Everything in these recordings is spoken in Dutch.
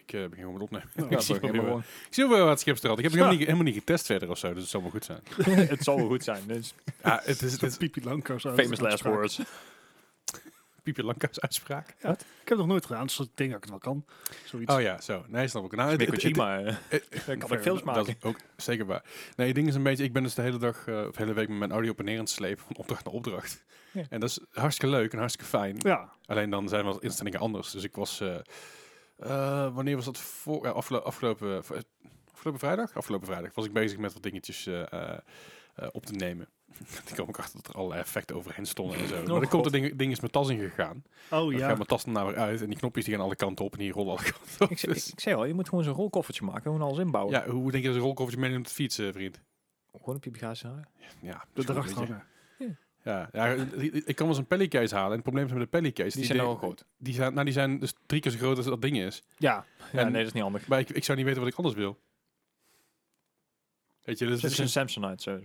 begin gewoon met opnemen. Nou, ik zie wel wat schipstrand. Ik heb het helemaal niet getest verder of zo, dus het zal wel goed zijn. Het zal wel goed zijn. Dus Ja, het is Pipi Lanka. famous last words. Piepje Lanka's uitspraak. Ja, ik heb het nog nooit gedaan, dus ik denk dat ik het wel kan. Zoiets. Oh ja, zo. Nee, snap ik. Nou, Met Kojima kan ik films maken. Dat is ook zeker waar. Nee, het ding is een beetje, ik ben dus de hele dag, of de hele week met mijn audio op en neer aan het slepen, van opdracht naar opdracht. Ja. En dat is hartstikke leuk en hartstikke fijn. Ja. Alleen dan zijn wel instellingen anders. Dus ik was, wanneer was dat? Afgelopen vrijdag? Afgelopen vrijdag was ik bezig met wat dingetjes op te nemen. Toen kwam ik achter dat er allerlei effecten overheen stonden en zo. Maar er komt een ding is mijn tas ingegaan. Oh Dan ja. gaat mijn tas er nou weer uit en die knopjes die gaan alle kanten op en die rollen alle kanten op. Ik zei al, je moet gewoon zo'n rolkoffertje maken. Gewoon alles inbouwen. Ja, hoe denk je dat een rolkoffertje meeneemt op de fiets, vriend? Gewoon een piepgaas. Ja, De dat is dracht gewoon een hangen. beetje- ik kan wel eens een pellicase halen. En het probleem is met de pellicase. Die zijn nou al groot. Die zijn dus 3 keer zo groot als dat ding is. Ja, En- nee, dat is niet handig. Maar ik zou niet weten wat ik anders wil. Weet je, dus Het is een Samsonite. Zo.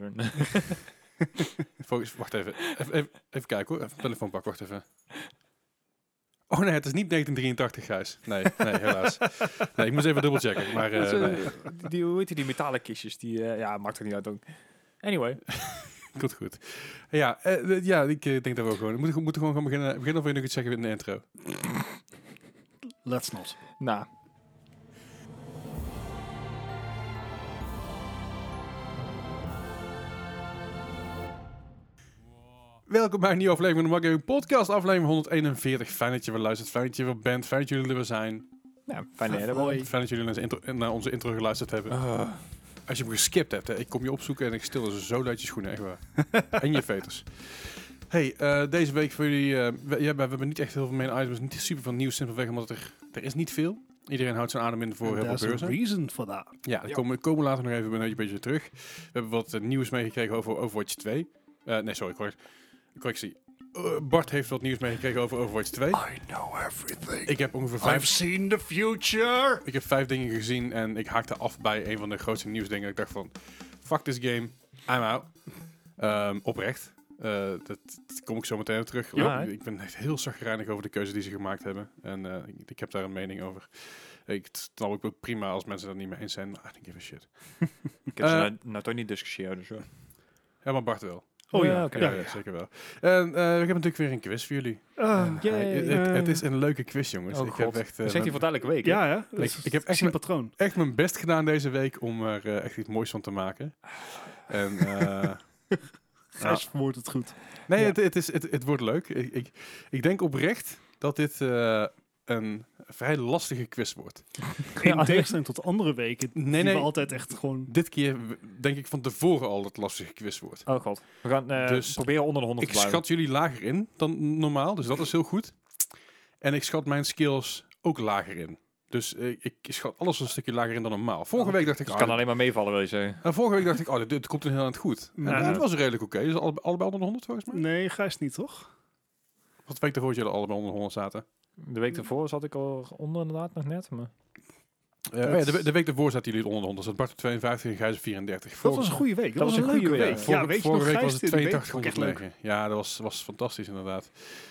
wacht even. Even kijken hoor. Even een telefoon pakken, wacht even. Oh nee, het is niet 1983, Gijs. Nee, helaas. Nee, ik moest even dubbelchecken. Maar nee. Hoe heet die metalen kistjes? Ja, maakt er niet uit ook. Anyway. Goed. Ja, ik denk dat we gewoon... We moeten gewoon gaan beginnen. Begin of wil je nog iets zeggen in de intro? Let's not. Nou. Welkom bij een nieuwe aflevering van de Mark Gaming Podcast, aflevering 141. Fijn dat je weer luistert, fijn dat je weer bent, fijn dat jullie er weer zijn. Ja, fijn dat je er bent. Fijn dat jullie naar onze intro geluisterd hebben. Als je hem geskipt hebt, hè, ik kom je opzoeken en ik stil er zo uit je schoenen, echt waar. En je veters. Hey, deze week voor jullie, we hebben niet echt heel veel main items, niet super veel nieuws, simpelweg omdat er is niet veel. Iedereen houdt zijn adem in voor heel veel There's a beurzen. reason for that. Ja, daar komen we later nog even een beetje terug. We hebben wat nieuws meegekregen over Overwatch 2. Correctie. Bart heeft wat nieuws meegekregen over Overwatch 2. I know everything. Ik heb ongeveer I've seen the future. Ik heb 5 dingen gezien en ik haakte af bij een van de grootste nieuwsdingen. Ik dacht van, fuck this game, I'm out. Oprecht. Dat kom ik zo meteen op terug. Ja, Ik ben echt heel chagrijnig over de keuze die ze gemaakt hebben. En ik heb daar een mening over. Ik snap ook prima als mensen het niet mee eens zijn, maar I don't give a shit. Ik heb ze nou toch niet discussiëren. Dus, Ja, maar Bart wel. Oh ja, oké. Ja, zeker wel. En we hebben natuurlijk weer een quiz voor jullie. Het is een leuke quiz, jongens. Oh, ik God. heb echt, Dat zegt hij voor elke week. hè? Ja, ja. ik heb echt een patroon. echt mijn best gedaan deze week om er echt iets moois van te maken. En Gijs verwoordt het goed. nee, Ja. het wordt leuk. Ik denk oprecht dat dit een vrij lastige quiz wordt. In tegenstelling tot andere weken. Nee. Die we altijd echt gewoon... Dit keer denk ik van tevoren al dat het lastige quiz wordt. Oh god. We gaan Dus proberen onder de 100 Ik te blijven. schat jullie lager in dan normaal, dus dat is heel goed. En ik schat mijn skills ook lager in. Dus ik schat alles een stukje lager in dan normaal. Vorige week dacht ik... Dus het kan alleen maar meevallen, wil je zeggen. Vorige week dacht ik, dit komt er heel aan het goed. Nou. En het was redelijk oké. Dus allebei onder de 100 volgens mij. Nee, Gijs niet, toch? Wat week daarvoor jullie allebei onder de 100 zaten? De week ervoor zat ik al onder inderdaad nog net. Maar... De week daarvoor zaten jullie onder de 100. Zat Bart op 52 en Gijs op 34. Dat was een goede week. Dat was een leuke goede week. Ja, weet je nog, Vorige week Gijs, was het die week 82 vond ik onder echt leuk. 9. Ja, dat was fantastisch inderdaad.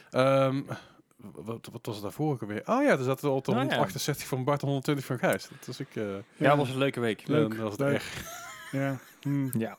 Wat was het daarvoor ook alweer? Oh ja, er zaten al tot 168 van Bart en 120 van Gijs. Dat was ik... Ja, dat was een leuke week. Leuk. Dat was het leuk. echt. Ja. Ja.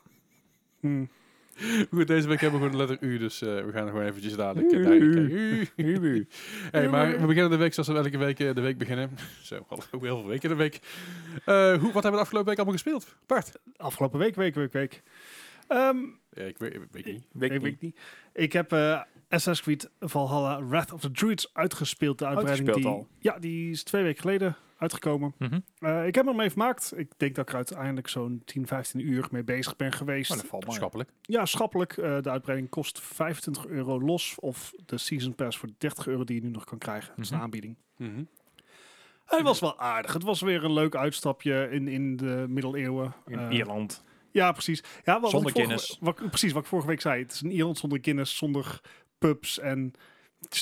Goed, deze week hebben we gewoon de letter U, dus we gaan er gewoon eventjes dadelijk U. kijken. Hey, maar we beginnen de week zoals we elke week de week beginnen. Zo, we hadden ook heel veel weken in de week. Wat hebben we de afgelopen week allemaal gespeeld? Bart? Afgelopen week. Ja, ik weet niet. Weet niet. Ik heb Assassin's Creed Valhalla Wrath of the Druids uitgespeeld. De uitbreiding Uitgespeeld die... Ja, die is 2 weken geleden uitgekomen. Ik heb er mee vermaakt. Ik denk dat ik er uiteindelijk zo'n 10, 15 uur mee bezig ben geweest. Oh, dat valt maar. Schappelijk. Ja, schappelijk. De uitbreiding kost €25 los. Of de Season Pass voor €30 die je nu nog kan krijgen. Dat is een aanbieding. Hij was wel aardig. Het was weer een leuk uitstapje in de middeleeuwen. In Ierland. Ja, precies. Ja, Zonder Guinness. Precies, wat ik vorige week zei. Het is een Ierland zonder Guinness, zonder pubs en...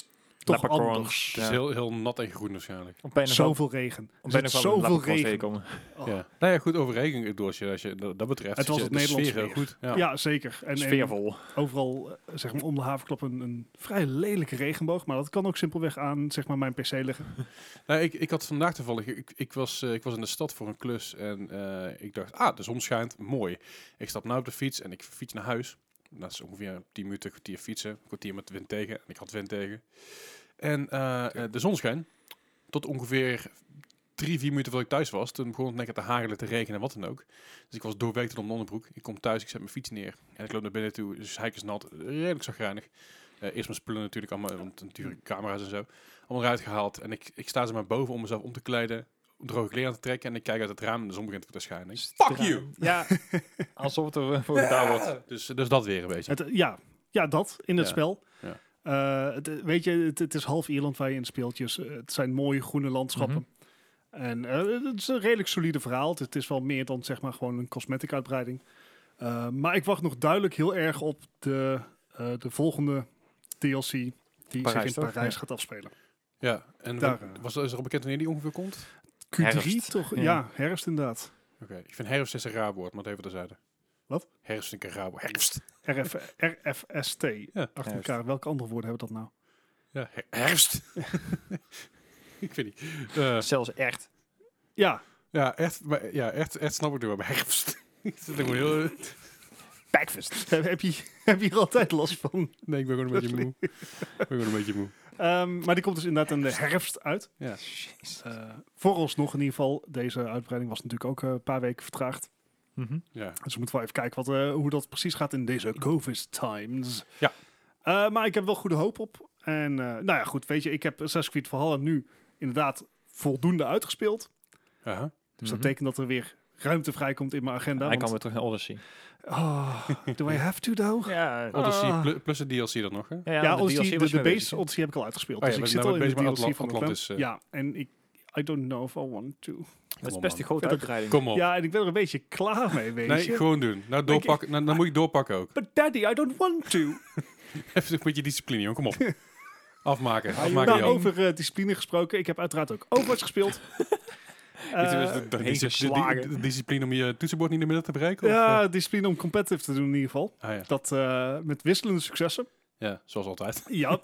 toch Leprechauns. anders. Het is heel nat en groen waarschijnlijk. Op een of Zoveel regen. op Er een zit of andere zoveel leprechauns regen. tegenkomen. Oh. Ja. Nou ja, goed, over regen Dorsje, als je dat betreft. Het was zit het de Nederlandse sfeer heel weer. goed. Ja. Ja, zeker. En Sfeervol. overal, zeg maar, om de havenklap een vrij lelijke regenboog. Maar dat kan ook simpelweg aan, zeg maar, mijn pc liggen. Nou, ik had vandaag toevallig, ik was in de stad voor een klus en ik dacht, de zon schijnt, mooi. Ik stap nou op de fiets en ik fiets naar huis. Dat is ongeveer 10 minuten, kwartier fietsen, een kwartier met wind tegen. En ik had wind tegen. En de zon scheen tot ongeveer 3-4 minuten voordat ik thuis was. Toen begon het lekker te hagelen, te regenen en wat dan ook. Dus ik was doorwerkt om de onderbroek. Ik kom thuis, ik zet mijn fiets neer. En ik loop naar binnen toe, dus hij is nat, redelijk chagrijnig. Eerst mijn spullen natuurlijk allemaal, want natuurlijk camera's en zo. Allemaal eruit gehaald. En ik sta ze maar boven om mezelf om te kleden, droge kleren aan te trekken. En ik kijk uit het raam en de zon begint te schijnen. Fuck you! Ja, alsof het er voor gedaan wordt. Dus dat weer een beetje. Ja, dat in het Ja. spel. Ja. Weet je, het is half Ierland waar je in speelt. Het zijn mooie groene landschappen. En het is een redelijk solide verhaal. Het is wel meer dan, zeg maar, gewoon een cosmetic uitbreiding. Maar ik wacht nog duidelijk heel erg op de volgende DLC die Parijs, zich in toch? Parijs Ja. gaat afspelen. Ja, en Daar, is er al bekend wanneer die ongeveer komt? Q3 Herfst. toch? Ja. Ja, herfst inderdaad. Oké, ik vind herfst is een raar woord, maar dat even terzijde. Wat? Herfst vind ik een raar woord. Herfst. RFST. Ja. Achter elkaar. Welke andere woorden hebben we dat nou? Ja, herfst. Ik weet niet. Zelfs echt. Ja, Ja, echt snap ik nu wel. Maar herfst. Dat is gewoon heel... Backfist. heb je hier altijd last van? Nee, ik ben gewoon een beetje moe. Maar die komt dus inderdaad in de herfst uit. Ja. Vooralsnog in ieder geval. Deze uitbreiding was natuurlijk ook een paar weken vertraagd. Ja. Dus we moeten wel even kijken hoe dat precies gaat in deze COVID times. Ja. Maar ik heb wel goede hoop op. En nou ja, goed, weet je, ik heb Assassin's Creed Valhalla nu inderdaad voldoende uitgespeeld. Aha. Dus dat betekent dat er weer ruimte vrijkomt in mijn agenda. Hij kan want- weer terug naar Odyssey. Oh, do I have to though? Ja, Odyssey plus de DLC dan nog, hè? Ja, de Odyssey, DLC was de weer base bezig. Odyssey heb ik al uitgespeeld. Oh ja, Dus ik we zit zijn al in de bezig met DLC van Atlantis, Atlantis. Ja, en I don't know if I want to. Dat is best een grote Vind ik- uitbreiding. Kom op. Ja, en ik ben er een beetje klaar mee, weet Nee, je. gewoon doen. Nou, doorpakken. Dan moet ik doorpakken ook. But daddy, I don't want to. Even een beetje discipline, jongen. Kom op. Afmaken. Nou, Jan. over discipline gesproken. Ik heb uiteraard ook Overwatch gespeeld. heen geslagen. De discipline om je toetsenbord niet in de midden te bereiken? Ja, discipline om competitive te doen in ieder geval. Ah, ja. Dat met wisselende successen. Ja, zoals altijd. Ja,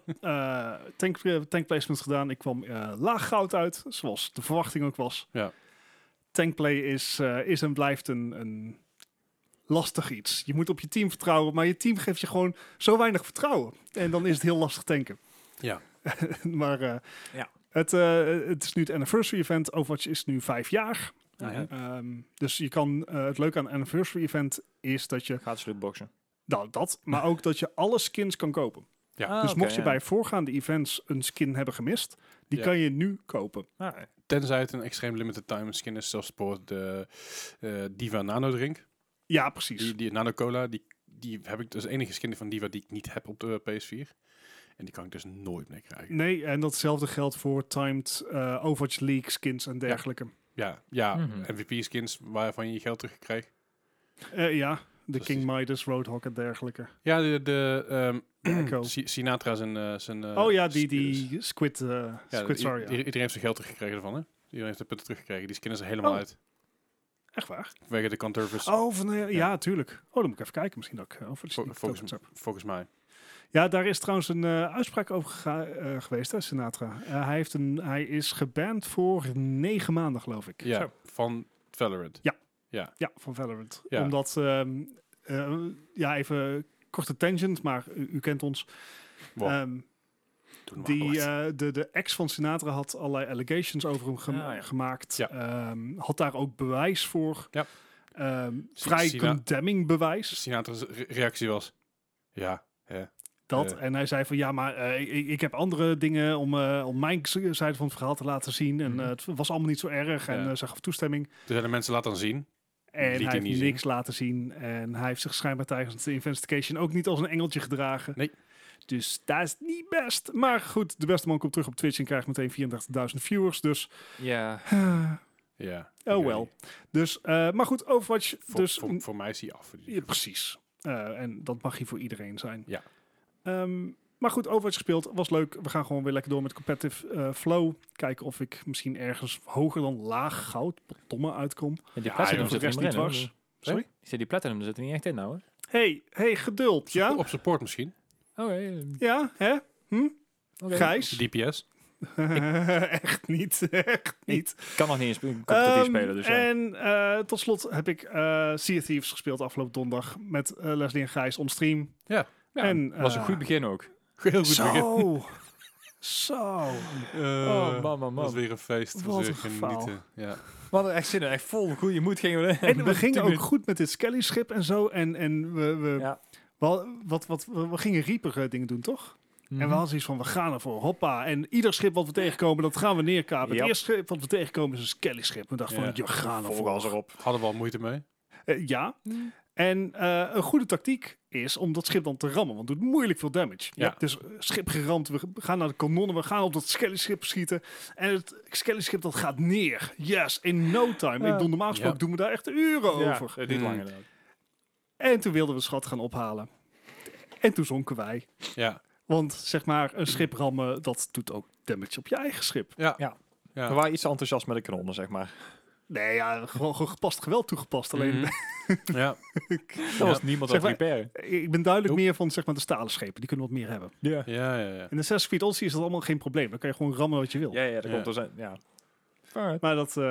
tank placement gedaan. Ik kwam laag goud uit, zoals de verwachting ook was. Ja. Tankplay is en blijft een lastig iets. Je moet op je team vertrouwen, maar je team geeft je gewoon zo weinig vertrouwen. En dan is het heel lastig tanken. Ja. Maar Ja. het is nu het anniversary event. Overwatch is nu 5 jaar. Ah, ja. Dus je kan, het leuke aan het anniversary event is dat je, Gaat lootboxen. nou dat, maar ook dat je alle skins kan kopen. Ja. Dus mocht je bij voorgaande events een skin hebben gemist, die Ja. kan je nu kopen. Tenzij het een extreem limited time skin is, zoals bijvoorbeeld de Diva Nano Drink. Ja, precies. Die Nano Cola, die heb ik, dat is de enige skin van Diva die ik niet heb op de PS4. En die kan ik dus nooit meer krijgen. Nee, en datzelfde geldt voor timed Overwatch League skins en dergelijke. Ja, Mhm. MVP skins waarvan je je geld terugkrijgt. Ja, de Dus King die- Midas, Roadhog en dergelijke. Ja, Echo. Sinatra zijn Oh ja, die Squid Sorry. Iedereen heeft zijn geld teruggekregen ervan, hè? Iedereen heeft de punten teruggekregen. Die skin is er helemaal Oh. uit. Echt waar? Vanwege de Conturfus, Oh, ja, tuurlijk. Oh, dan moet ik even kijken. Misschien dat ik Overwatch League tokens heb. volgens mij. Ja, daar is trouwens een uitspraak over geweest, hè, Sinatra. Hij is geband voor 9 maanden, geloof ik. Ja, Zo. van Valorant. Ja, van Valorant. Ja. Omdat, even korte tangent, maar u kent ons. Wow, Ehm, doe maar wat. de ex van Sinatra had allerlei allegations over hem gemaakt. Ja. Had daar ook bewijs voor. Ja. Vrij Sina- condemning bewijs. Sinatra's reactie was... Ja, hè. Dat. En hij zei van ja, maar ik heb andere dingen om mijn zijde van het verhaal te laten zien. En het was allemaal niet zo erg. Ja. En ze gaf toestemming. Toen zijn de mensen laten zien. En Liet hij hij heeft niet niks laten zien. En hij heeft zich schijnbaar tijdens de investigation ook niet als een engeltje gedragen. Nee. Dus dat is niet best. Maar goed, de beste man komt terug op Twitch en krijgt meteen 34.000 viewers. Dus, Ja. Ja. oh wel. Dus, maar goed, Overwatch. Voor mij is hij af. Ja, precies. En dat mag hier voor iedereen zijn. Ja. Maar goed, Overwatch gespeeld. Was leuk. We gaan gewoon weer lekker door met competitive flow. Kijken of ik misschien ergens hoger dan laag goud, domme uitkom. Ja, die Ja, Platinum Voor de zit er rest niet niet meer in. was. Sorry? Sorry? Ik zei, die Platinum zit er niet echt in nou, hè? Hey, geduld, ja? Op support misschien. Oké. Ja, hè? Oké. Gijs? DPS. Echt niet, echt niet. Ik kan nog niet eens competitief spelen, dus ja. En tot slot heb ik Sea of Thieves gespeeld afgelopen donderdag met Leslie en Gijs on stream. Ja, en, was een goed begin ook. Heel goed begin. Zo. Man. Dat was weer een feest. Dat was Wat weer een gevaal. genieten. Ja. We hadden echt zin in, echt vol goede moed gingen we. En we gingen ook goed met dit Skelly-schip en zo. En Ja. we gingen Reaper dingen doen, toch? Mhm. En we hadden zoiets van, we gaan ervoor, hoppa. En ieder schip wat we tegenkomen, dat gaan we neerkapen. Yep. Het eerste schip wat we tegenkomen is een Skelly-schip. We dachten Ja. van, we gaan Vol ervoor. gas erop. Hadden we al moeite mee. Ja. En een goede tactiek is om dat schip dan te rammen, want het doet moeilijk veel damage. Ja. Dus schip geramd, we gaan naar de kanonnen, we gaan op dat Skelly-schip schieten. En het Skelly-schip dat gaat neer. Yes, in no time. Ja. Ik doe normaal gesproken doen we daar echt uren over. Het duurt lang inderdaad. En toen wilden we schat gaan ophalen. En toen zonken wij. Ja. Want zeg maar, een schip rammen, dat doet ook damage op je eigen schip. Ja. Ja. Ja. We waren iets te enthousiast met de kanonnen, zeg maar. Nee, ja, gewoon gepast geweld toegepast. Alleen, Ja. Dat was niemand aan Zeg het maar- repairen. ik ben duidelijk Nope. meer van zeg maar, de stalen schepen. Die kunnen wat meer hebben. Ja. Ja. In de Assassin's Creed Odyssey is dat allemaal geen probleem. Dan kan je gewoon rammen wat je wil. Ja, dat Ja. komt er zijn. Ja. Alright. Maar dat...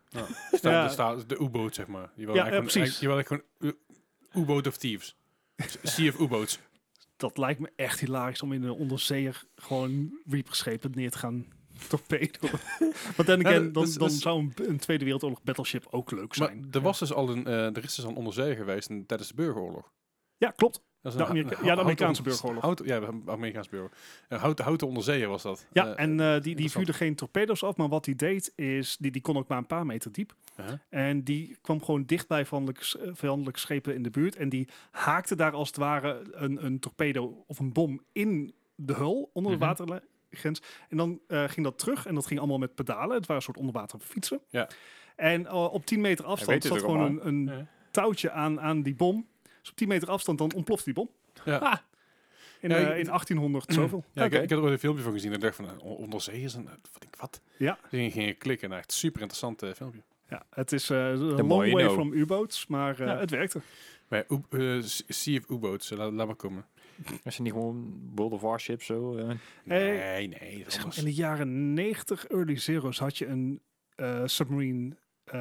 De U-boot, zeg maar. Je wil Ja, eigenlijk precies. Je wil eigenlijk gewoon U-boat of Thieves. Sea of U-boats. Dat lijkt me echt hilarisch om in een onderzeeër gewoon Reaper-schepen neer te gaan torpedo. Want dan, Ja, dan dus- zou een Tweede Wereldoorlog battleship ook leuk Maar zijn. er was dus al er is dus al een onderzee geweest tijdens de burgeroorlog. Ja, klopt. Dat is De een Amerika- de Amerikaanse burgeroorlog. Ja, de Amerikaanse burgeroorlog. Houten onderzeeër was dat. Ja, en die interessant. vuurde geen torpedo's af, maar wat hij deed is, die kon ook maar een paar meter diep. En die kwam gewoon dicht bij vijandelijke schepen in de buurt. En die haakte daar als het ware een torpedo of een bom in de hul onder de Mhm. watergrens. En dan ging dat terug en dat ging allemaal met pedalen. Het waren een soort onderwater fietsen. Ja. En op 10 meter afstand weet het zat ook gewoon een Ja. touwtje aan die bom. Dus op 10 meter afstand dan ontplofte die bom. Ja. In, Ja, in 1800 zoveel. Ja, Oké. ik heb er ooit een filmpje van gezien en ik dacht van onderzeeërs en wat? Ja. Toen ging ik klikken en echt super interessant filmpje. Ja, het is a long more you way know. from U-boats, maar Ja. het werkte. Maar Sea of U-boats, laat maar komen. Als je niet gewoon World of Warships zo... Nee, dat is Zeg maar, anders. in de jaren 90, early zeros, had je een submarine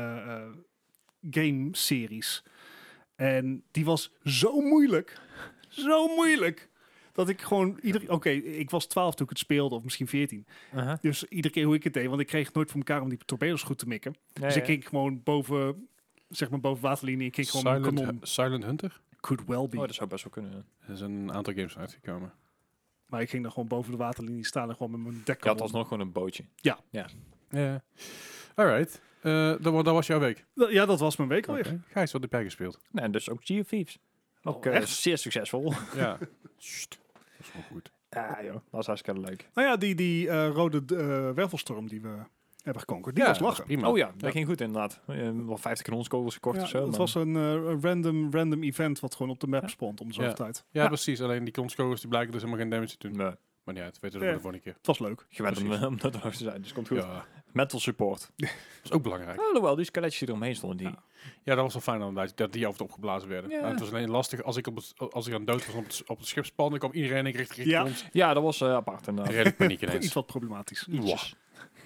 game series. En die was zo moeilijk. Zo moeilijk. Dat ik gewoon Oké, ik was 12 toen ik het speelde, of misschien 14. Dus iedere keer hoe ik het deed, want ik kreeg het nooit voor elkaar om die torpedo's goed te mikken. Dus ik keek gewoon boven waterlinie. Ik keek gewoon mijn kanon. Silent Hunter? Could well be. Oh, dat zou best wel kunnen. Ja. Er zijn een aantal games uitgekomen. Maar ik ging dan gewoon boven de waterlinie staan en gewoon met mijn dek. Je had alsnog gewoon een bootje. Ja. Alright. Dat was jouw week. Ja, dat was mijn week alweer. Okay. Gijs, wat heb jij gespeeld? Nee, dus ook Sea of Thieves. Ook echt? zeer succesvol. Ja. Sst, dat is wel goed. Ja, joh. Dat was hartstikke leuk. Nou ja, die rode wervelstorm die we hebben gekonkerd, die was dat is lachen. prima. Oh ja, dat ging goed inderdaad. Wel 50 kanonskogels gekocht Ja, of zo. het maar- was een random event wat gewoon op de map spawnt om de zoveel Ja. tijd. Ja, precies. Alleen die kronskogels die blijken dus helemaal geen damage te doen. Nee, Maar niet uit, weten we Ja. de volgende keer. Het was leuk. gewend Precies. om dat hoog te zijn, dus komt goed. Ja, Mental support. dat is ook belangrijk. Alhoewel, die skeletjes die eromheen stonden, die... Ja. Ja, dat was wel fijn inderdaad, dat die af en toe opgeblazen werden. Ja. En het was alleen lastig als ik aan dood was op het schip spannen, kwam iedereen richting Ja. ons. Ja, dat was apart inderdaad. Redelijk paniek Iets ineens. wat problematisch. Ietsjes.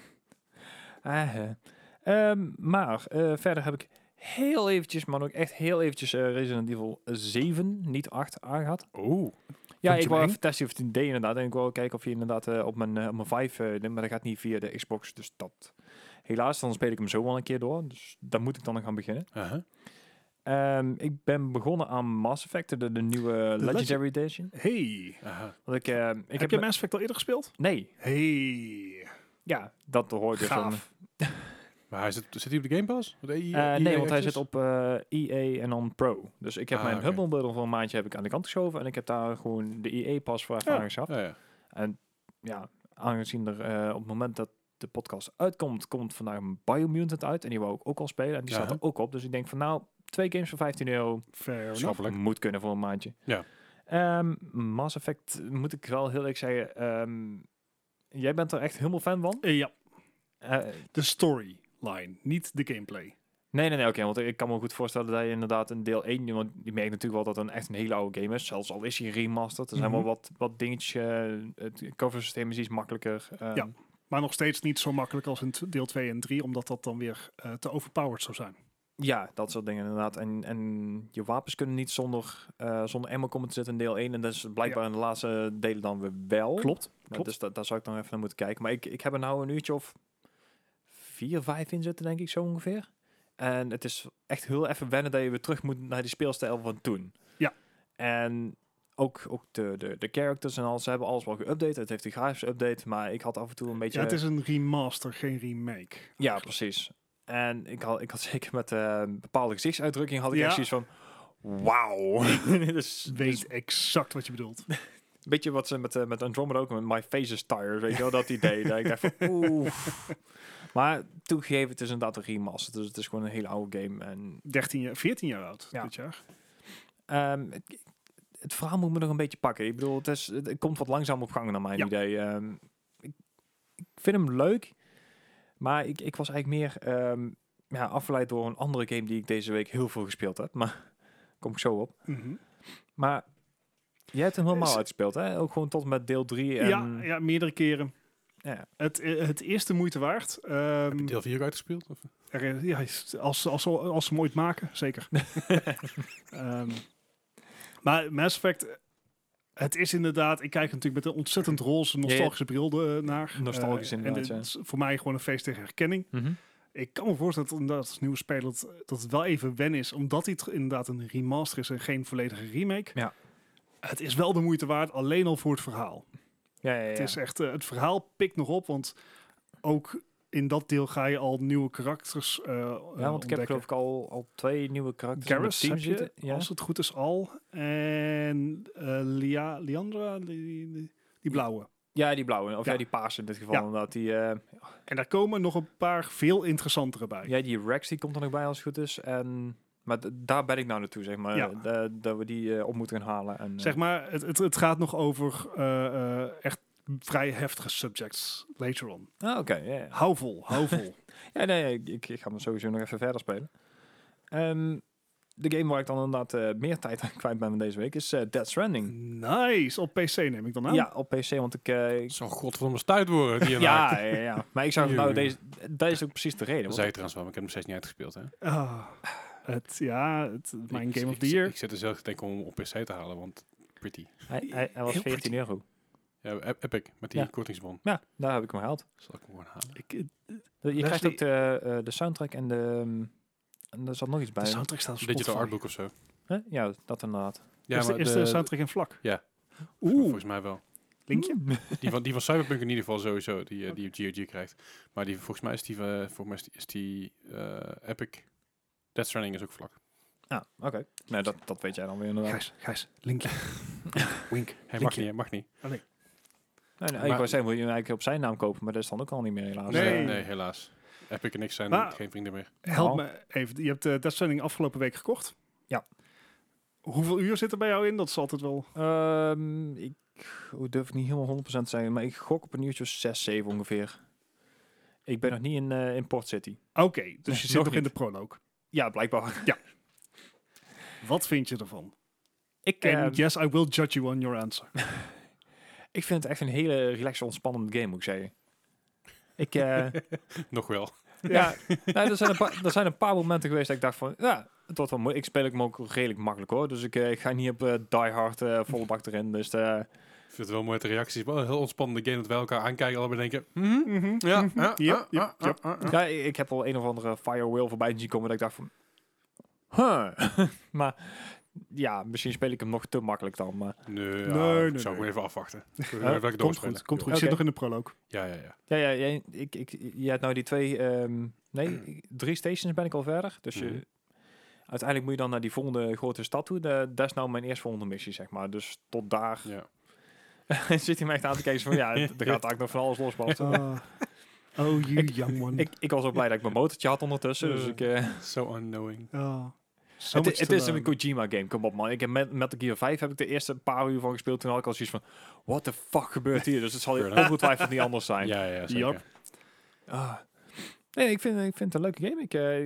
Maar verder heb ik heel eventjes, maar ook echt heel eventjes Resident Evil 7, niet 8, aangehad. Oeh. Ja, Vond je ik wou hem even testen of het een deed inderdaad. En ik wou kijken of je inderdaad op mijn Vive neemt, maar dat gaat niet via de Xbox. Dus dat... Helaas, dan speel ik hem zo wel een keer door. Dus daar moet ik dan nog gaan beginnen. Ik ben begonnen aan Mass Effect, de nieuwe Legendary Edition. Hey, Want ik heb je Mass Effect al eerder gespeeld? Nee, Hey, ja, dat hoor ik dus van... gaaf. Maar hij zit hij op de Game Pass? Wat, nee, want hij zit op EA en dan Pro. Dus ik heb mijn oké. Humble Bundle voor een maandje heb ik aan de kant geschoven. En ik heb daar gewoon de EA-pas voor even aangeschaft. Ja, ja. En ja, aangezien er op het moment dat de podcast uitkomt, komt vandaag een Biomutant uit. En die wou ik ook al spelen. En die staat Ja. er ook op. Dus ik denk van nou, 2 games voor €15. Fair enough. Schappelijk. Moet kunnen voor een maandje. Ja. Mass Effect, moet ik wel heel eerlijk zeggen. Jij bent er echt helemaal fan van? Ja. De storyline, niet de gameplay. Nee, oké. Want ik kan me goed voorstellen dat je inderdaad een deel 1... Want je merkt natuurlijk wel dat het echt een hele oude game is. Zelfs al is hij remastered. Er zijn wel wat dingetjes... het coversysteem is iets makkelijker. Ja, maar nog steeds niet zo makkelijk als in deel 2 en 3. Omdat dat dan weer te overpowered zou zijn. Ja, dat soort dingen inderdaad. En je wapens kunnen niet zonder ammo komen te zitten in deel 1. En dat is blijkbaar in de laatste delen dan weer wel. Klopt. Dus daar zou ik dan even naar moeten kijken. Maar ik heb er nou een uurtje of 4, 5 in zitten, denk ik zo ongeveer. En het is echt heel even wennen dat je weer terug moet naar die speelstijl van toen. Ja. En ook de characters en alles, ze hebben alles wel geüpdate. Het heeft een grafische update, maar ik had af en toe een beetje... Ja, het is een remaster, geen remake. Ja, precies. En ik had zeker met bepaalde gezichtsuitdrukking had ik echt zoiets van... Wauw. Weet exact wat je bedoelt. Beetje wat ze met Andromeda ook, met My Face is Tired, weet je wel, dat idee. Dat ik dacht van, oeh. Maar toegegeven, het is inderdaad een remaster, dus het is gewoon een hele oude game. En 14 jaar oud dit jaar. Het verhaal moet me nog een beetje pakken. Ik bedoel, het komt wat langzaam op gang naar mijn idee. Ik vind hem leuk, maar ik was eigenlijk meer afgeleid door een andere game die ik deze week heel veel gespeeld heb. Maar daar kom ik zo op. Maar jij hebt hem helemaal uitgespeeld, hè? Ook gewoon tot met deel 3. En... Ja, meerdere keren. Ja. Het eerste moeite waard. Heb je deel 4 uitgespeeld? Of? Ja, als ze hem ooit maken, zeker. Maar Mass Effect, het is inderdaad... Ik kijk natuurlijk met een ontzettend roze, nostalgische bril naar. Nostalgisch inderdaad, en het is voor mij gewoon een feest tegen herkenning. Ik kan me voorstellen dat als nieuwe speler dat het wel even wennen is, omdat hij inderdaad een remaster is en geen volledige remake. Ja. Het is wel de moeite waard, alleen al voor het verhaal. Ja. Het is echt, het verhaal pikt nog op, want ook in dat deel ga je al nieuwe karakters want ik heb geloof ik al 2 nieuwe karakters. Garrus heb je, ja. als het goed is al. En Liandra, die blauwe. Ja, die blauwe. Of die paarse in dit geval. Omdat die, en daar komen nog een paar veel interessantere bij. Ja, die Rex die komt er nog bij als het goed is. Maar daar ben ik nou naartoe, zeg maar. Dat we die op moeten gaan halen. En, zeg maar, het gaat nog over echt vrij heftige subjects later on. Oké. Hou vol. Ja, nee, ik ga me sowieso nog even verder spelen. De game waar ik dan inderdaad meer tijd aan kwijt ben deze week is Death Stranding. Nice, op PC neem ik dan aan. Ja, op PC, want ik zou godverdomme stuit worden. Die ja. Maar ik zag dat is ook precies de reden. Dat zei je trouwens wel, maar ik heb hem steeds niet uitgespeeld. Hè? Mijn Game of the Year. Ik zit er zelf te denken om op PC te halen, want pretty. Hij was €14. Ja, Epic, met die kortingsbon. Ja, daar heb ik hem gehaald. Zal ik hem gewoon halen? Je krijgt ook de soundtrack en en er zat nog iets bij. De soundtrack staat op Digital Spotify. artbook of zo. Ja, dat inderdaad. Ja, is de soundtrack in vlak? Ja. Volgens mij wel. Linkje? Die van Cyberpunk in ieder geval sowieso, die GOG krijgt. Maar volgens mij is die Epic. Death Stranding is ook vlak. Ah, oké. Nee, dat weet jij dan weer inderdaad. Gijs, linkje. Wink. Hij mag niet. Oh, nee. Nee, ik wou zeggen, moet je hem eigenlijk op zijn naam kopen, maar dat is dan ook al niet meer helaas. Nee, helaas. Epic en ik zijn geen vrienden meer. Help me even. Je hebt Death Stranding afgelopen week gekocht. Ja. Hoeveel uur zit er bij jou in? Dat is altijd wel... Ik durf ik niet helemaal 100% te zeggen, maar ik gok op een uurtje 6, 7 ongeveer. Ik ben nog niet in Port City. Oké, dus je zit nog in de prologue. Ja, blijkbaar. Ja. Wat vind je ervan? And yes, I will judge you on your answer. Ik vind het echt een hele relaxe, ontspannende game, moet ik zeggen. Nog wel. Ja, er zijn een paar momenten geweest dat ik dacht van, het wordt wel mooi. Ik speel hem ook redelijk makkelijk hoor. Dus ik ga niet op die hard volle bak erin. Dus ik vind het wel mooi de reacties. Wel een heel ontspannende game dat wij elkaar aankijken. Allebei denken, ja, ik heb al een of andere Firewheel voorbij zien komen dat ik dacht van, maar ja, misschien speel ik hem nog te makkelijk dan. Maar... Nee, ik zou gewoon even afwachten. Komt goed. Je zit nog in de prologue. Ja. Je hebt nou die 3 stations ben ik al verder. Dus uiteindelijk moet je dan naar die volgende grote stad toe. Dat is nou mijn eerstvolgende missie, zeg maar. Dus tot daar zit hij me echt aan te kijken van, er gaat eigenlijk nog van alles los. You young one. Ik was ook blij dat ik mijn motortje had ondertussen. Dus So unknowing. Het is een Kojima game, kom op man. Ik heb met Metal Gear 5 heb ik de eerste paar uur van gespeeld. Toen had ik al zoiets van, what the fuck gebeurt hier? Dus het zal ongetwijfeld niet anders zijn. Ja, zeker. Nee, ik vind het een leuke game.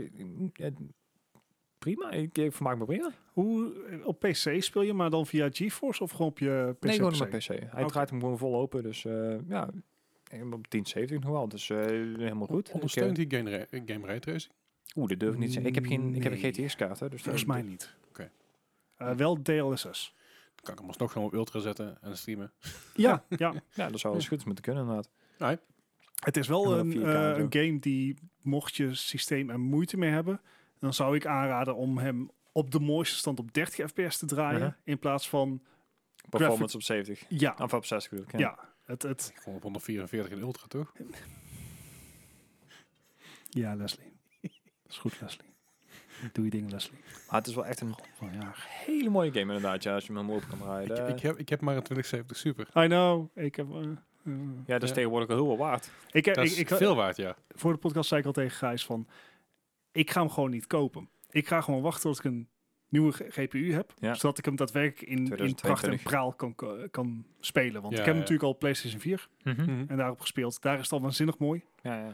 Prima, ik vermaak me prima. Hoe op PC speel je, maar dan via GeForce of gewoon op je PC? Nee, gewoon op mijn PC. Hij draait hem gewoon vol open, dus ja, op 1070 nog wel, dus helemaal goed. Ondersteunt die game raytracing? Dat durf ik niet te zeggen. Ik heb een GTX-kaart, hè, dus volgens mij niet. Oké. Wel DLSS. Dan kan ik hem alsnog gewoon op ultra zetten en streamen. Ja. Ja, dat zou wel eens goed moeten kunnen inderdaad. Nee. Het is wel een game die, mocht je systeem er moeite mee hebben, dan zou ik aanraden om hem op de mooiste stand op 30 fps te draaien, in plaats van performance op 70. Ja. Of op 60 bedoel ik. Ja. Gewoon op 144 in ultra, toch? Ja, Leslie. Dat is goed, Leslie. Doe je ding, Leslie. Maar het is wel echt een hele mooie game inderdaad, ja, als je hem open kan draaien. Ik heb maar een 2070 Super. I know. Ik heb... ja, dat is tegenwoordig al heel wel waard. Dat is veel waard, ja. Voor de podcast zei ik al tegen Gijs van, ik ga hem gewoon niet kopen. Ik ga gewoon wachten tot ik een nieuwe GPU heb, zodat ik hem daadwerkelijk in pracht en praal kan spelen. Want ik heb natuurlijk al PlayStation 4 en daarop gespeeld. Daar is het al waanzinnig mooi.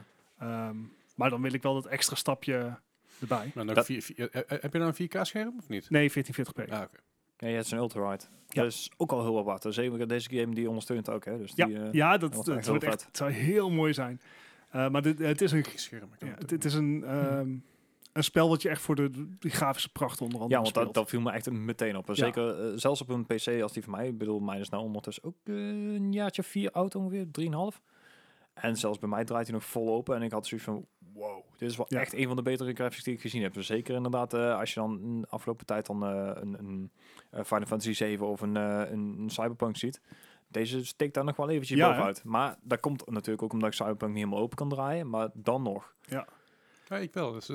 Maar dan wil ik wel dat extra stapje erbij. Heb je nou een 4K-scherm of niet? Nee, 1440p. Ah, oké. Ja, je hebt zo'n ultra-wide. Ja. Dat is ook al heel wat waard. Zeker deze game die ondersteunt ook. Hè. Dus dat wordt echt, het zou heel mooi zijn. Maar het is een scherm. Het is een spel wat je echt voor de grafische pracht onder andere speelt. Ja, want dat viel me echt meteen op. En zeker zelfs op een PC als die van mij. Ik bedoel, mijn is nou ondertussen ook een jaartje 4 oud ongeveer, 3,5. En zelfs bij mij draait hij nog vol open. En ik had zoiets van, wow, dit is wel echt een van de betere graphics die ik gezien heb. Dus zeker inderdaad, als je dan in de afgelopen tijd dan een Final Fantasy 7 of een Cyberpunk ziet. Deze steekt daar nog wel eventjes bovenuit. Maar dat komt natuurlijk ook omdat ik Cyberpunk niet helemaal open kan draaien. Maar dan nog. Ja, ik wel. Dus,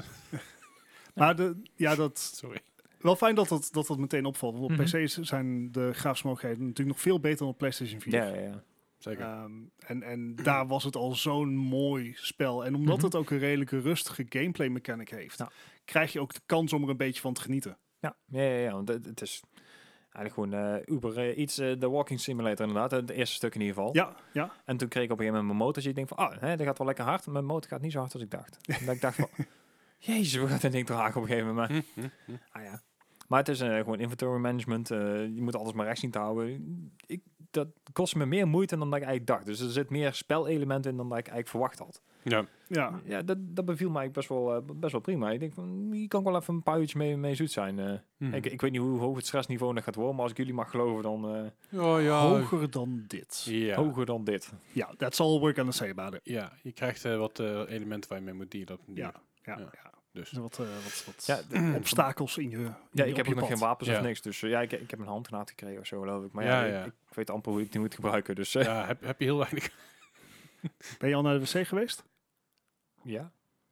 maar dat... Sorry. Wel fijn dat meteen opvalt. Want op PC's zijn de grafische mogelijkheden natuurlijk nog veel beter dan op PlayStation 4. Ja. Zeker. En daar was het al zo'n mooi spel. En omdat het ook een redelijke rustige gameplay mechanic heeft, krijg je ook de kans om er een beetje van te genieten. Ja. Want het is eigenlijk gewoon Uber Eats, de walking simulator inderdaad. Het eerste stuk in ieder geval. Ja. En toen kreeg ik op een gegeven moment mijn motor. Dus ik denk van, dat gaat wel lekker hard. Mijn motor gaat niet zo hard als ik dacht. En ik dacht van, jezus, we gaan dit ding dragen op een gegeven moment. Ja. Maar het is gewoon inventory management. Je moet alles maar recht zien te houden. Dat kost me meer moeite dan dat ik eigenlijk dacht. Dus er zit meer spelelementen in dan dat ik eigenlijk verwacht had. Ja, dat beviel mij best wel prima. Ik denk van, hier kan ik wel even een paar uurtjes mee zoet zijn. Ik weet niet hoe hoog het stressniveau nog gaat worden, maar als ik jullie mag geloven, dan... Hoger dan dit. Ja. Hoger dan dit. Ja, that's all we're gonna say about it. Ja, je krijgt wat elementen waar je mee moet dealen. Ja. Dus wat obstakels in je. Ik heb hier nog geen wapens of niks. Dus ik heb een handgranaat gekregen of zo, geloof ik. Maar ik weet amper hoe ik die moet gebruiken. Dus, heb je heel weinig. Ben je al naar de wc geweest? Ja.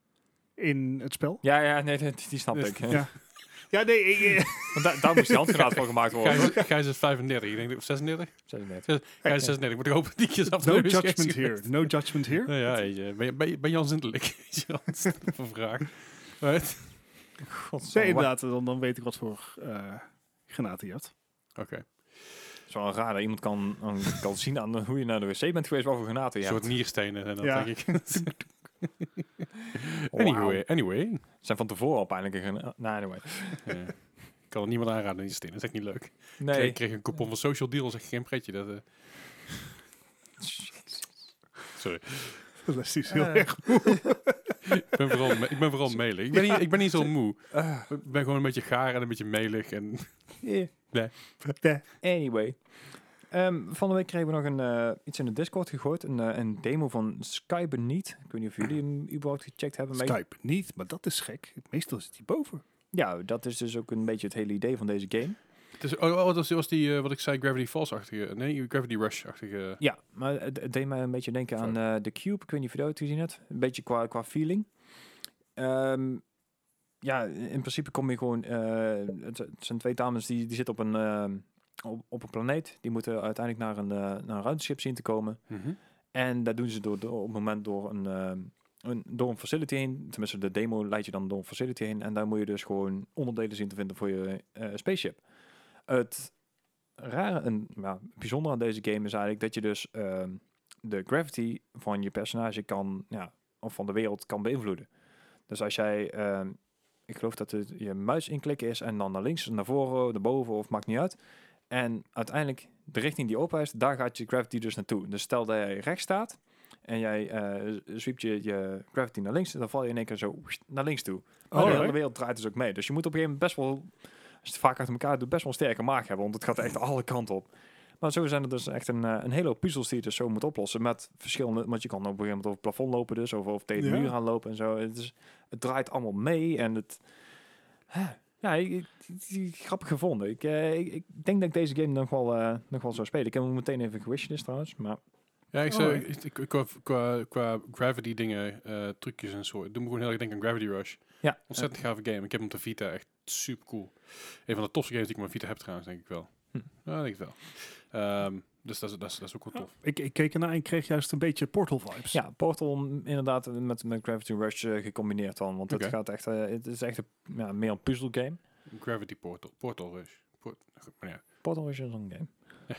In het spel? Ja, nee, die snap ik. Ja, nee. Want daar moest die handgranaat van gemaakt worden. Gijs is 35, ik denk 36? 36. Gijs is 36, moet ik hopen dat je zelf No judgment here. No judgment here. Ja, ben je al zindelijk? Voor vraag. Right. Nee, inderdaad, dan weet ik wat voor granaten je hebt. Oké. Het is wel raar dat iemand kan zien aan hoe je naar de wc bent geweest, wat voor granaten je hebt. Een soort nierstenen en dan denk ik. Anyway. Zijn van tevoren al pijnlijke granaten. Anyway. Ik kan er niemand aanraden in die stenen, dat is echt niet leuk. Nee. Ik kreeg een coupon van Social Deal, zeg geen pretje. Dat, Sorry. Dat is heel erg. Ik ben vooral melig. Ik ben niet zo moe. Ik ben gewoon een beetje gaar en een beetje melig. En Anyway. Van de week kregen we nog iets in de Discord gegooid. Een demo van Sky Beneath. Ik weet niet of jullie hem überhaupt gecheckt hebben. Sky Beneath, maar dat is gek. Meestal zit hij boven. Ja, dat is dus ook een beetje het hele idee van deze game. Dat was die, wat ik zei, Gravity Falls-achtige. Nee, Gravity Rush-achtige. Ja, maar het deed mij een beetje denken aan The Cube. Ik weet niet of je dat ooit gezien hebt. Een beetje qua feeling. In principe kom je gewoon... het zijn 2 dames die zitten op een planeet. Die moeten uiteindelijk naar een ruimteschip zien te komen. En dat doen ze op het moment door door een facility heen. Tenminste, de demo leidt je dan door een facility heen. En daar moet je dus gewoon onderdelen zien te vinden voor je spaceship. Het rare en bijzondere aan deze game is eigenlijk dat je dus de gravity van je personage kan, of van de wereld kan beïnvloeden. Dus als jij, ik geloof dat het je muis inklikken is en dan naar links, naar voren, naar boven of maakt niet uit. En uiteindelijk de richting die open is, daar gaat je gravity dus naartoe. Dus stel dat jij rechts staat en jij zwiept je gravity naar links, dan val je in één keer zo naar links toe. Maar de hele wereld draait dus ook mee. Dus je moet op een gegeven moment best wel, als je het vaak achter elkaar doet, best wel een sterke maag hebben, want het gaat echt alle kanten op. Maar zo zijn er dus echt een hele hoop puzzels die je dus zo moet oplossen met verschillende, want je kan op een gegeven moment over het plafond lopen dus, of tegen de muur gaan lopen en zo. Het draait allemaal mee en het... grappig gevonden. Ik denk dat ik deze game nog wel zou spelen. Ik heb hem meteen even gewishlist trouwens, maar... Ja, qua gravity dingen, trucjes en zo. Doe me gewoon heel erg denken aan Gravity Rush. Ja. Ontzettend gave game. Ik heb hem op de Vita, echt super cool. Een van de tofste games die ik op mijn Vita heb trouwens, denk ik wel. Ja, denk ik wel. Dus dat is ook wel tof. Ik keek ernaar en kreeg juist een beetje Portal vibes. Ja, Portal inderdaad met Gravity Rush gecombineerd dan. Want het gaat echt, het is echt meer een puzzel game. Gravity Portal Rush. Portal Rush is een game.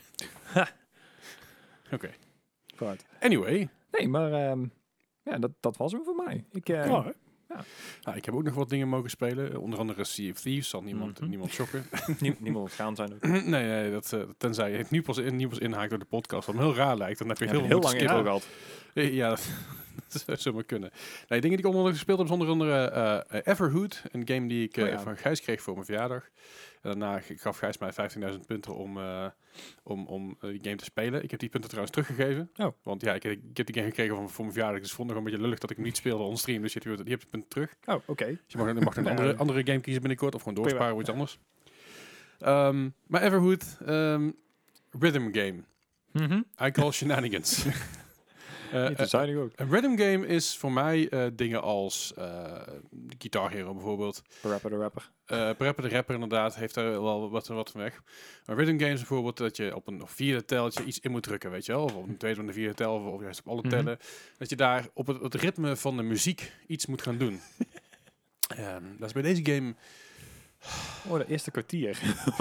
Oké. Right. Anyway. Nee, maar dat was hem voor mij. Ik heb ook nog wat dingen mogen spelen. Onder andere Sea of Thieves. Zal niemand shocken. Niemand gaan zijn ook. nee, tenzij je het nu pas inhaakt door de podcast. Wat me heel raar lijkt. Dan heb je heel lang intro gehad. Ja, dat zou maar kunnen. Nee, dingen die ik onder andere gespeeld heb, is onder andere Everhood. Een game die ik van Gijs kreeg voor mijn verjaardag. En daarna gaf Gijs mij 15.000 punten om die game te spelen. Ik heb die punten trouwens teruggegeven. Oh. Want ja, ik heb die game gekregen voor mijn verjaardag. Dus ik vond het gewoon een beetje lullig dat ik hem niet speelde onstream. Dus je hebt de punten terug. Oh, oké. Dus je mag een andere game kiezen binnenkort. Of gewoon doorsparen of iets anders. Maar Everhood, rhythm game. I call shenanigans. Niet zuinig ook. Een rhythm game is voor mij dingen als Guitar Hero bijvoorbeeld. Parappa the Rapper. Parappa the Rapper inderdaad, heeft daar wel wat van weg. Maar rhythm games bijvoorbeeld, dat je op een vierde teltje iets in moet drukken, weet je wel. Of op een tweede of een vierde tel, of juist op alle tellen. Dat je daar op het ritme van de muziek iets moet gaan doen. Dat is bij deze game... de eerste kwartier.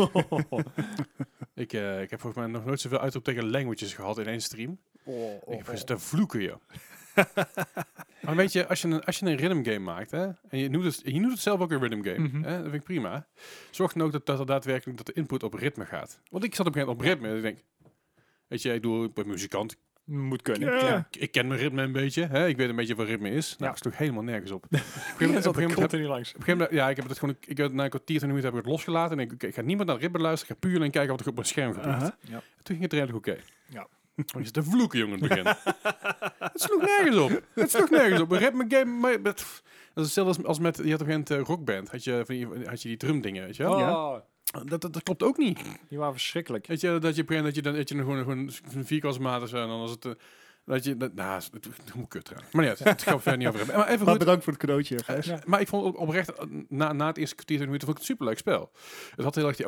Ik heb volgens mij nog nooit zoveel uitroepteken languages gehad in één stream. Ik was te vloeken, joh. Maar weet je, als je een rhythm game maakt, hè, en je noemt het zelf ook een rhythm game, hè, dat vind ik prima. Zorg dan ook dat er daadwerkelijk dat de input op ritme gaat. Want ik zat op een gegeven moment op ritme en ik denk, weet je, ik ben muzikant. Moet kunnen. Ja. Ik ken mijn ritme een beetje, hè, ik weet een beetje wat ritme is. Nou, dat sloeg helemaal nergens op. Op een gegeven moment, ja, ik heb het gewoon, na een kwartier, 20 minuten heb ik het losgelaten en ik ga niemand naar het ritme luisteren, ik ga puur alleen kijken wat er op mijn scherm gebeurt. Ja. Toen ging het redelijk oké. Ja. Je is te vloeken, jongen, in het begin. Het sloeg nergens op. Een ritme game, dat is hetzelfde als met, je had op een gegeven moment Rockband, had je die drumdingen, weet je wel? Ja. Dat klopt ook niet. Die waren verschrikkelijk. Weet je, dat je gewoon een vierkantsmaat of zo, en dan was het... het moet kut trouwens. Maar ja, het gaat verder niet over hebben. Maar even goed. Bedankt voor het cadeautje, Gijs. Maar ik vond oprecht, na het eerste kwartier 20 minuten, vond ik het een superleuk spel. Het had heel erg die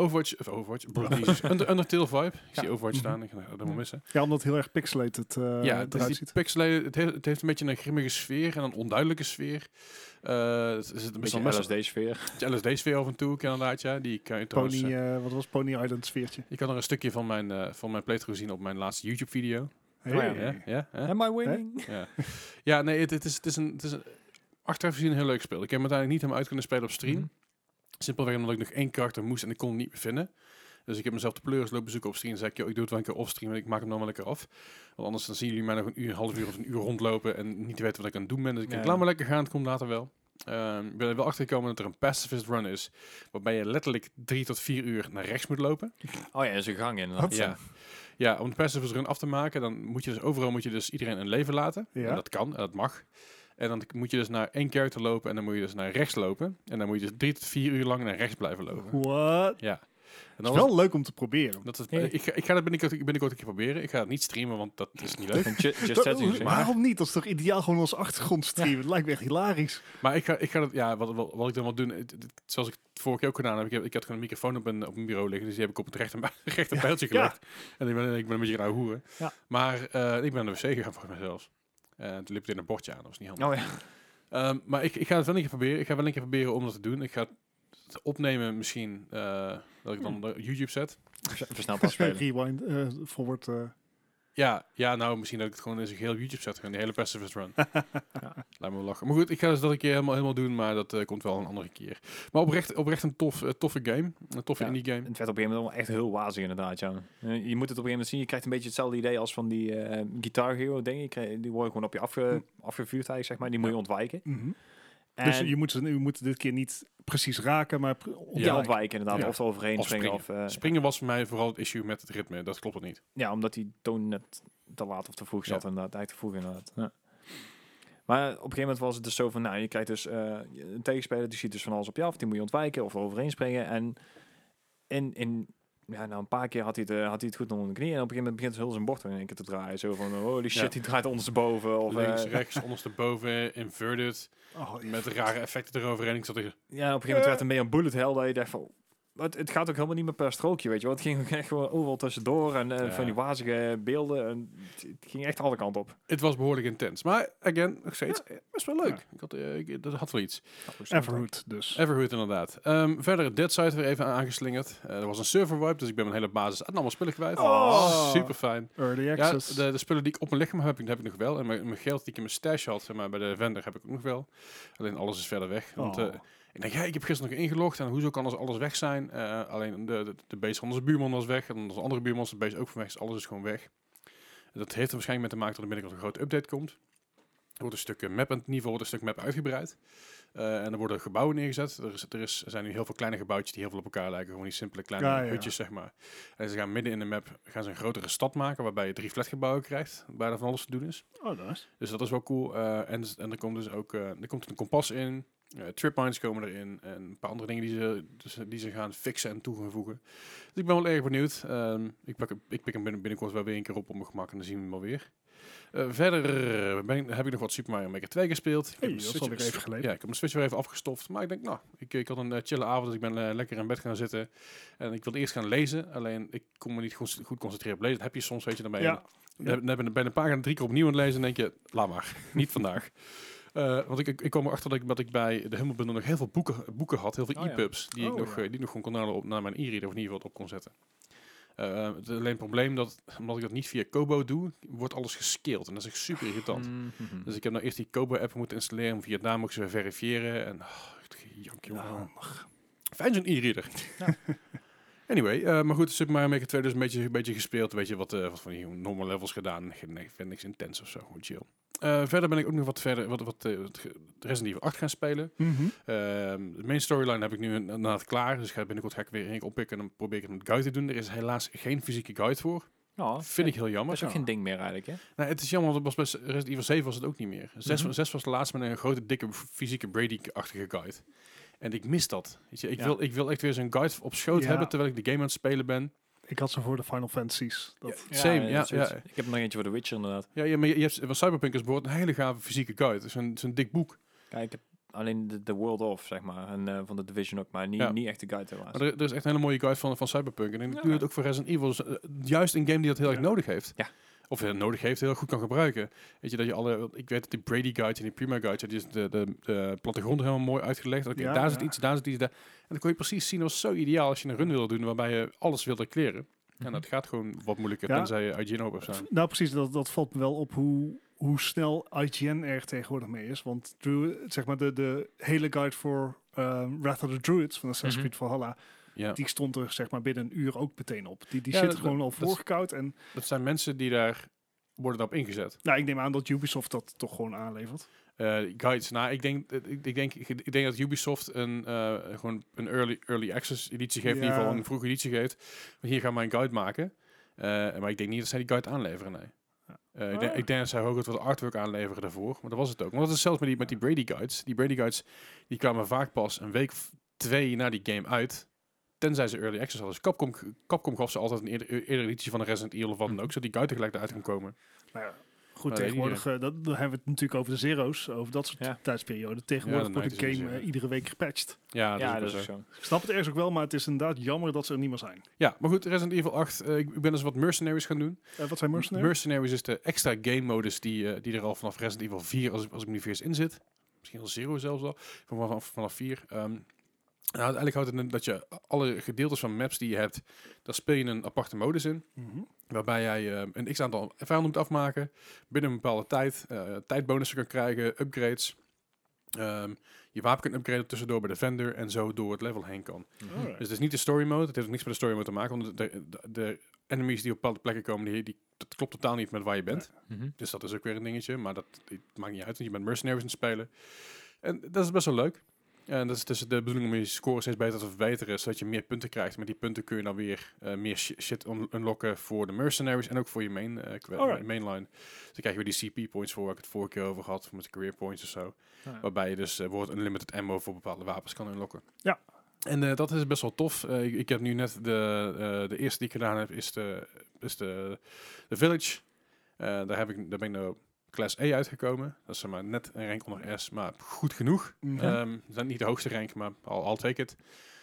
Undertale vibe. Ik zie Overwatch staan, ik ga dat helemaal missen. Ja, omdat het heel erg pixelated eruit ziet. Pixelated, het heeft een beetje een grimmige sfeer en een onduidelijke sfeer. Het is een beetje LSD-sfeer. LSD-sfeer af en toe, inderdaad, ja. Die kan je trouwens... wat was Pony Island sfeertje? Je kan er een stukje van mijn playthrough zien op mijn laatste YouTube-video. Hey. Am I winning? Ja, nee, het is een achteraf gezien een heel leuk spel. Ik heb hem uiteindelijk niet helemaal uit kunnen spelen op stream. Simpelweg omdat ik nog 1 karakter moest en ik kon hem niet meer vinden. Dus ik heb mezelf de pleuris lopen zoeken op stream. En zei ik, ik doe het wel een keer offstream en ik maak hem dan wel lekker af. Want anders dan zien jullie mij nog een half uur of een uur rondlopen en niet weten wat ik aan het doen ben. Dus ik denk, laat maar lekker gaan, het komt later wel. Ik ben er wel achtergekomen dat er een pacifist run is, waarbij je letterlijk 3 tot 4 uur naar rechts moet lopen. Oh ja, is een gang in. Ja, om de pacifist run af te maken, dan moet je dus overal iedereen een leven laten. Ja. En dat kan, en dat mag. En dan moet je dus naar 1 character lopen en dan moet je dus naar rechts lopen. En dan moet je dus 3 tot 4 uur lang naar rechts blijven lopen. What? Ja. Het is wel leuk om te proberen. Ik ga dat binnenkort een keer proberen. Ik ga het niet streamen, want dat is niet leuk. Waarom niet? Dat is toch ideaal gewoon als achtergrond streamen? Ja. Het lijkt me echt hilarisch. Maar ik ga dat, ja, wat ik dan wil doen, zoals ik het vorige keer ook gedaan heb, ik had gewoon een microfoon op mijn bureau liggen, dus die heb ik op het rechter pijltje gelegd. En ik ben een beetje gaan hoeren. Ja. Maar ik ben naar de wc gegaan voor mezelf. Toen liep het in een bordje aan, dat was niet handig. Oh ja. Maar ik ga het wel een keer proberen. Ik ga wel een keer proberen om dat te doen. Ik ga het opnemen misschien, dat ik dan op YouTube zet. Versneld afspelen. Rewind, forward. Ja, nou, misschien dat ik het gewoon in zijn geheel op YouTube zet. Gewoon de hele Pacifist Run. Laat me wel lachen. Maar goed, ik ga dus dat een keer helemaal doen, maar dat komt wel een andere keer. Maar oprecht een toffe game. Een toffe indie game. Het werd op een gegeven moment echt heel wazig inderdaad, ja. Je moet het op een gegeven moment zien. Je krijgt een beetje hetzelfde idee als van die Guitar Hero dingen. Die worden gewoon op je afgevuurd eigenlijk, zeg maar. Die moet je ontwijken. Mm-hmm. En Dus je moet dit keer niet precies raken, maar ontwijken inderdaad. Ja. Of er overheen Of springen. Springen was voor mij vooral het issue met het ritme. Dat klopt niet. Ja, omdat die toon net te laat of te vroeg zat. Inderdaad, eigenlijk te vroeg inderdaad. Ja. Maar op een gegeven moment was het dus zo van, nou, je krijgt dus een tegenspeler, die ziet dus van alles op je af, die moet je ontwijken of er overheen springen. En nou, een paar keer had hij het goed onder de knie en op een gegeven moment begint heel zijn bord in één keer te draaien. Zo van, holy shit, die draait ondersteboven. Of, links, rechts, ondersteboven, inverted, met rare effecten eroverheen. Ik zat er... Ja, op een gegeven moment werd het een beetje een bullet hell dat je dacht van, het gaat ook helemaal niet meer per strookje, weet je wel. Het ging ook echt gewoon overal tussendoor en van die wazige beelden. En het ging echt alle kanten op. Het was behoorlijk intens. Maar, again, nog steeds best wel leuk. Dat had wel iets. Everhood dus. Everhood inderdaad. Verder Deadside weer even aangeslingerd. Er was een server wipe, dus ik ben mijn hele basis en allemaal spullen kwijt. Super fijn. Early access. Ja, de spullen die ik op mijn lichaam heb ik nog wel. En mijn geld die ik in mijn stash had, zeg maar, bij de vendor heb ik ook nog wel. Alleen alles is verder weg. Want, ik denk, ik heb gisteren nog ingelogd en hoezo kan alles weg zijn? Alleen de base van onze buurman was weg en onze andere buurman de base ook van weg. Dus alles is gewoon weg. Dat heeft er waarschijnlijk mee te maken dat er binnenkort een grote update komt. Er wordt een stuk map aan het niveau, wordt een stuk map uitgebreid. En er worden gebouwen neergezet. Er zijn nu heel veel kleine gebouwtjes die heel veel op elkaar lijken. Gewoon die simpele kleine hutjes, zeg maar. En ze gaan midden in de map een grotere stad maken, waarbij je 3 flatgebouwen krijgt, waar er van alles te doen is. Oh, nice. Dus dat is wel cool. En er komt dus ook er komt een kompas in. Tripmines komen erin. En een paar andere dingen die ze gaan fixen en toe gaan voegen. Dus ik ben wel erg benieuwd. Ik pik hem binnenkort wel weer een keer op mijn gemak en dan zien we hem wel weer. Verder heb ik nog wat Super Mario Maker 2 gespeeld. Dat is alweer even geleden. Ja, ik heb mijn Switch weer even afgestoft. Maar ik denk, nou, ik had een chille avond, dus ik ben lekker in bed gaan zitten. En ik wilde eerst gaan lezen. Alleen, ik kon me niet goed concentreren op lezen. Dat heb je soms, weet je, dan ben je... Dan ben een pagina 3 keer opnieuw aan het lezen en denk je, laat maar, niet vandaag. Want ik kwam erachter dat ik bij de Humble Bundle nog heel veel boeken had, heel veel e-pubs, die ik nog gewoon kon downloaden naar mijn e-reader of in ieder geval op kon zetten. Het alleen het probleem dat, omdat ik dat niet via Kobo doe, wordt alles gescaled en dat is echt super irritant. Mm-hmm. Dus ik heb nou eerst die Kobo-app moeten installeren om via daar mogen ze verifiëren en jank, jongen. Fijn zo'n e-reader. Ja. Anyway, maar goed, Super Mario Maker 2 dus een beetje gespeeld. Weet je, wat van die normal levels gedaan. Nee, vind niks intens of zo, gewoon chill. Verder ben ik ook nog wat Resident Evil 8 gaan spelen. Mm-hmm. De main storyline heb ik nu inderdaad klaar. Dus binnenkort ga ik weer een oppikken en dan probeer ik een guide te doen. Er is helaas geen fysieke guide voor. Vind ik heel jammer. Dat is ook geen ding meer eigenlijk, hè? Nou, het is jammer, want het was bij Resident Evil 7 was het ook niet meer. 6 was de laatste met een grote, dikke, fysieke Brady-achtige guide. En ik mis dat. Weet je, ik wil echt weer zo'n guide op schoot hebben terwijl ik de game aan het spelen ben. Ik had ze voor de Final Fantasies. Same. Ik heb nog eentje voor The Witcher inderdaad. Ja, maar je hebt van Cyberpunk is bijvoorbeeld een hele gave fysieke guide. Zo'n dik boek. Kijk, ik heb alleen de World of, zeg maar, en van de Division ook, maar niet echt de guide helaas. Maar er is echt een hele mooie guide van Cyberpunk. En ik doe het ook voor Resident Evil. Dus, juist een game die dat heel erg nodig heeft. Ja. Of nodig heeft, heel goed kan gebruiken. Weet je, dat je ik weet dat die Brady Guide en die Prima Guide, die is de plattegrond helemaal mooi uitgelegd. Okay, daar zit iets, daar zit iets, daar. En dan kon je precies zien, dat was zo ideaal als je een run wilde doen, waarbij je alles wilde kleren. En dat gaat gewoon wat moeilijker, tenzij je IGN open zijn. Nou precies, dat valt me wel op hoe snel IGN er tegenwoordig mee is. Want zeg maar de hele guide voor Wrath of the Druids van Assassin's Creed Valhalla, die stond er zeg maar binnen een uur ook meteen op. Die zit gewoon al voorgekoud. En dat zijn mensen die daar worden op ingezet. Nou, ik neem aan dat Ubisoft dat toch gewoon aanlevert. Guides, nou, ik denk dat Ubisoft gewoon een early access editie geeft, in ieder geval een vroege editie geeft. Maar hier gaan wij een guide maken. Maar ik denk niet dat zij die guide aanleveren, nee. Ik denk dat zij ook wat artwork aanleveren daarvoor, maar dat was het ook. Want dat is zelfs met die Brady Guides. Die Brady Guides die kwamen vaak pas een week 2 na die game uit, tenzij ze early access hadden. Dus Capcom gaf ze altijd een eerder editie van een Resident Evil of wat dan ook, zodat die guide tegelijk eruit kon komen. Nou ja. goed, tegenwoordig, dan hebben we het natuurlijk over de zero's, over dat soort tijdsperioden. Tegenwoordig wordt de game iedere week gepatcht. Ja, dat is zo. Ik snap het ergens ook wel, maar het is inderdaad jammer dat ze er niet meer zijn. Ja, maar goed, Resident Evil 8, ik ben dus wat Mercenaries gaan doen. Wat zijn Mercenaries? Mercenaries is de extra game modus die er al vanaf Resident Evil 4, als ik me niet vergis, in zit. Misschien al 0 zelfs al, vanaf 4. Nou, uiteindelijk houdt het in dat je alle gedeeltes van maps die je hebt, daar speel je een aparte modus in. Waarbij jij een x-aantal vijanden moet afmaken. Binnen een bepaalde tijd. Tijdbonussen kan krijgen, upgrades. Je wapen kunt upgraden tussendoor bij de vendor en zo door het level heen kan. Dus het is niet de story mode. Het heeft ook niks met de story mode te maken. Want de enemies die op bepaalde plekken komen, dat klopt totaal niet met waar je bent. Dus dat is ook weer een dingetje. Maar dat maakt niet uit, want je bent Mercenaries aan het spelen. En dat is best wel leuk. En dat is dus de bedoeling om je score steeds beter te verbeteren, zodat je meer punten krijgt. Met die punten kun je dan weer meer shit unlocken voor de Mercenaries en ook voor je mainline. Dus dan krijg je weer die CP points voor, waar ik het vorige keer over had, met de career points of zo. Waarbij je dus bijvoorbeeld unlimited ammo voor bepaalde wapens kan unlocken. Ja. En dat is best wel tof. Ik heb nu net de eerste die ik gedaan heb, is de Village. Daar ben ik nou Class A uitgekomen. Dat is maar net een rank onder S, maar goed genoeg. Dat is niet de hoogste rank, maar I'll take it.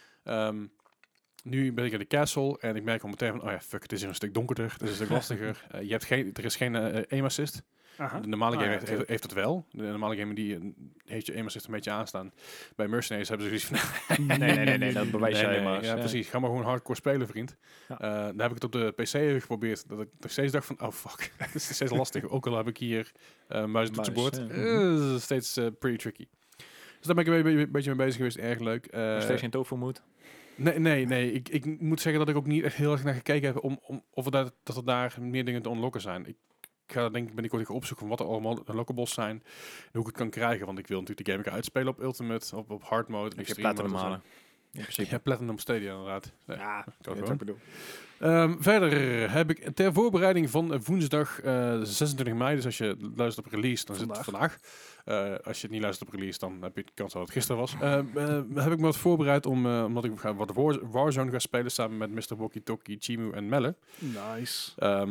Nu ben ik in de castle en ik merk al meteen van, het is hier een stuk donkerder, het is een stuk lastiger. Er is geen aim assist. De normale game heeft het wel. De normale game die heeft je aim assist een beetje aanstaan. Bij Mercenaries hebben ze zoiets van... nee, dat bewijs jij maar. Ja, precies. Ga maar gewoon hardcore spelen, vriend. Dan heb ik het op de PC even geprobeerd. Dat ik nog steeds dacht van, oh fuck, het is steeds lastig. Ook al heb ik hier muis en toetsenbord. Steeds pretty tricky. Dus daar ben ik een beetje mee bezig geweest. Erg leuk. Steeds geen tofu moet. Nee. Ik moet zeggen dat ik ook niet echt heel erg naar gekeken heb of dat er daar meer dingen te unlocken zijn. Ik ga denk ik binnenkort opzoeken van wat er allemaal unlockables zijn en hoe ik het kan krijgen. Want ik wil natuurlijk de game uitspelen op Ultimate, op hard mode. Ik heb platinum halen. Ja, Platinum Stadia inderdaad. Nee, ja, dat is ook bedoel. Verder heb ik ter voorbereiding van woensdag 26 mei, dus als je luistert op release, dan zit het vandaag. Als je het niet luistert op release, dan heb je de kans dat het gisteren was. Heb ik me wat voorbereid omdat ik wat Warzone ga spelen samen met Mr. Walkie Talkie, Chimu en Melle. Nice.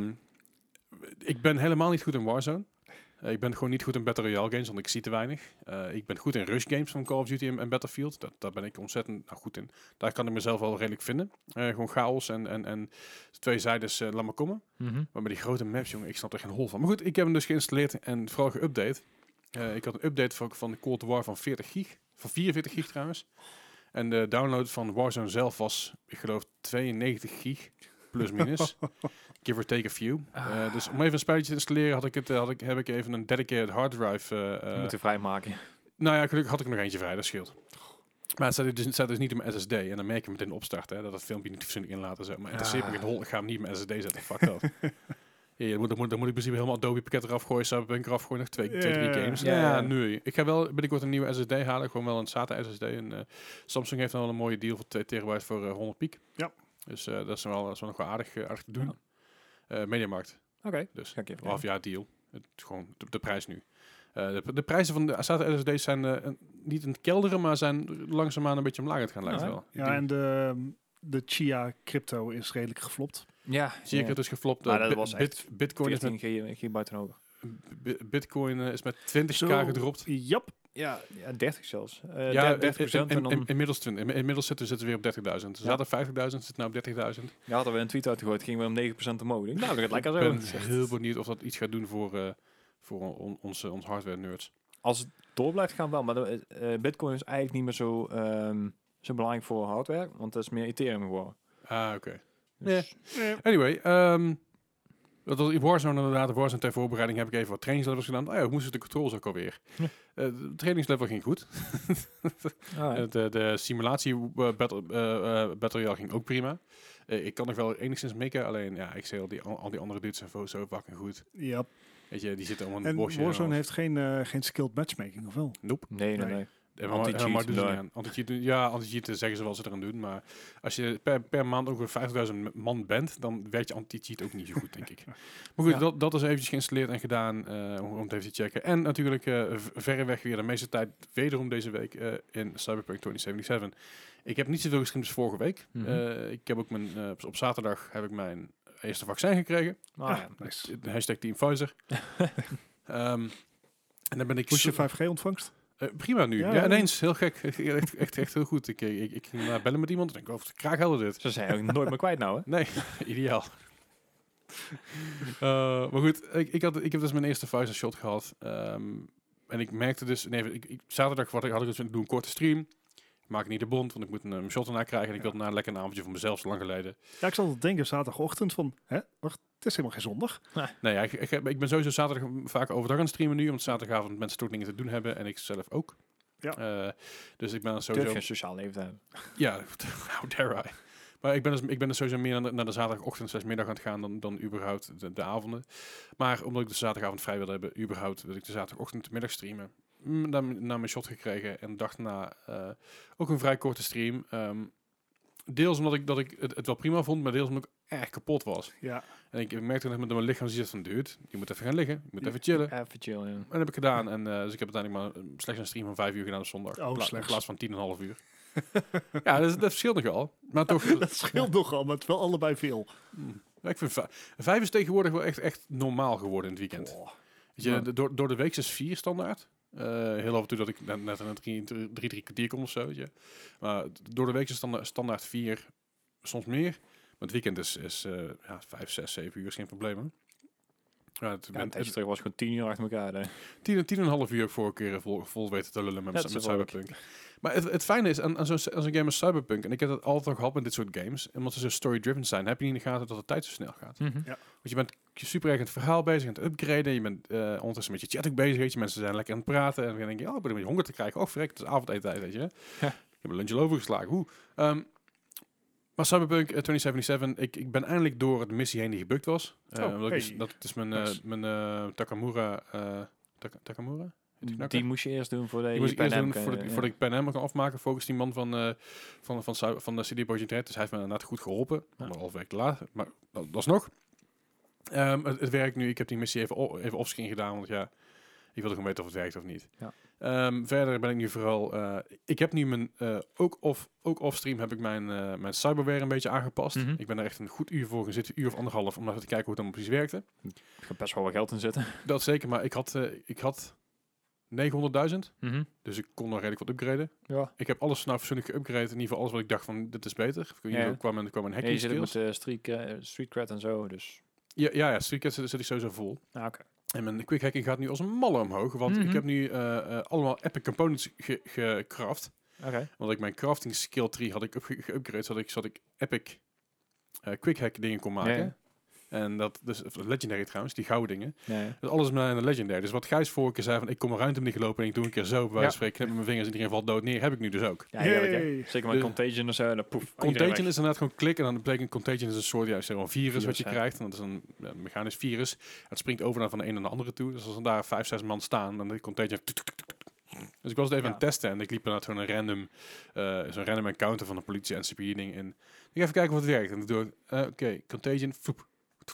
Ik ben helemaal niet goed in Warzone. Ik ben gewoon niet goed in Battle Royale games, want ik zie te weinig. Ik ben goed in rush games van Call of Duty en Battlefield. Daar ben ik ontzettend goed in. Daar kan ik mezelf wel redelijk vinden. Gewoon chaos en twee zijdes laat maar komen. Maar met die grote maps, jongen, ik snap er geen hol van. Maar goed, ik heb hem dus geïnstalleerd en vooral geüpdate. Ik had een update van de Cold War van 40 gig. Van 44 gig trouwens. En de download van Warzone zelf was, ik geloof, 92 gig. Plus minus. Give or take a few. Dus om even een spelletje te installeren heb ik even een dedicated hard drive moeten vrijmaken. Nou ja, gelukkig had ik nog eentje vrij, dat scheelt. Maar het staat dus niet in mijn SSD. En dan merk je meteen opstarten, dat het filmpje niet fatsoenlijk inlaat en zo. Maar interesseert me geen hol, ik ga hem niet in mijn SSD zetten. Fuck dat. Dan moet ik in principe helemaal Adobe pakket eraf gooien, Cyberpunk eraf gooien, nog 3 games. Nu. Ik ga wel binnenkort een nieuwe SSD halen, gewoon wel een SATA SSD. En Samsung heeft dan wel een mooie deal voor 2 terabyte voor 100 piek. Ja. Dus dat is wel nog wel aardig te doen. Mediamarkt. Oké. Dus een halfjaar deal. Gewoon de prijs nu. De prijzen van de SATA SSD's zijn niet in het kelderen, maar zijn langzaamaan een beetje omlaag aan het gaan, lijkt het wel. Ja, en de Chia crypto is redelijk geflopt. Ja. Chia crypto is geflopt. Maar dat was echt Bitcoin 14 gigabyte hoger. Bitcoin is met 20k gedropt. Yep. Ja, 30 zelfs. 30%. Inmiddels zitten we weer op 30.000. Ze zaten 50.000, zitten nou op 30.000. Ja, hadden we een tweet uitgegooid, gingen we om 9% omhoog. Nou, dat gaat lekker zo. Ik ben heel benieuwd of dat iets gaat doen voor onze hardware nerds. Als het door blijft gaan wel, maar Bitcoin is eigenlijk niet meer zo belangrijk voor hardware, want dat is meer Ethereum geworden. Oké. Dus. Anyway, dat was Warzone inderdaad. De Warzone ter voorbereiding heb ik even wat trainingslevels gedaan. Hoe moesten de controls ook alweer? De trainingslevel ging goed. De simulatie Battle Royale ging ook prima. Ik kan nog wel enigszins mikken, alleen ik zie al die andere dudes zijn zo fucking goed. Ja. Weet je, die zitten allemaal in het bosje. En Warzone heeft geen skilled matchmatchmaking, of wel? Nope. Nee. Anti-cheat zeggen ze wel ze eraan doen, maar als je per maand ongeveer 50.000 man bent, dan werkt je anti-cheat ook niet zo goed, denk ik. Maar goed, dat is eventjes geïnstalleerd en gedaan om het even te checken. En natuurlijk verreweg weer de meeste tijd wederom deze week in Cyberpunk 2077. Ik heb niet zoveel gestreamd als vorige week. Ik heb ook op zaterdag heb ik mijn eerste vaccin gekregen. Nice. Hashtag Team Pfizer. En dan ben ik... Moest je 5G-ontvangst? Prima nu. Ja, ineens. Heel gek. Echt heel goed. Ik ging bellen met iemand en ik dacht, ik graag helder dit. Ze zijn ook nooit meer kwijt nou, hè? Nee, ideaal. Maar goed, ik heb dus mijn eerste Pfizer shot gehad. En ik merkte dus... zaterdag had ik dus doe een korte stream. Ik maak niet de bond, want ik moet een shot erna krijgen. En ik wilde een lekker avondje voor mezelf, zo lang geleden. Ja, ik zat te denken zaterdagochtend van... Wacht, het is helemaal geen zondag. Nee, ik ben sowieso zaterdag vaak overdag aan het streamen nu. Omdat zaterdagavond mensen toch dingen te doen hebben. En ik zelf ook. Ja. Dus ik ben dan sowieso... Durf je een sociaal leven te hebben? Ja, how dare I. Maar ik ben dus sowieso meer naar de zaterdagochtend, middag aan het gaan dan überhaupt de avonden. Maar omdat ik de zaterdagavond vrij wilde hebben, überhaupt wil ik de zaterdagochtend middag streamen. Naar mijn shot gekregen en dacht na ook een vrij korte stream. Deels omdat ik het wel prima vond, maar deels omdat ik erg kapot was. Ja. En ik merkte net met mijn lichaam zoiets van, dude, je moet even gaan liggen, je moet even chillen. Even chillen, ja. En dat heb ik gedaan. En dus ik heb uiteindelijk maar slechts een stream van 5 uur gedaan op zondag. In plaats van 10,5 uur. Ja, dat verschilt nogal. Maar toch... dat scheelt nogal, maar het is wel allebei veel. Ik vind 5 is tegenwoordig wel echt normaal geworden in het weekend. Oh. Weet je, door de week is 4 standaard. Heel af en toe dat ik net aan een 3 kwartier kom of zo. Weet je. Maar door de week is standaard 4, soms meer. Maar het weekend is 5, 6, 7 uur is geen probleem. Hè? Ja, een tijdje terug was gewoon 10 uur achter elkaar. 10,5 uur voor een keer vol weten te lullen met Cyberpunk. Maar het fijne is, aan zo'n game als Cyberpunk, en ik heb dat altijd al gehad met dit soort games, omdat ze zo story-driven zijn, heb je niet in de gaten dat de tijd zo snel gaat. Mm-hmm. Ja. Want je bent super erg aan het verhaal bezig, aan het upgraden, je bent ondertussen met je chat ook bezig, weet je, mensen zijn lekker aan het praten, en dan denk je, ik ben een beetje honger te krijgen, verrek, het is avondeten, weet je. Ja. Ik heb een lunch al overgeslagen, maar Cyberpunk 2077, ik ben eindelijk door de missie heen die gebukt was. Dat is mijn Takamura... Takamura? Die moest je eerst doen voordat ik Pan Am kan afmaken. Volgens die man van de CD Projekt Red. Dus hij heeft me inderdaad goed geholpen. Ja. Maar half week te laat. Maar dat is nog. Het werkt nu. Ik heb die missie even offscreen gedaan. Want ja, ik wilde gewoon weten of het werkt of niet. Ja. Verder ben ik nu vooral... ik heb nu mijn... ook offstream heb ik mijn cyberware een beetje aangepast. Mm-hmm. Ik ben er echt een goed uur voor gaan zitten. Een uur of anderhalf. Om even te kijken hoe het dan precies werkte. Er gaat best wel wat geld in zitten. Dat zeker. Maar ik had 900.000. Mm-hmm. Dus ik kon nog redelijk wat upgraden. Ja. Ik heb alles fatsoenlijk geupgrade. In ieder geval alles wat ik dacht van, dit is beter. Hier kwam een hacking je skills. zit met street cred en zo, dus... Ja, street cred zit ik sowieso vol. Oké. En mijn quick hacking gaat nu als een malle omhoog. Want ik heb nu allemaal epic components gecraft. Okay. Want ik mijn crafting skill tree had ik geupgrade. Zodat ik epic quick hack dingen kon maken. Ja. En dat, dus legendary trouwens, die gouden dingen. Ja. Dus alles met een legendary. Dus wat Gijs vorige keer zei van, ik kom een ruimte niet gelopen en ik doe een keer zo, bij wijze van spreken, knip met mijn vingers en iedereen valt dood neer, heb ik nu dus ook. Ja, zeker met Contagion of zo, en dan poef. Contagion is inderdaad gewoon klikken en dan betekent Contagion is een soort een virus wat je krijgt. En dat is een mechanisch virus. Het springt over naar van de een naar de andere toe. Dus als er daar 5, 6 man staan, dan de Contagion... Dus ik was het even aan het testen en ik liep inderdaad zo'n random encounter van de politie en CPD ding in. Ik ga even kijken of het werkt. En ik doe oké, Contagion, foep.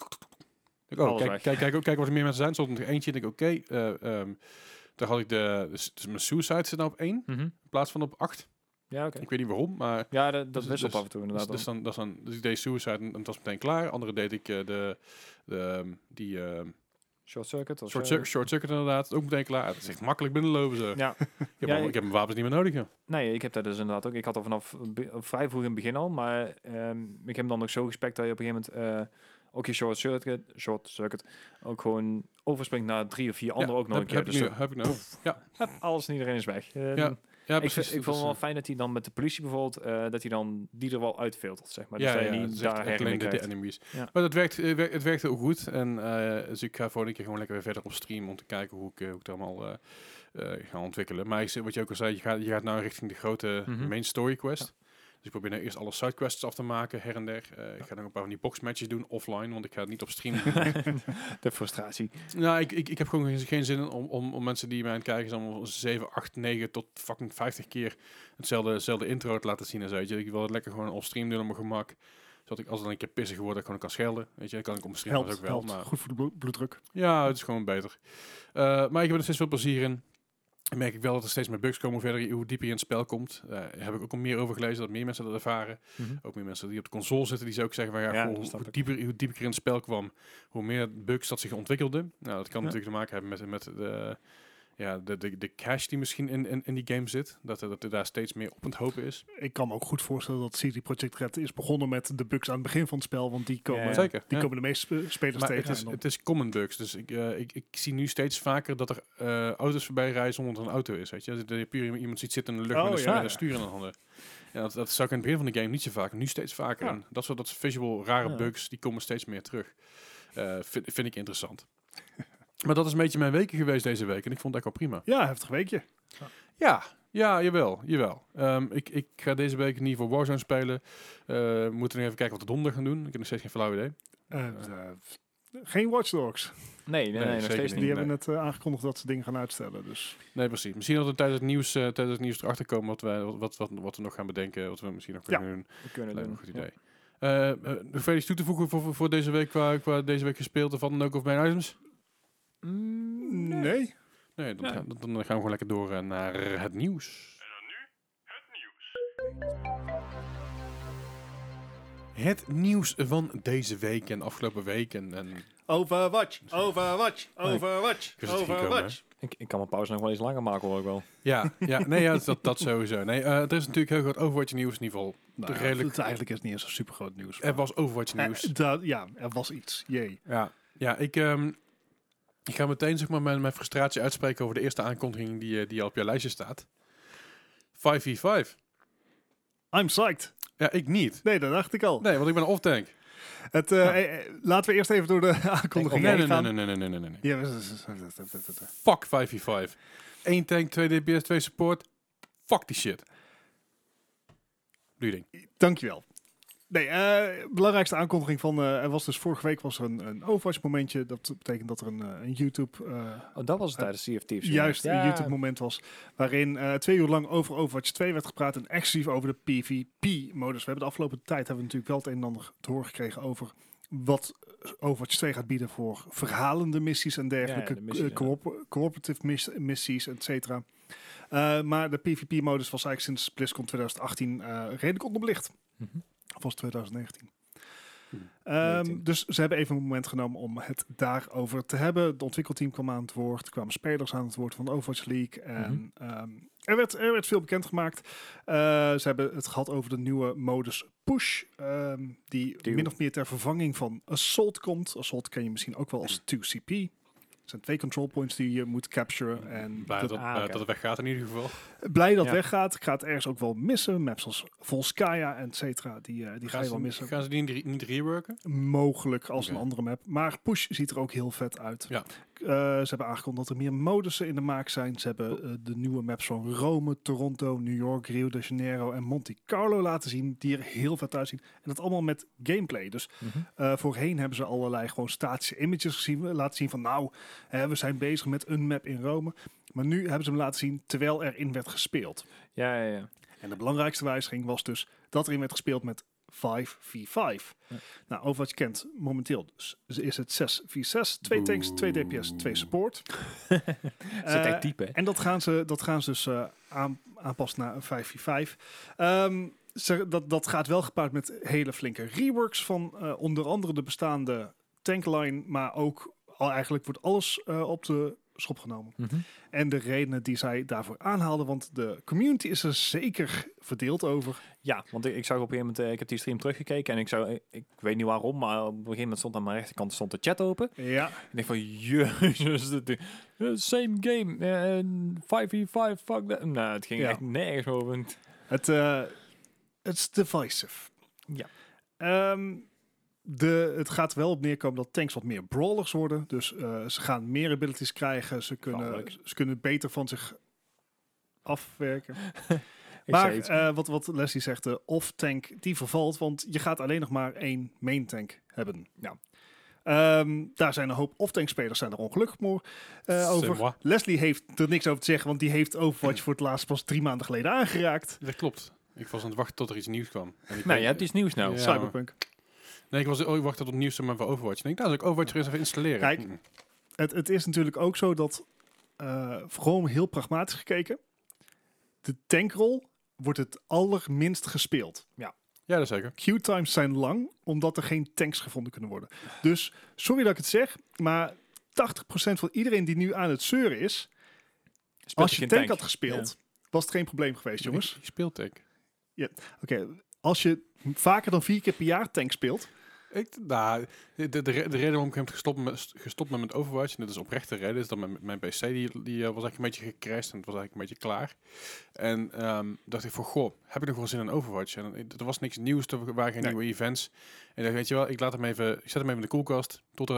Kijk wat er meer mensen zijn. Stond er nog eentje. En ik daar had ik dus mijn suicide zit nou op 1 in plaats van op 8. Ja, oké. Ik weet niet waarom, maar... Ja, dat wisselt af en toe inderdaad. Dus ik deed suicide en het was meteen klaar. Andere deed ik Short circuit? Of short circuit inderdaad. Ook meteen klaar. Het is echt makkelijk binnenlopen zo. Ja. Ik heb mijn wapens niet meer nodig. Ja. Nee, ik heb dat dus inderdaad ook. Ik had er vanaf vrij vroeg in het begin al. Maar ik heb dan ook zo gespekt dat je op een gegeven moment... ook je short circuit ook gewoon overspringt naar 3 of 4 anderen ook nog een keer. Heb ik nu. Ja. Alles en iedereen is weg. Ja, precies. Ik vond het wel fijn dat hij dan met de politie bijvoorbeeld, dat hij dan die er wel uitfiltert, zeg maar. Dus ja, dat je niet daar herinnering krijgt. De enemies. Ja. Maar het werkt heel goed. En dus ik ga volgende keer gewoon lekker weer verder op stream om te kijken hoe ik het allemaal ga ontwikkelen. Maar wat je ook al zei, je gaat nou richting de grote main story quest. Ja. Dus ik probeer nou eerst alle sidequests af te maken, her en der. Ik ga dan een paar van die boxmatches doen, offline, want ik ga het niet op stream doen. De frustratie. Nou, ik heb gewoon geen zin in om mensen die mij aan het kijken zijn om 7, 8, 9 tot fucking 50 keer hetzelfde intro te laten zien en zo. Weet je. Ik wil het lekker gewoon op stream doen op mijn gemak. Zodat ik als dan een keer pissig word, dat ik gewoon kan schelden. Weet je, dan kan ik op mijn stream ook wel. Maar goed voor de bloeddruk. Ja, het is gewoon beter. Maar ik heb er steeds veel plezier in. merk ik wel dat er steeds meer bugs komen hoe verder hoe dieper je in het spel komt. Heb ik ook al meer over gelezen dat meer mensen dat ervaren. Ook meer mensen die op de console zitten, die ze ook zeggen van hoe dieper ik in het spel kwam, hoe meer bugs dat zich ontwikkelden. Nou, dat kan natuurlijk te maken hebben met de cache die misschien in die game zit. Dat er daar steeds meer op aan het hopen is. Ik kan me ook goed voorstellen dat CD Projekt Red is begonnen met de bugs aan het begin van het spel. Want die komen, komen de meeste spelers maar tegen. Het is common bugs. Dus ik zie nu steeds vaker dat er auto's voorbij rijden zonder dat er een auto is. Weet je? Dat je puur iemand ziet zitten in de lucht met een stuur in de handen. Ja, dat zag ik in het begin van de game niet zo vaak. Nu steeds vaker. Ja. En dat visual rare bugs, die komen steeds meer terug. Vind ik interessant. Maar dat is een beetje mijn weken geweest deze week. En ik vond het echt wel prima. Ja, heftig weekje. Ja, jawel. Ik ga deze week in ieder geval Warzone spelen. We moeten nu even kijken wat de donderdag gaan doen. Ik heb nog steeds geen flauw idee. Geen Watch Dogs. Nee, nog steeds niet. Die hebben net aangekondigd dat ze dingen gaan uitstellen. Dus. Nee, precies. Misschien dat we tijdens het nieuws erachter komen wat we nog gaan bedenken. Wat we misschien nog kunnen doen. We kunnen doen. Een goed idee. Nog veel iets toe te voegen voor deze week qua deze week gespeeld of wat dan ook of mijn items? Nee. Nee, dan gaan we gewoon lekker door naar het nieuws. En dan nu het nieuws. Het nieuws van deze week en afgelopen week. Overwatch. Ik kan mijn pauze nog wel eens langer maken, hoor ik wel. Dat sowieso. Nee, er is natuurlijk heel groot Overwatch nieuws in ieder geval. Eigenlijk is het niet eens een super groot nieuws. Er was Overwatch nieuws. Er was iets. Jee. Ja, ik ga meteen zeg maar mijn frustratie uitspreken over de eerste aankondiging die al op jouw lijstje staat. 5v5. I'm psyched. Ja, ik niet. Nee, dat dacht ik al. Nee, want ik ben een off-tank. Laten we eerst even door de aankondiging heen gaan. Nee. Ja, Fuck 5v5. 1 tank, 2 DPS, 2 support. Fuck die shit. Doe je ding. Dankjewel. Nee, belangrijkste aankondiging van... er was dus vorige week was er een Overwatch momentje. Dat betekent dat er een YouTube... dat was het tijdens CFT's. Juist, een YouTube moment was. Waarin 2 uur lang over Overwatch 2 werd gepraat. En exclusief over de PvP-modus. We hebben de afgelopen tijd hebben we natuurlijk wel het een en ander te horen gekregen over... wat Overwatch 2 gaat bieden voor verhalende missies en dergelijke. Cooperative missies, et cetera. Maar de PvP-modus was eigenlijk sinds BlizzCon 2018 redelijk onderbelicht. Of was 2019. Dus ze hebben even een moment genomen om het daarover te hebben. Het ontwikkelteam kwam aan het woord. Er kwamen spelers aan het woord van de Overwatch League. En er werd veel bekendgemaakt. Ze hebben het gehad over de nieuwe modus Push. Die min of meer ter vervanging van Assault komt. Assault ken je misschien ook wel als 2CP. Er zijn 2 control points die je moet capturen. En blij dat het weggaat in ieder geval. Blij dat het weggaat. Ik ga het ergens ook wel missen. Maps als Volskaya, et cetera. Die ga je wel missen. Gaan ze die niet reworken? Mogelijk als een andere map. Maar Push ziet er ook heel vet uit. Ja. Ze hebben aangekondigd dat er meer modussen in de maak zijn. Ze hebben de nieuwe maps van Rome, Toronto, New York, Rio de Janeiro en Monte Carlo laten zien. Die er heel vet uitzien. En dat allemaal met gameplay. Dus voorheen hebben ze allerlei gewoon statische images laten zien van we zijn bezig met een map in Rome. Maar nu hebben ze hem laten zien terwijl erin werd gespeeld. Ja. En de belangrijkste wijziging was dus dat erin werd gespeeld met 5v5. Ja. Nou, Overwatch kent momenteel dus is het 6v6, 2 tanks, 2 DPS, 2 support. Zit echt diep, hè? En dat gaan ze dus aanpassen naar een 5v5. Dat gaat wel gepaard met hele flinke reworks van onder andere de bestaande tankline, maar ook eigenlijk wordt alles op de schop genomen. En de redenen die zij daarvoor aanhaalden, want de community is er zeker verdeeld over. Ja, want ik zag op een gegeven moment, ik heb die stream teruggekeken en ik weet niet waarom, maar op een gegeven moment stond aan mijn rechterkant de chat open. Ja. Ik denk van, jezus, same game, 5v5, fuck that. Nou, het ging echt nergens over. Het is divisive. Ja. Het gaat wel op neerkomen dat tanks wat meer brawlers worden. Dus ze gaan meer abilities krijgen. Ze kunnen beter van zich afwerken. Maar wat Leslie zegt, de off-tank die vervalt. Want je gaat alleen nog maar 1 main tank hebben. Ja. Daar zijn een hoop off-tank spelers zijn er ongelukkig over. Leslie heeft er niks over te zeggen. Want die heeft Overwatch voor het laatst pas 3 maanden geleden aangeraakt. Dat klopt. Ik was aan het wachten tot er iets nieuws kwam. Je hebt iets nieuws nou. Ja, Cyberpunk. Nee, ik wachten tot het nieuws van Overwatch. Ik denk, zou ik Overwatch eens even installeren. Kijk, het is natuurlijk ook zo dat gewoon heel pragmatisch gekeken. De tankrol wordt het allerminst gespeeld. Ja, dat is zeker. Queue-times zijn lang, omdat er geen tanks gevonden kunnen worden. Dus, sorry dat ik het zeg, maar 80% van iedereen die nu aan het zeuren is, als je tank had gespeeld, was het geen probleem geweest, jongens. Je speelt tank. Oké, als je vaker dan 4 keer per jaar tank speelt. De reden waarom ik hem gestopt met Overwatch, en dat is oprechte reden, is dat mijn PC die was eigenlijk een beetje gecrashed en het was eigenlijk een beetje klaar. En dacht ik van, goh, heb ik nog wel zin in Overwatch? En er was niks nieuws, er waren geen nieuwe events. En ik dacht, weet je wel, ik zet hem even in de koelkast tot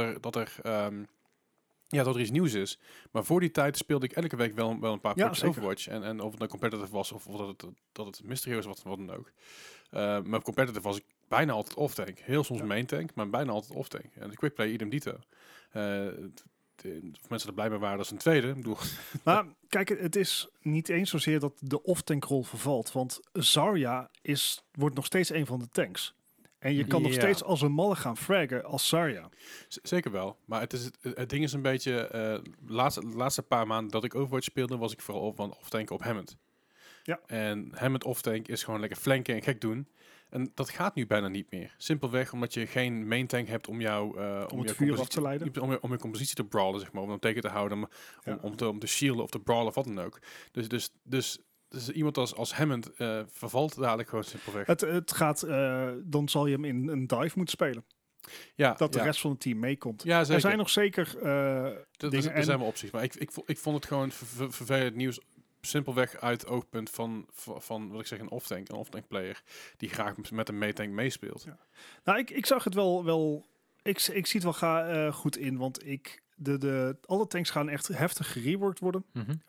er iets nieuws is. Maar voor die tijd speelde ik elke week wel een paar potjes Overwatch. En of het nou competitive was of dat het mysterieus was, wat dan ook. Maar competitive was ik bijna altijd off-tank. Heel soms main tank, maar bijna altijd off-tank. En de quickplay idem dito. Of mensen er blij mee waren, dat is een tweede. Ik bedoel. Maar kijk, het is niet eens zozeer dat de off-tank rol vervalt. Want Zarya wordt nog steeds een van de tanks. En je kan nog steeds als een malle gaan fraggen als Zarya. Zeker wel. Maar het ding is een beetje... de laatste paar maanden dat ik Overwatch speelde, was ik vooral van off-tank op Hammond. Ja. En Hammond off-tank is gewoon lekker flanken en gek doen. En dat gaat nu bijna niet meer. Simpelweg omdat je geen main tank hebt om jou... om het vuur af te leiden. Om je compositie te brawlen, zeg maar. Om hem tegen te houden. Om te shielden of te brawlen of wat dan ook. Dus iemand als Hammond vervalt dadelijk gewoon simpelweg. Het gaat... dan zal je hem in een dive moeten spelen. Ja, dat de rest van het team meekomt. Ja, zeker. Er zijn nog zeker dingen. Er zijn wel opties. Maar ik vond het gewoon vervelend nieuws. Simpelweg uit het oogpunt van wat ik zeg, een off-tank player die graag met een main-tank meespeelt. Ja. Nou, ik zag het wel ik zie het wel goed in, want alle tanks gaan echt heftig gereworked worden. Mm-hmm.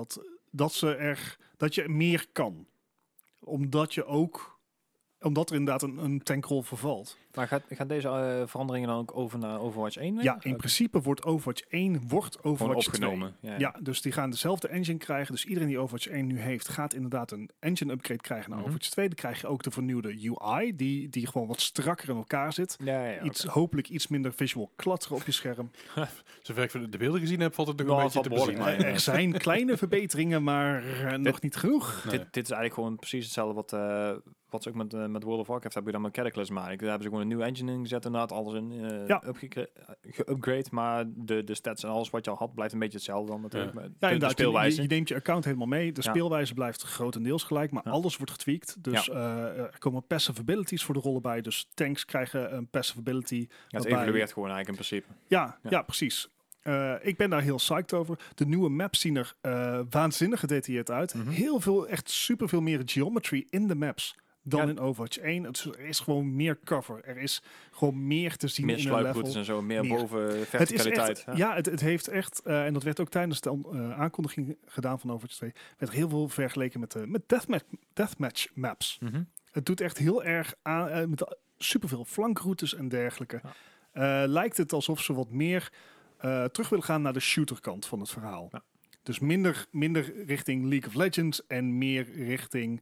Dat je meer kan. Omdat er inderdaad een tankrol vervalt. Maar gaan deze veranderingen dan ook over naar Overwatch 1? Ja, in principe wordt Overwatch 1 Overwatch opgenomen. 2. Ja, dus die gaan dezelfde engine krijgen. Dus iedereen die Overwatch 1 nu heeft, gaat inderdaad een engine upgrade krijgen naar Overwatch 2. Dan krijg je ook de vernieuwde UI, die gewoon wat strakker in elkaar zit. Hopelijk iets minder visual klatteren op je scherm. Zover ik de beelden gezien heb, valt het nog een beetje te bezien. Er zijn kleine verbeteringen, maar nog niet genoeg. Nee. Dit is eigenlijk gewoon precies hetzelfde wat ze ook met World of Warcraft hebben dan met Cataclysm maken. Daar hebben ze gewoon een nieuwe engine ingezet, inderdaad, alles in geupgrade, maar de stats en alles wat je al had, blijft een beetje hetzelfde dan natuurlijk. Ja, inderdaad, speelwijze. Je neemt je account helemaal mee. De speelwijze blijft grotendeels gelijk, maar alles wordt getweakt. Dus er komen passive abilities voor de rollen bij. Dus tanks krijgen een passive ability. Het evolueert gewoon eigenlijk in principe. Ja, precies. Ik ben daar heel psyched over. De nieuwe maps zien er waanzinnig gedetailleerd uit. Mm-hmm. Heel veel, echt superveel meer geometry in de maps dan in Overwatch 1. Er is gewoon meer cover. Er is gewoon meer te zien in een level. En zo, meer boven verticaliteit. Het heeft echt, en dat werd ook tijdens de aankondiging gedaan van Overwatch 2, werd er heel veel vergeleken met deathmatch maps. Mm-hmm. Het doet echt heel erg aan, met superveel flankroutes en dergelijke. Ja. Lijkt het alsof ze wat meer terug willen gaan naar de shooterkant van het verhaal. Ja. Dus minder richting League of Legends en meer richting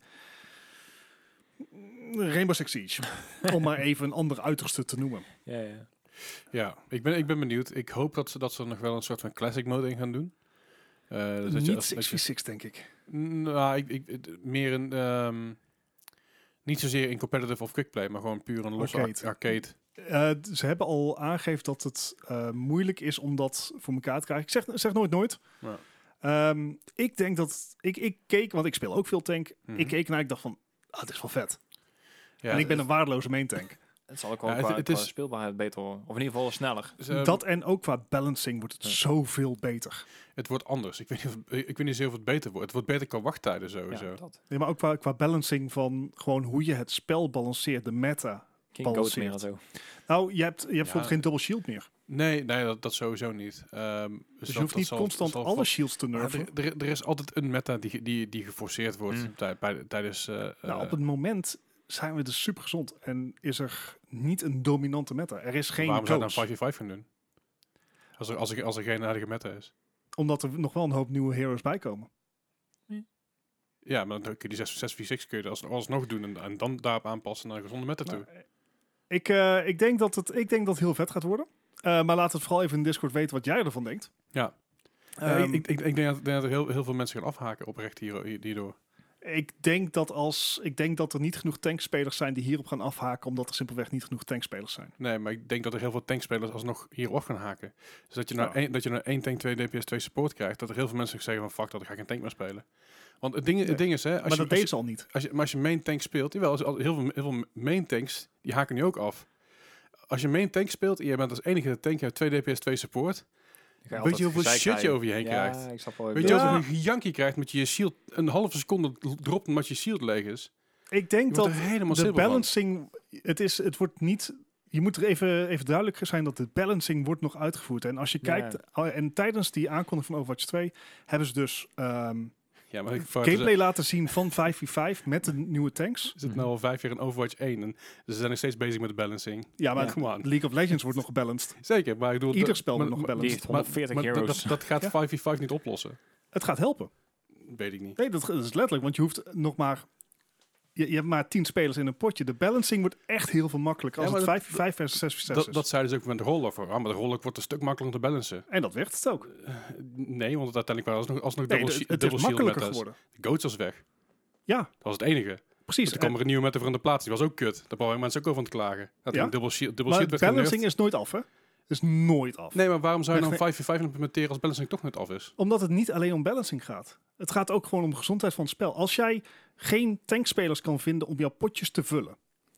Rainbow Six Siege. Om maar even een ander uiterste te noemen. Ja, ik ben benieuwd. Ik hoop dat ze nog wel een soort van classic mode in gaan doen. Niet 6v6, denk ik. Nou, meer een... niet zozeer in competitive of quickplay, maar gewoon puur een losse arcade. Ze hebben al aangegeven dat het moeilijk is om dat voor elkaar te krijgen. Ik zeg nooit. Ja. Ik denk dat... Ik keek, want ik speel ook veel tank. Mm-hmm. Ik keek naar ik dacht van, het is wel vet. Ja, en ik ben een waardeloze main tank. Het zal ook wel qua speelbaarheid beter worden. Of in ieder geval sneller. Dus, dat en ook qua balancing wordt het zoveel beter. Het wordt anders. Ik weet niet of het beter wordt. Het wordt beter qua wachttijden sowieso. Ja, nee, maar ook qua balancing van gewoon hoe je het spel balanceert. De meta balanceert. Meer zo. Nou, je hebt bijvoorbeeld geen double shield meer. Nee, dat sowieso niet. Dus je hoeft niet constant alle shields te nerven. Er is altijd een meta die geforceerd wordt tijdens... op het moment zijn we dus super gezond en is er niet een dominante meta. Er is geen Waarom zou je dan 5v5 gaan doen? Als er geen aardige meta is. Omdat er nog wel een hoop nieuwe heroes bij komen. Ja, maar dan kun je die 6v6 kun je alsnog doen en dan daarop aanpassen naar een gezonde meta toe. Ik denk dat het heel vet gaat worden. Maar laat het vooral even in Discord weten wat jij ervan denkt. Ja. Ik denk dat er heel veel mensen gaan afhaken oprecht hierdoor. Ik denk dat er niet genoeg tankspelers zijn die hierop gaan afhaken, omdat er simpelweg niet genoeg tankspelers zijn. Nee, maar ik denk dat er heel veel tankspelers alsnog hierop gaan haken. Dus dat je nou 1 tank, 2 DPS, 2 support krijgt, dat er heel veel mensen zeggen van fuck dat, ik ga geen tank meer spelen. Want het ding is, hè, Maar dat deed ze al niet. Als je main tank speelt, heel veel main tanks, die haken nu ook af. Als je main tank speelt en je bent als enige tank, je hebt 2 DPS, 2 support, weet je hoeveel shit je over je heen krijgt? Ik snap wel. Weet je hoeveel gejankie krijgt met je shield een halve seconde dropt omdat je shield leeg is? Ik denk dat helemaal de balancing, het wordt niet... Je moet er even duidelijk zijn dat de balancing wordt nog uitgevoerd. En als je kijkt, en tijdens die aankondiging van Overwatch 2 hebben ze dus gameplay laten zien van 5v5 met de nieuwe tanks. Is het nou al 5 jaar in Overwatch 1 en ze zijn nog steeds bezig met de balancing. Ja, maar League of Legends wordt nog gebalanced. Zeker, maar ik bedoel... Ieder spel wordt nog gebalanced. 140 heroes. Dat gaat 5v5 niet oplossen. Het gaat helpen. Weet ik niet. Nee, dat is letterlijk, want je hoeft nog maar... Je hebt maar 10 spelers in een potje. De balancing wordt echt heel veel makkelijker als het 5v5 versus 6v6 is. Dat zeiden ze ook met de rollock voor. Maar de rollock wordt een stuk makkelijker te balancen. En dat werkt het ook. Nee, want uiteindelijk waren alsnog het is makkelijker geworden. De Goats was weg. Ja. Dat was het enige. Precies. Toen kwam er een nieuwe meta voor aan de plaats. Die was ook kut. Daar waren mensen ook over aan het klagen. Dat ja. Double shield maar balancing is nooit af, hè? Is nooit af. Nee, maar waarom zou je dan 5v5 implementeren als balancing toch nooit af is? Omdat het niet alleen om balancing gaat. Het gaat ook gewoon om de gezondheid van het spel. Als jij geen tankspelers kan vinden om jouw potjes te vullen.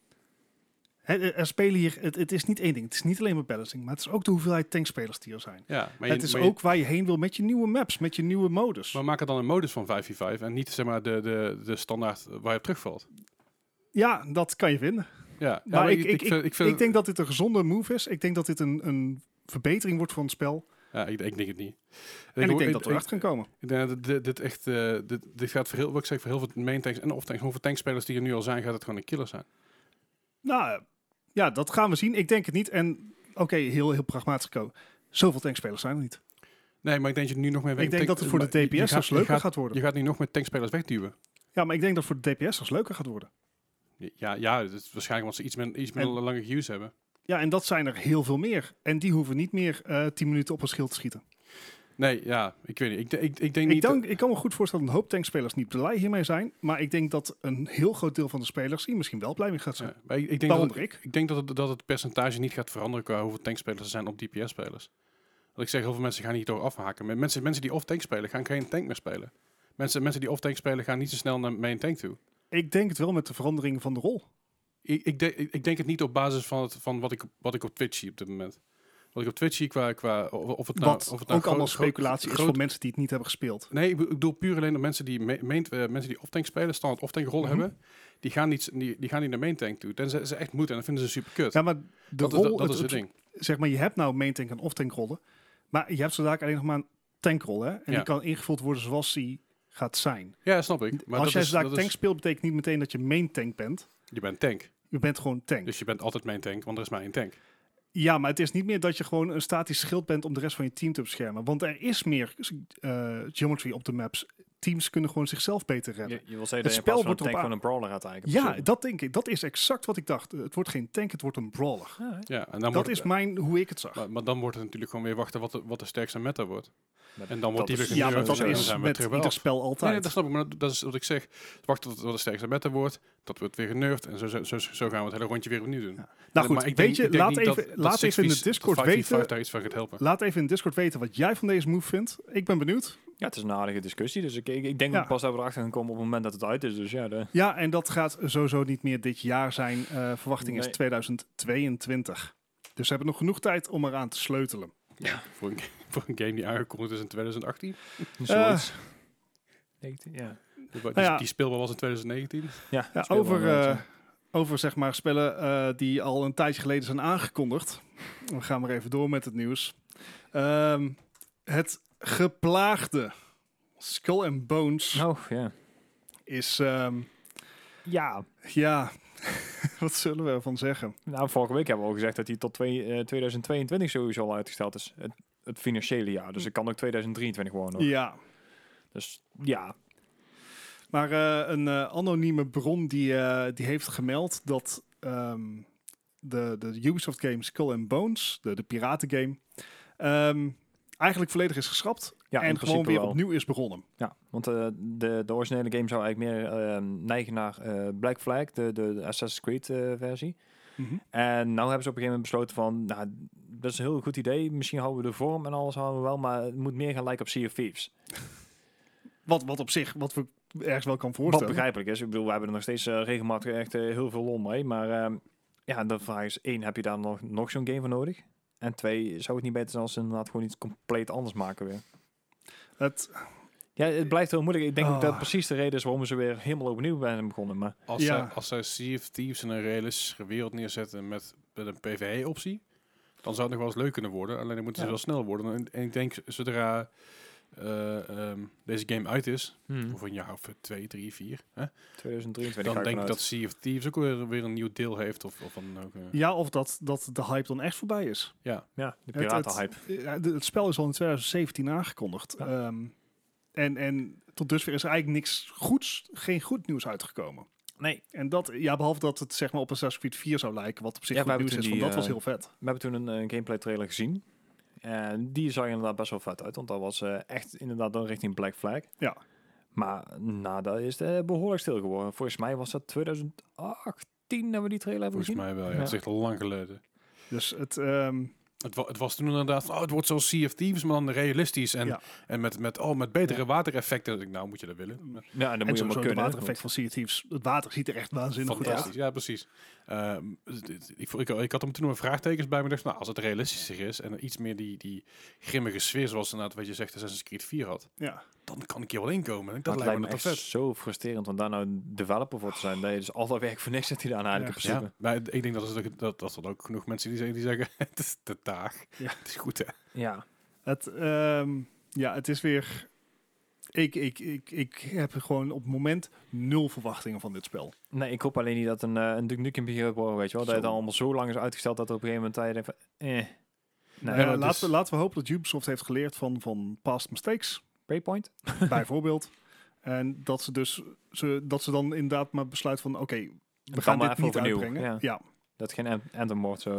Er spelen hier, het is niet één ding. Het is niet alleen maar balancing, maar het is ook de hoeveelheid tankspelers die er zijn. Ja, maar het is ook waar je heen wil met je nieuwe maps, met je nieuwe modus. Maar maak er dan een modus van 5v5 en niet zeg maar de standaard waar je op terugvalt. Ja, dat kan je vinden. Ja, maar ik denk dat dit een gezonde move is. Ik denk dat dit een verbetering wordt van het spel. Ja, ik denk het niet. En ik denk dat we erachter gaan komen. Ik denk dat dit gaat voor heel veel main tanks en off tanks, voor tankspelers die er nu al zijn, gaat het gewoon een killer zijn. Nou, ja, dat gaan we zien. Ik denk het niet. En oké, heel pragmatisch gekomen. Zoveel tankspelers zijn er niet. Nee, maar ik denk dat je nu nog meer... Ik denk dat het voor de DPS'ers leuker gaat worden. Je gaat nu nog met tankspelers wegduwen. Ja, maar ik denk dat het voor de DPS'ers leuker gaat worden. Ja, dat is waarschijnlijk omdat ze iets minder lange queues hebben. Ja, en dat zijn er heel veel meer. En die hoeven niet meer 10 minuten op een schild te schieten. Nee, ja, ik weet niet. Ik kan me goed voorstellen dat een hoop tankspelers niet blij hiermee zijn. Maar ik denk dat een heel groot deel van de spelers hier misschien wel blij mee gaat zijn. Ja, maar ik denk dat het percentage niet gaat veranderen qua hoeveel tankspelers er zijn op DPS-spelers. Want ik zeg, heel veel mensen gaan hier door afhaken. Mensen die off-tank spelen, gaan geen tank meer spelen. Mensen die off-tank spelen, gaan niet zo snel naar main tank toe. Ik denk het wel met de verandering van de rol. Ik denk het niet op basis van wat ik op Twitch zie op dit moment. Wat ik op Twitch zie qua of het nou ook allemaal speculatie is voor mensen die het niet hebben gespeeld. Nee, ik bedoel puur alleen dat mensen die off-tank spelen, standaard off-tank rollen hebben, die gaan niet naar main tank toe. Tenzij ze echt moeten en dan vinden ze super kut. Ja, maar dat is het ding. Zeg maar, je hebt nou main tank en off-tank rollen, maar je hebt zo dadelijk alleen nog maar een tankrol, hè? En die kan ingevuld worden zoals die gaat zijn. Ja, snap ik. Maar als jij zo tank speelt, betekent niet meteen dat je main tank bent. Je bent tank. Je bent gewoon tank. Dus je bent altijd main tank, want er is maar één tank. Ja, maar het is niet meer dat je gewoon een statisch schild bent om de rest van je team te beschermen. Want er is meer geometry op de maps. Teams kunnen gewoon zichzelf beter redden. Je wil zeggen dat je in plaats van een tank van een brawler gaat eigenlijk. Ja, dat denk ik. Dat is exact wat ik dacht. Het wordt geen tank, het wordt een brawler. Ja, en dan dat is hoe ik het zag. Maar dan wordt het natuurlijk gewoon weer wachten wat de sterkste meta wordt. En dan wordt die weer ja, maar dat is met ieder spel altijd. Nee, dat snap ik, maar dat is wat ik zeg. Wachten tot de sterkste meta wordt, dat wordt weer genurfd en zo gaan we het hele rondje weer opnieuw doen. Nou goed, laat even in de Discord weten. Daar iets van gaat helpen. Laat even in de Discord weten wat jij van deze move vindt. Ik ben benieuwd. Ja, het is een aardige discussie, dus ik denk pas dat we erachter gaan komen op het moment dat het uit is. Dus ja, en dat gaat sowieso niet meer dit jaar zijn. Verwachting is 2022. Dus we hebben nog genoeg tijd om eraan te sleutelen. Ja, voor een game die aangekondigd is in 2018. Zoiets. 19, ja. Die speelbaar was in 2019. Ja, over zeg maar spellen die al een tijdje geleden zijn aangekondigd. We gaan maar even door met het nieuws. Het geplaagde Skull and Bones is... ja, wat zullen we ervan zeggen? Nou, vorige week hebben we al gezegd dat hij tot 2022 sowieso al uitgesteld is. Het financiële jaar. Dus het kan ook 2023 gewoon nog. Ja. Dus ja. Maar een anonieme bron die heeft gemeld dat de Ubisoft game Skull and Bones, de piratengame, eigenlijk volledig is geschrapt. Ja, in en principe gewoon weer wel. opnieuw is begonnen. Ja, want de originele game zou eigenlijk meer neigen naar Black Flag, de Assassin's Creed versie. Mhm. En nou hebben ze op een gegeven moment besloten van, nou, dat is een heel goed idee. Misschien houden we de vorm en alles houden we wel, maar het moet meer gaan lijken op Sea of Thieves. Wat op zich, wat we ergens wel kan Wat voorstellen. begrijpelijk is. Ik bedoel, we hebben er nog steeds regelmatig echt heel veel lol mee. Maar ja, de vraag is, 1, heb je daar nog zo'n game voor nodig? En 2, zou het niet beter zijn als ze inderdaad gewoon iets compleet anders maken weer? Ja, het blijft heel moeilijk. Ik denk ook dat het precies de reden is waarom ze weer helemaal opnieuw zijn begonnen. Maar Als zij Sea of Thieves in een realistische wereld neerzetten met een PvE-optie, dan zou het nog wel eens leuk kunnen worden. Alleen dan moeten ze wel snel worden. En ik denk, zodra deze game uit is, of een jaar of 2, 3, 4, 2023 dan denk ik dat Sea of Thieves ook weer een nieuw deel heeft. Of dan ook, Ja, of dat de hype dan echt voorbij is. ja. Ja, de piratenhype. Het spel is al in 2017 aangekondigd. Ja. En tot dusver is er eigenlijk geen goed nieuws uitgekomen. Nee. En dat, behalve dat het zeg maar op Assassin's Creed 4 zou lijken, wat op zich goed nieuws is, want dat was heel vet. We hebben toen een gameplay trailer gezien. En die zag inderdaad best wel vet uit, want dat was echt inderdaad dan richting Black Flag. Ja. Maar dat is behoorlijk stil geworden. Volgens mij was dat 2018 dat we die trailer hebben Volgens gezien. mij wel, ja. Het is echt al lang geleden. Dus Het was toen inderdaad van, het wordt zoals Sea of Thieves, maar dan realistisch. En met betere watereffecten. Dus nou moet je dat willen. Ja, en dan moet je sowieso maar het kunnen. watereffect van Sea of Thieves. Het water ziet er echt waanzinnig goed Fantastisch, uit. ja precies. Ik had hem toen nog vraagtekens bij me. Dacht, nou, als het realistischer is en iets meer die grimmige sfeer, zoals inderdaad wat je zegt, Assassin's Creed 4 had, Ja. dan kan ik hier wel inkomen. Dat Dat lijkt lijkt me me toch echt vet. zo frustrerend om daar nou een developer voor te zijn. Dat je dus al dat werk voor niks zet hij daar eigenlijk in Ja, principe. maar ik denk dat er ook genoeg mensen die zeggen het is te taag. Ja. Het is goed, hè. Ja. Het is weer... Ik heb gewoon op het moment 0 verwachtingen van dit spel. Nee, ik hoop alleen niet dat een Duke Nukem begin gaat worden, weet je wel. Dat het allemaal zo lang is uitgesteld dat er op een gegeven moment denkt van, Nee, Laten we hopen dat Ubisoft heeft geleerd van past mistakes, Breakpoint? bijvoorbeeld. En dat ze dan inderdaad maar besluiten van oké, we kan gaan maar dit even niet overnieuw, uitbrengen. ja. Dat het geen Anthem wordt zo.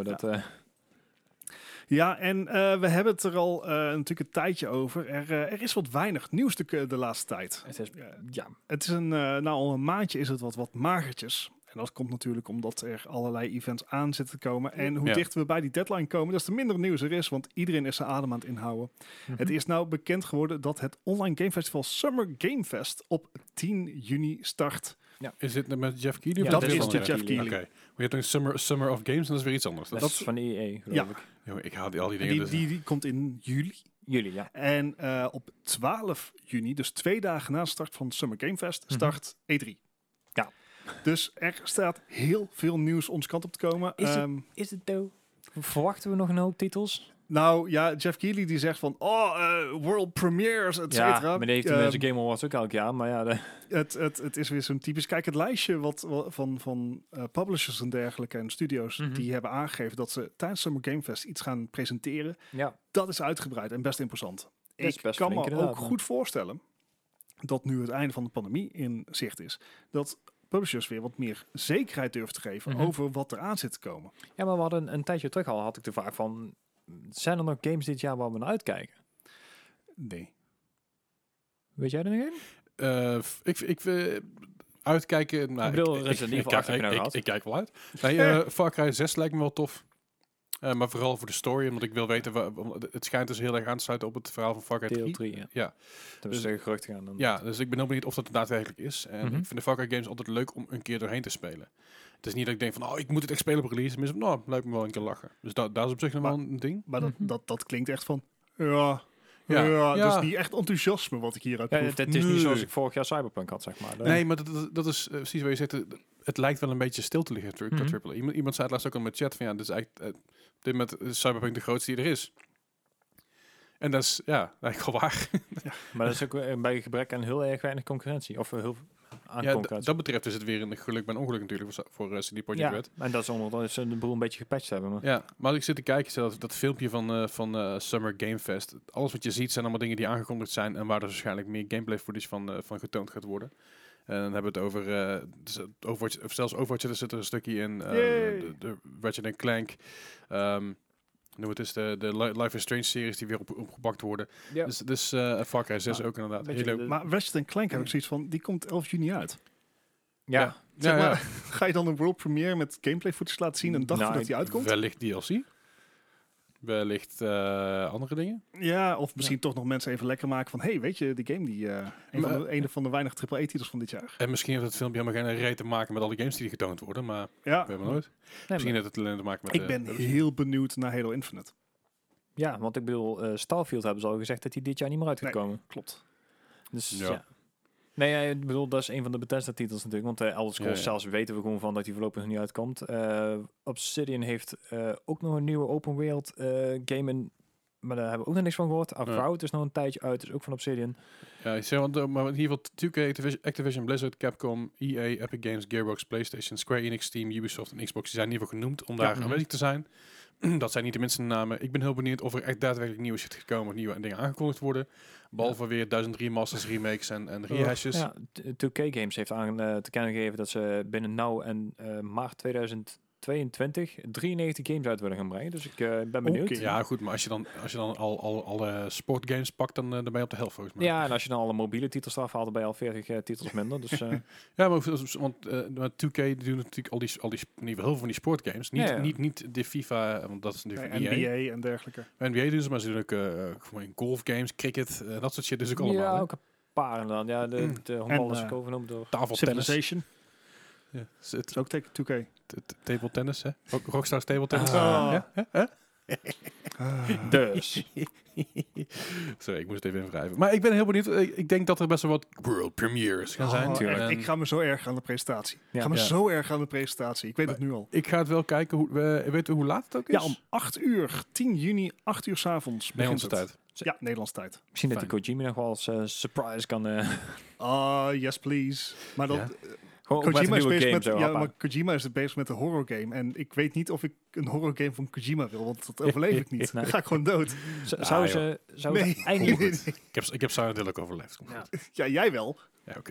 Ja, en we hebben het er al natuurlijk een tijdje over. Er is wat weinig nieuws de laatste tijd. Het is, ja. Het is al een maandje is het wat magertjes. En dat komt natuurlijk omdat er allerlei events aan zitten te komen. En hoe dichter we bij die deadline komen, des te minder nieuws er is. Want iedereen is zijn adem aan het inhouden. Het is nou bekend geworden dat het online gamefestival Summer Game Fest op 10 juni start. Ja. Is dit met Jeff Keighley? Ja, of dat is van de Jeff Keighley. Oké. Je hebt een Summer of Games en dat is weer iets anders. Dat is van EA, geloof ik. Jongen, ik haal al die En dingen. die komt in juli. Jullie, ja. En op 12 juni, dus 2 dagen na de start van Summer Game Fest, start E3. Ja. Dus er staat heel veel nieuws ons kant op te komen. Is het do? Verwachten we nog een hoop titels? Nou ja, Jeff Keighley die zegt van world premieres, et cetera. Ja, maar die heeft de mensen Game Awards ook elk jaar. Maar ja, het is weer zo'n typisch... Kijk, het lijstje wat van publishers en dergelijke en studios die hebben aangegeven dat ze tijdens Summer Game Fest iets gaan presenteren. ja. Dat is uitgebreid en best imposant. is Ik best kan flink me inderdaad, ook ja. goed voorstellen dat nu het einde van de pandemie in zicht is, dat publishers weer wat meer zekerheid durven te geven over wat er aan zit te komen. Ja, maar we hadden een tijdje terug al, had ik de vraag van, zijn er nog games dit jaar waar we naar uitkijken? Nee. Weet jij er nog een? Ik uitkijken. Nou, Ik bedoel, Resident Evil 8 heb je nou gehad. ik kijk wel uit. Nee, Far Cry 6 lijkt me wel tof. Maar vooral voor de story, omdat ik wil weten... Het schijnt dus heel erg aan te sluiten op het verhaal van Far Cry 3. Deel 3, ja. Ja. Dat is een gerucht gaan. Dan. Ja, dus ik ben heel benieuwd of dat daadwerkelijk is. En ik vind de Far Cry games altijd leuk om een keer doorheen te spelen. Het is niet dat ik denk van, ik moet het echt spelen op release. Maar nou, lijkt me wel een keer lachen. Dus dat is op zich nog wel een ding. Maar dat klinkt echt van... Ja. dat is niet echt enthousiasme wat ik hieruit Ja, proef. het is niet zoals ik vorig jaar Cyberpunk had, zeg maar. Nee, maar dat is precies wat je zegt. Het lijkt wel een beetje stil te liggen. AAA. Iemand zei het laatst ook al met chat van, dit is eigenlijk... dit met Cyberpunk de grootste die er is. En dat is, eigenlijk wel waar. Maar dat is ook bij gebrek aan heel erg weinig concurrentie. Of heel aan concurrentie. Dat betreft is het weer een geluk bij een ongeluk natuurlijk voor CD Projekt Red. En dat is omdat ze de boel een beetje gepatcht hebben. Maar. Ja, maar als ik zit te kijken, dat filmpje van Summer Game Fest, alles wat je ziet zijn allemaal dingen die aangekondigd zijn en waar er waarschijnlijk meer gameplay footage van getoond gaat worden. En dan hebben we het over zelfs Overwatch, er zit er een stukje in, de Ratchet & Clank. Noem het is de Life is Strange series die weer opgepakt worden. Ja. Dus Far Cry 6 ook inderdaad. beetje Heel leuk. Maar Ratchet Clank heb ik zoiets van, die komt 11 juni uit. Ja. Zeg Ja, maar, ga je dan een world premiere met gameplay footage laten zien een dag Nou, voordat die uitkomt? Wellicht DLC. Wellicht andere dingen. Ja, of misschien toch nog mensen even lekker maken van, hey, weet je, die game die een van de weinige AAA-titels van dit jaar. En misschien heeft het filmpje helemaal geen reet te maken met alle games die getoond worden, maar Ja, we hebben nooit. Nee, Misschien heeft het alleen te maken met... ik ben heel benieuwd naar Halo Infinite. ja, want ik bedoel, Starfield hebben ze al gezegd dat die dit jaar niet meer uit gaat Nee. komen. Klopt. Dus Ja. ja. Nee, ik bedoel, dat is een van de Bethesda-titels natuurlijk. Want Elder Scrolls Ja. zelfs weten we gewoon van dat die voorlopig nog niet uitkomt. Obsidian heeft ook nog een nieuwe open world game in, maar daar hebben we ook nog niks van gehoord. Avowed is nog een tijdje uit, is ook van Obsidian. Ja, ik zeg, maar in ieder geval 2K, Activision Blizzard, Capcom, EA, Epic Games, Gearbox, PlayStation, Square Enix, Steam, Ubisoft en Xbox. Die zijn in ieder geval genoemd om daar aanwezig te zijn. Dat zijn niet de minste namen. Ik ben heel benieuwd of er echt daadwerkelijk nieuwe shit gaat komen, of nieuwe dingen aangekondigd worden. Behalve weer 1000 remasters, remakes en rehashes. Ja, 2K Games heeft aan te kennen gegeven dat ze binnen nou en maart 2022 93 games uit willen gaan brengen. Dus ik ben benieuwd. Oké. Ja, goed, maar als je dan al alle sportgames pakt, dan ben je op de helft volgens mij. Ja, en als je dan alle mobiele titels eraf haalt, dan ben je al 40 titels minder. Dus Ja, maar 2K die doen natuurlijk al die in ieder geval heel veel van die sportgames. Niet, Ja. niet de FIFA, want dat is natuurlijk van EA. NBA en dergelijke. NBA doen ze, maar ze doen ook gewoon golfgames, cricket, dat soort shit dus ook allemaal. ja, hè? ook een paar inderdaad. Ja, de honkbal is En, ook overgenomen door... Tafeltennis. Civilization. Ja. Dat is ook tegen 2K. Table tennis, hè? Rockstars table tennis. Ah. Ja? Hè? Dus. Sorry, ik moest het even invrijven. Maar ik ben heel benieuwd. Ik denk dat er best wel wat world premieres gaan zijn. tuurlijk. En Ik ga me zo erg aan de presentatie. Ja. Ik ga me Ja. zo erg aan de presentatie. Ik weet het nu al. ik ga het wel kijken. Weten we hoe laat het ook is? Ja, om 8 uur, 10 juni, 8 uur 's avonds. Nederlandse begint het. tijd. Ja, Nederlandse tijd. Misschien dat Fijn. die Kojima nog wel als surprise kan... Yes please. Maar dat, Ja. gewoon met een Kojima is nieuwe bezig game met, zo. ja, hoppa. maar Kojima is bezig met een horror game. En ik weet niet of ik een horror game van Kojima wil, want dat overleef ik niet. Nee. Dan ga ik gewoon dood. Zou ze eindelijk... nee. Ik heb Silent Hill ook overleefd. Kom Ja. goed. Ja, jij wel. Ja, oké.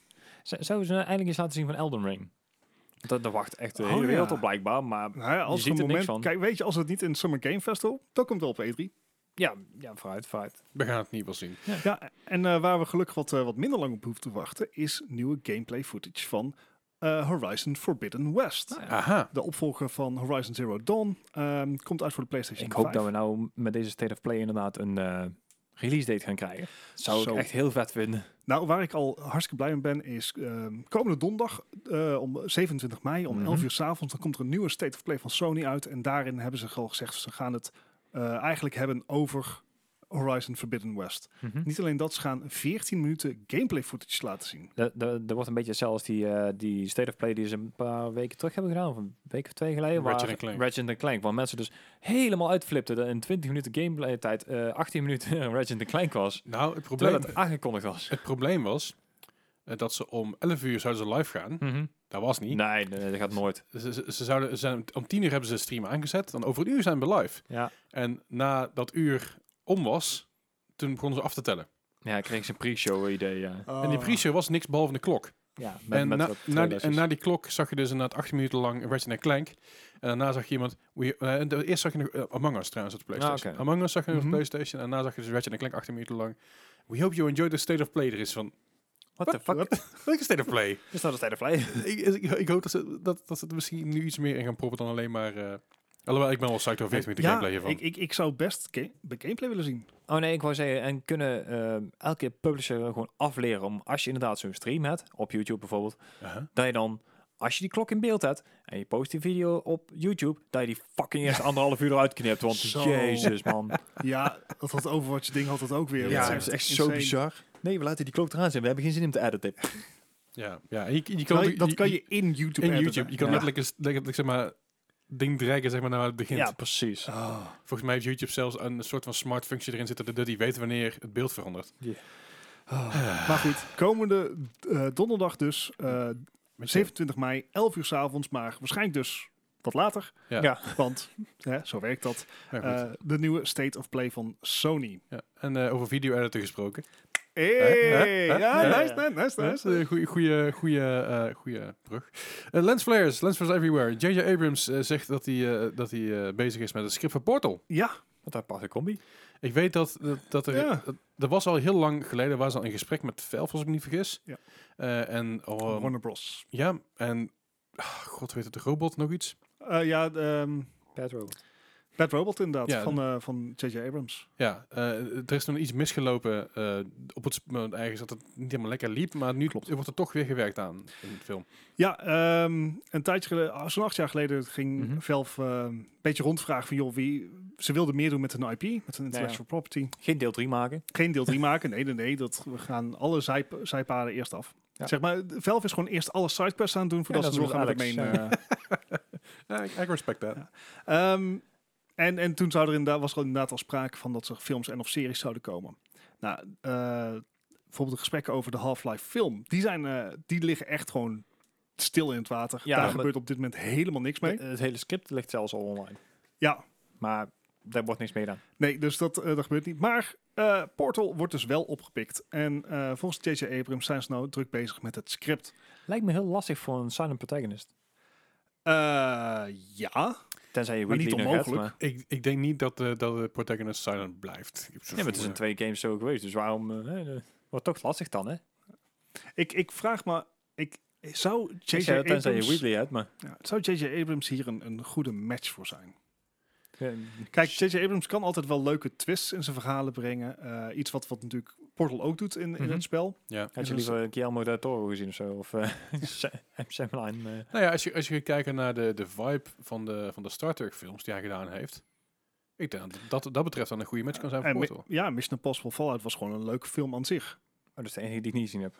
Zouden ze eindelijk eens laten zien van Elden Ring? Want daar wacht echt de Oh, hele wereld ja. op blijkbaar, maar Nou ja, als je er ziet een er niks moment, van. kijk, weet je, als het niet in Summer Game Festival, dan komt het wel op E3. ja, vooruit. We gaan het niet wel zien. Ja, en waar we gelukkig wat minder lang op hoeven te wachten, is nieuwe gameplay footage van Horizon Forbidden West. Aha. De opvolger van Horizon Zero Dawn komt uit voor de PlayStation Ik 5. hoop dat we nou met deze State of Play inderdaad een release date gaan krijgen. Zou Zo. ik echt heel vet vinden. Nou, waar ik al hartstikke blij mee ben, is komende donderdag om 27 mei om 11 uur 's avonds, dan komt er een nieuwe State of Play van Sony uit. En daarin hebben ze al gezegd, ze gaan het eigenlijk hebben over Horizon Forbidden West. Niet alleen dat, ze gaan 14 minuten gameplay footage laten zien. Er wordt een beetje zelfs die State of Play die ze een paar weken terug hebben gedaan, of een week of 2 geleden, Ratchet Clank, waar mensen dus helemaal uitflipten dat in 20 minuten gameplay tijd 18 minuten Ratchet Clank was. Nou, het Terwijl probleem, het aangekondigd was. het probleem was dat ze om 11 uur zouden ze live gaan. Dat was niet. Nee, dat gaat nooit. Ze zijn, om 10 uur hebben ze de stream aangezet. Dan over een uur zijn we live. Ja, En na dat uur om was, toen begonnen ze af te tellen. ja ik kreeg een pre-show idee. Ja, En die pre-show was niks behalve de klok. ja En wat en trailertjes. na die klok zag je dus inderdaad 18 minuten lang Ratchet Clank. En daarna zag je iemand... eerst zag je nog Among Us trouwens op de PlayStation. oké. Among Us zag je nog op de Mhm. PlayStation. En daarna zag je dus Ratchet Clank 18 minuten lang. We hope you enjoyed the State of Play. Er is van... What the fuck? Welke State of Play? Is dat een State of Play? ik hoop dat ze er misschien nu iets meer in gaan proppen dan alleen maar... alhoewel, ik ben wel psyched over 14 minuten gameplay hiervan. Ik zou best gameplay willen zien. Oh nee, ik wou zeggen, en kunnen elke keer publisher gewoon afleren om, als je inderdaad zo'n stream hebt, op YouTube bijvoorbeeld, dat je dan, als je die klok in beeld hebt, en je post die video op YouTube, dat je die fucking eerst 1,5 uur eruit knipt, want Zo. jezus man. Ja, dat had Overwatch ding had dat ook weer. Ja, Dat dat is is echt insane. zo bizar. Nee, we laten die klok eraan zijn, we hebben geen zin om te editen. Ja. En je Terwijl dat kan je in YouTube in editen. YouTube. Je kan Ja. letterlijk zeg maar ding draggen zeg maar naar het begint. Ja, precies. Ah. Volgens mij heeft YouTube zelfs een soort van smart functie erin zitten dat die weet wanneer het beeld verandert. Maar goed, komende donderdag dus, 27 mei, 11 uur 's avonds, maar waarschijnlijk dus wat later. Ja. Ja. Want zo werkt dat. Ja, goed. De nieuwe State of Play van Sony. Ja. En over video editor gesproken. Ja, nice. Goeie brug. Lens Flares Everywhere. J.J. Abrams zegt dat hij bezig is met een script voor Portal. Ja. Wat een aparte combi. Ik weet dat er... Ja. Er was al heel lang geleden, was al in gesprek met Valve, als ik me niet vergis. Ja. Warner Bros. Ja, en... God weet het, de robot, nog iets? Bad Robot. Bad Robot inderdaad, Ja, van J.J. Abrams. Ja, er is nog iets misgelopen op het ergens dat het niet helemaal lekker liep, maar nu wordt er toch weer gewerkt aan in de film. Ja, een tijdje geleden, zo'n 8 jaar geleden, ging Valve een beetje rondvragen van, joh, ze wilden meer doen met een IP, met een intellectual property. Geen deel 3 maken. Geen deel 3 maken, nee, we gaan alle zijpaden eerst af. Ja. Zeg maar, Valve is gewoon eerst alle sidequests aan het doen, voordat ze doorgaan met de main... I respect that. Ja. En toen was er inderdaad al sprake van dat er films en of series zouden komen. Nou, bijvoorbeeld de gesprekken over de Half-Life film, die liggen echt gewoon stil in het water. Ja, daar gebeurt op dit moment helemaal niks mee. Het hele script ligt zelfs al online. Ja. Maar daar wordt niks mee gedaan. Nee, dus dat gebeurt niet. Maar Portal wordt dus wel opgepikt. En volgens J.J. Abrams zijn ze nou druk bezig met het script. Lijkt me heel lastig voor een silent protagonist. Ja. Tenzij je maar Wheatley niet nog onmogelijk. hebt, Ik denk niet dat de protagonist silent blijft. Ja, maar het is in 2 games zo geweest. Dus waarom... wordt toch lastig dan, hè? Ik vraag me... Zou J.J. Tenzij je Abrams... Wheatley hebt, maar... Ja, zou J.J. Abrams hier een goede match voor zijn? Ja, Kijk, J.J. Abrams kan altijd wel leuke twists in zijn verhalen brengen. Iets wat natuurlijk Portal ook doet in het spel. Ja. had je liever Guillermo del Toro gezien of zo? Of Sam Lime? Nou ja, als je gaat kijken naar de vibe van de Star Trek films die hij gedaan heeft. Ik denk dat betreft dan een goede match kan zijn voor Portal. Mission Impossible Fallout was gewoon een leuke film aan zich. Oh, dat is de enige die ik niet gezien heb.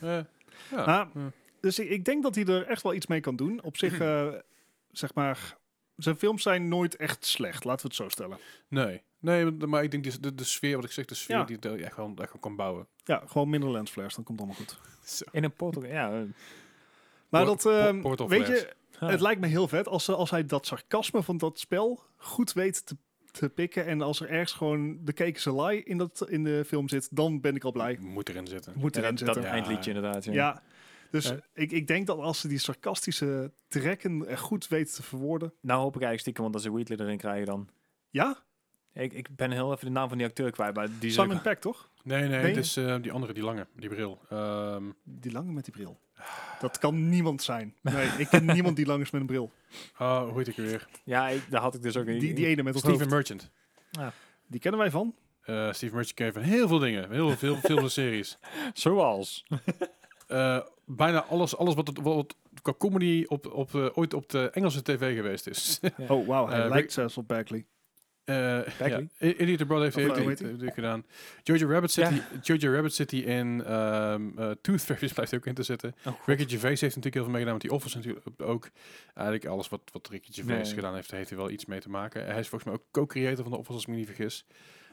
Dus ik denk dat hij er echt wel iets mee kan doen. Op zich, zeg maar... Zijn films zijn nooit echt slecht, laten we het zo stellen. Nee, maar ik denk de sfeer, wat ik zeg, de sfeer die je echt gewoon kan bouwen. Ja, gewoon minder lens flares, dan komt het allemaal goed. Zo. In een Portal, ja. Maar Portal weet flares. je, het lijkt me heel vet als hij dat sarcasme van dat spel goed weet te pikken. En als er ergens gewoon de kekense lie in de film zit, dan ben ik al blij. Moet erin zitten. Dat eindliedje inderdaad. Ja. Dus ik denk dat als ze die sarcastische trekken er goed weten te verwoorden. Nou hoop ik eigenlijk stiekem, want als ze Wheatley erin krijgen dan... Ja? Ik ben heel even de naam van die acteur kwijt. Maar die Simon Pegg, toch? Nee, het is die andere, die lange, die bril. Die lange met die bril. Dat kan niemand zijn. Nee, ik ken niemand die lang is met een bril. Hoe heet ik weer? Ja, daar had ik dus ook... Die ene met het Steven hoofd. Merchant. Die kennen wij van. Steven Merchant ken je van heel veel dingen. Heel veel films en series. Zoals? Bijna alles wat qua comedy ooit op de Engelse tv geweest is. Oh, wauw. Hij lijkt zelfs op Bagley. Ja, Idiot the Brother heeft hij gedaan. Jojo Rabbit zit hij in. Tooth Fairies blijft hij ook in te zitten. Ricky Gervais heeft natuurlijk heel veel meegedaan met die Office natuurlijk ook. Eigenlijk alles wat Ricky Gervais gedaan heeft hij wel iets mee te maken. Hij is volgens mij ook co-creator van de Office, als ik me niet vergis.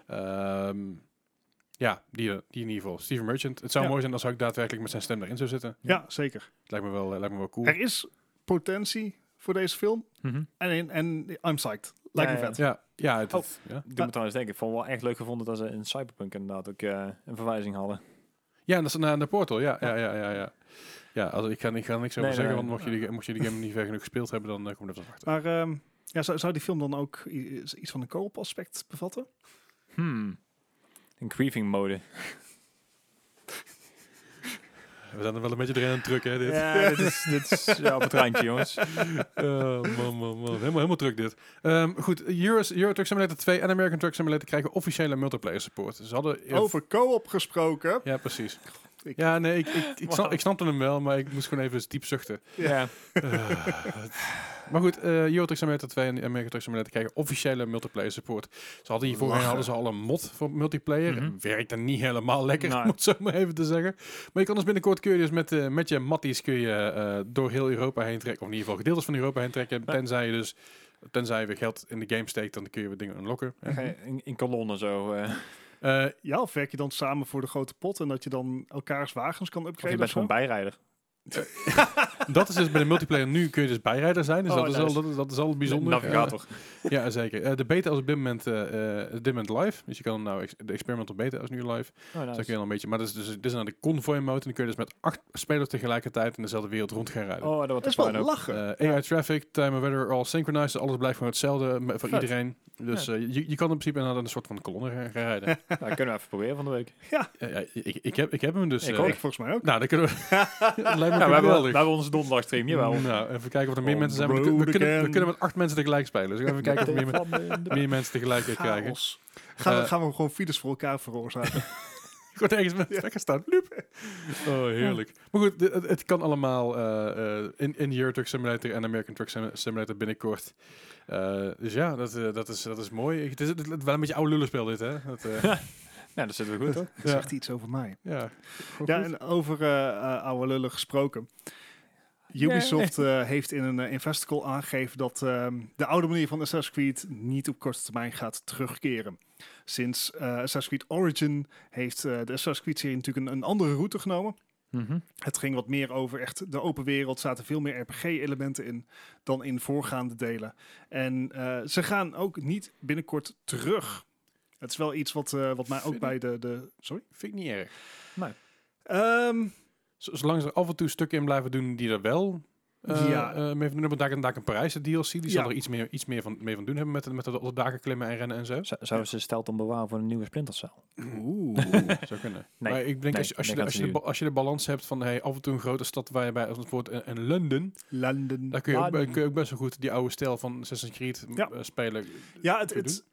Ja, die in ieder geval. Steven Merchant. Het zou mooi zijn als hij ook daadwerkelijk met zijn stem erin zou zitten. Ja, zeker. Lijkt me wel cool. Er is potentie voor deze film. En I'm psyched. Lijkt me vet. Ja. Doe me trouwens denken. Ik vond het wel echt leuk gevonden dat ze in Cyberpunk inderdaad ook een verwijzing hadden. Ja, dat is naar de Portal. Ja. Ja, ik ga niks over zeggen, want mocht je die game niet ver genoeg gespeeld hebben, dan kom je er achter. Maar zou die film dan ook iets van een co-op aspect bevatten? Een grieving mode. We zijn er wel een beetje erin aan het drukken, hè, dit. Ja, dit is op het randje, jongens. Man. Helemaal druk dit. Goed, Euro Truck Simulator 2 en American Truck Simulator krijgen officiële multiplayer support. Ze hadden over co-op gesproken. Ja, precies. Ik snapte hem wel, maar ik moest gewoon even diep zuchten. Ja. Maar goed, Euro Truck Simulator 2 en American Truck Simulator krijgen officiële multiplayer support. Ze hadden hadden ze al een mod voor multiplayer. Werkt dan niet helemaal lekker, om het zo maar even te zeggen. Maar je kan dus binnenkort kun je dus met je matties kun je door heel Europa heen trekken. Of in ieder geval gedeeltes van Europa heen trekken. Tenzij je weer geld in de game steekt, dan kun je weer dingen unlocken. In kolonnen zo. Of werk je dan samen voor de grote pot en dat je dan elkaars wagens kan upgraden? Of je bent gewoon bijrijder. Dat is dus bij de multiplayer nu kun je dus bijrijder zijn. Dus dat is al bijzonder. Navigator. Ja, zeker. De beta is op dit moment live. Dus je kan nou de experimental beta is nu live. Oh, Dus dan kun je al een beetje. Maar dit is naar de convoy mode. En dan kun je dus met 8 spelers tegelijkertijd in dezelfde wereld rond gaan rijden. Oh, Dat is wel lachen. AI traffic, time and weather, all synchronized. Alles blijft gewoon hetzelfde voor Vet. iedereen. Dus je kan in principe naar een soort van kolonne gaan rijden. Nou, kunnen we even proberen van de week. Ik heb hem dus. Ik volgens mij ook. Nou, dan kunnen we. Lijkt me Ja, we geweldig. hebben onze donderdagstream, jawel. Nou, even kijken of er meer On mensen zijn. the We road kunnen again. met 8 mensen tegelijk spelen. Dus we gaan even kijken of we meer mensen tegelijk krijgen. Chaos. Gaan we gewoon files voor elkaar veroorzaken? Gewoon ergens met wekker staan. Bloep. Oh, heerlijk. Maar goed, het kan allemaal in Euro Truck Simulator en American Truck Simulator binnenkort. Dus ja, dat is mooi. Het is wel een beetje oude lullenspel dit, hè? Ja, dat zitten we goed, hoor. Dat zegt iets over mij. Ja, Ja, en over oude lullen gesproken. Ubisoft heeft in een investical aangegeven dat de oude manier van Assassin's Creed niet op korte termijn gaat terugkeren. Sinds Assassin's Creed Origin heeft de Assassin's Creed-serie natuurlijk een andere route genomen. Het ging wat meer over echt de open wereld. Er zaten veel meer RPG-elementen in dan in voorgaande delen. En ze gaan ook niet binnenkort terug. Het is wel iets wat mij ook bij de sorry? vind ik niet erg. Nee. Zolang ze er af en toe stukken in blijven doen die er wel mee van doen. Want daar een Parijse DLC. Die zal er iets meer van doen hebben met de op de daken klimmen en rennen en zo. Zouden ze stelt om bewaren voor een nieuwe Splinter Oeh, zou kunnen. Nee. Maar ik denk als je de balans hebt van af en toe een grote stad waar je bij, als bijvoorbeeld in Londen, daar kun je ook best wel goed die oude stijl van Assassin's Creed spelen. Ja,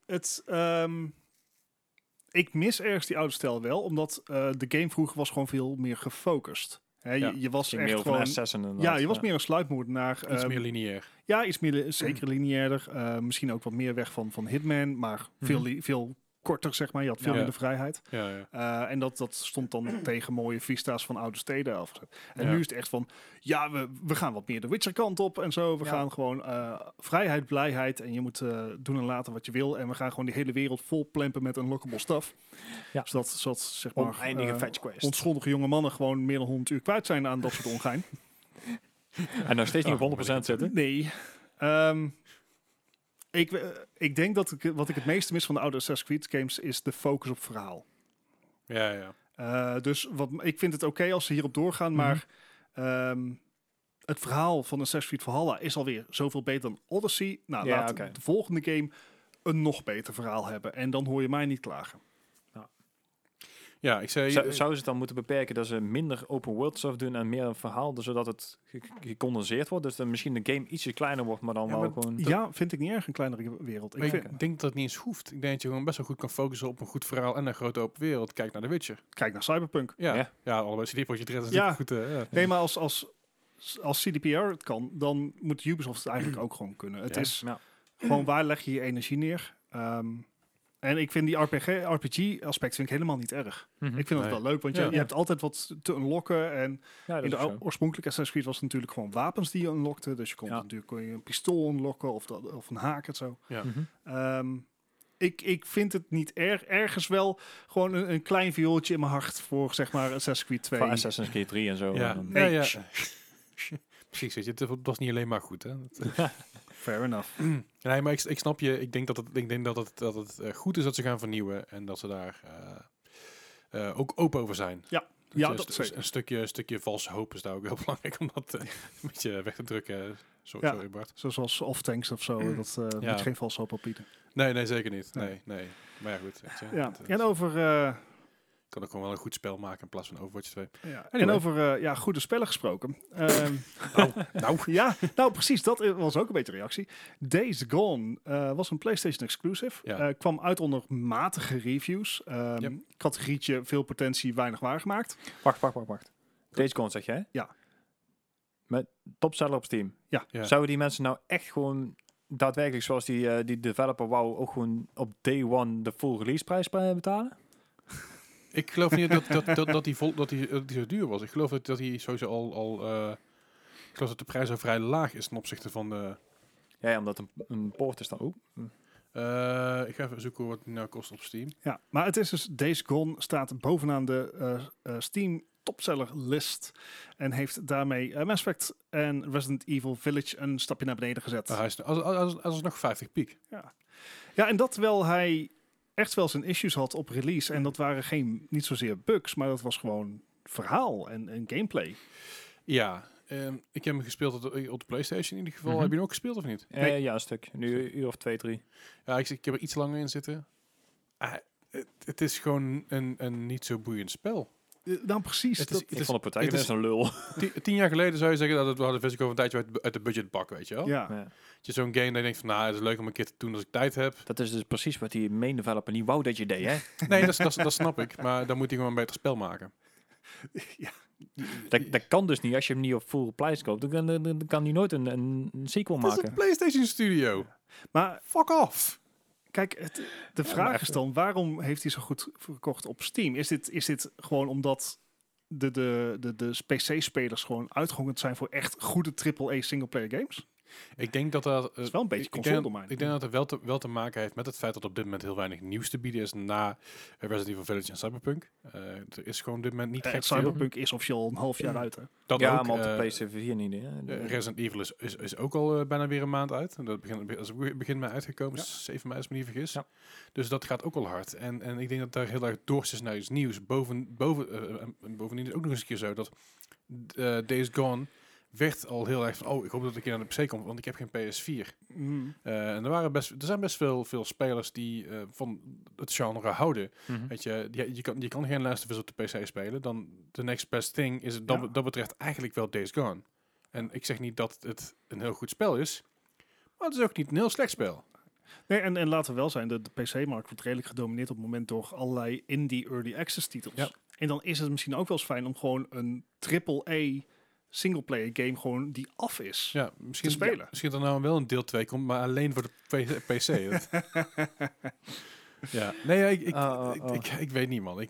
ik mis ergens die oude stijl wel, omdat de game vroeger was gewoon veel meer gefocust. Je was echt meer gewoon... Assassin je was meer een sluipmoordenaar. Iets meer lineair. Ja, iets meer, zeker lineairder. Misschien ook wat meer weg van Hitman, maar veel korter, zeg maar. Je had veel minder vrijheid. Ja. En dat stond dan tegen mooie vista's van oude steden. En nu is het echt van, we gaan wat meer de Witcher kant op en zo. We gaan gewoon vrijheid, blijheid en je moet doen en laten wat je wil. En we gaan gewoon die hele wereld vol plempen met unlockable stuff. Ja. Zodat zeg maar, oneindige fetch quest. onschuldige jonge mannen gewoon meer dan 100 uur kwijt zijn aan dat soort ongein. En nog steeds niet op 100% zitten. Nee. Ik denk dat wat ik het meeste mis van de oude Assassin's Creed games is de focus op verhaal. Ja. Dus ik vind het oké als ze hierop doorgaan, maar het verhaal van Assassin's Creed Valhalla is alweer zoveel beter dan Odyssey. Nou, laat de volgende game een nog beter verhaal hebben. En dan hoor je mij niet klagen. Ja, ik zei... Zouden ze het dan moeten beperken dat ze minder open world stuff doen en meer een verhaal, dus zodat het gecondenseerd wordt? Dus dan misschien de game ietsje kleiner wordt, maar dan wel gewoon... Ja, vind ik niet erg een kleinere wereld. Ik denk dat het niet eens hoeft. Ik denk dat je gewoon best wel goed kan focussen op een goed verhaal en een grote open wereld. Kijk naar The Witcher. Kijk naar Cyberpunk. Ja, allebei CD-potje erin is natuurlijk goed. Nee, maar als CDPR het kan, dan moet Ubisoft het eigenlijk ook gewoon kunnen. Het is gewoon, waar leg je je energie neer? En ik vind die RPG-aspect vind ik helemaal niet erg. Ik vind het wel leuk, want je hebt altijd wat te unlocken. En in de oorspronkelijke Assassin's Creed was het natuurlijk gewoon wapens die je unlockte. Dus je kon je een pistool unlocken of een haak en zo. Ja. Ik vind het niet ergens wel gewoon een klein viooltje in mijn hart voor, zeg maar, Assassin's Creed 2. Voor Assassin's Creed 3 en zo. Ja. Precies, het was niet alleen maar goed, hè. Fair enough. Nee, maar ik snap je. Ik denk dat het goed is dat ze gaan vernieuwen en dat ze daar ook open over zijn. Ja, dat is een stukje valse hoop is daar ook heel belangrijk om dat een beetje weg te drukken. Sorry Bart. Zoals off-tanks of zo, dat moet geen valse hoop op bieden. Nee, zeker niet. Nee. Maar ja, goed. Weet je, en over... kan ook gewoon wel een goed spel maken in plaats van Overwatch 2. Ja. En over goede spellen gesproken. Nou, precies. Dat was ook een beetje reactie. Days Gone was een PlayStation exclusive. Ja. Kwam uit onder matige reviews. Categorietje veel potentie, weinig waargemaakt. Wacht. Days Gone zeg jij? Ja. Met topseller op Steam. Ja. Zouden die mensen nou echt gewoon daadwerkelijk, zoals die developer wou, ook gewoon op day one de full release prijs betalen? Ik geloof niet dat die zo duur was. Ik geloof dat hij sowieso ik geloof dat de prijs al vrij laag is ten opzichte van de... Ja, omdat een poort is dan ook. Ik ga even zoeken wat het nou kost op Steam. Ja, maar het is dus Days Gone staat bovenaan de Steam topseller list. En heeft daarmee Mass Effect en Resident Evil Village een stapje naar beneden gezet. Hij is als nog 50 piek. Ja, en dat terwijl hij echt wel zijn issues had op release. En dat waren niet zozeer bugs, maar dat was gewoon verhaal en gameplay. Ja, ik heb hem gespeeld op de PlayStation in ieder geval. Heb je hem ook gespeeld of niet? Ja, een stuk. Nu een uur of 2, 3. Ja, ik heb er iets langer in zitten. Het is gewoon een niet zo boeiend spel. Nou, precies. Het is- Ik vond de protagonist een lul. 10 jaar geleden zou je zeggen dat we hadden Vesico een tijdje uit de budgetbak, weet je wel? Ja. Ja. Je zo'n game dat je denkt van, nou, het is leuk om een keer te doen als ik tijd heb. Dat is dus precies wat die main developer niet wou dat je deed, hè? Nee, dat snap ik. Maar dan moet hij gewoon een beter spel maken. Dat kan dus niet. Als je hem niet op full prijs koopt, dan kan hij nooit een sequel Het is maken. een PlayStation Studio. Maar Fuck off. kijk, de vraag is dan, waarom heeft hij zo goed verkocht op Steam? Is dit gewoon omdat de PC-spelers gewoon uitgehongerd zijn voor echt goede AAA single-player games? Ik denk dat dat... Dat is wel een beetje console-domein. Ik denk dat het wel te maken heeft met het feit dat op dit moment heel weinig nieuws te bieden is na Resident Evil Village en Cyberpunk. Er is gewoon op dit moment niet gek veel. Cyberpunk is officieel al een half jaar uit, hè? Dat Ja, ook, maar op de PlayStation 4 niet. Hè? Resident Evil is ook al bijna weer een maand uit. Dat begint mij uitgekomen. Ja. 7 mei als ik me niet vergis. Ja. Dus dat gaat ook al hard. En ik denk dat daar heel erg dorst is naar iets nieuws. Bovendien is het ook nog eens een keer zo dat Days Gone werd al heel erg van, ik hoop dat ik naar de PC kom, want ik heb geen PS4. En er zijn best veel spelers die van het genre houden. Weet je, je kan geen Last of Us op de PC spelen. Dan de next best thing is dat betreft eigenlijk wel Days Gone. En ik zeg niet dat het een heel goed spel is, maar het is ook niet een heel slecht spel. Nee, en laten we wel zijn, de PC-markt wordt redelijk gedomineerd op het moment door allerlei indie early access titels. Ja. En dan is het misschien ook wel eens fijn om gewoon een AAA singleplayer game gewoon die af is. Ja, misschien te spelen. Misschien dat er nou wel een deel 2 komt, maar alleen voor de PC. Ja, nee, ik weet niet, man.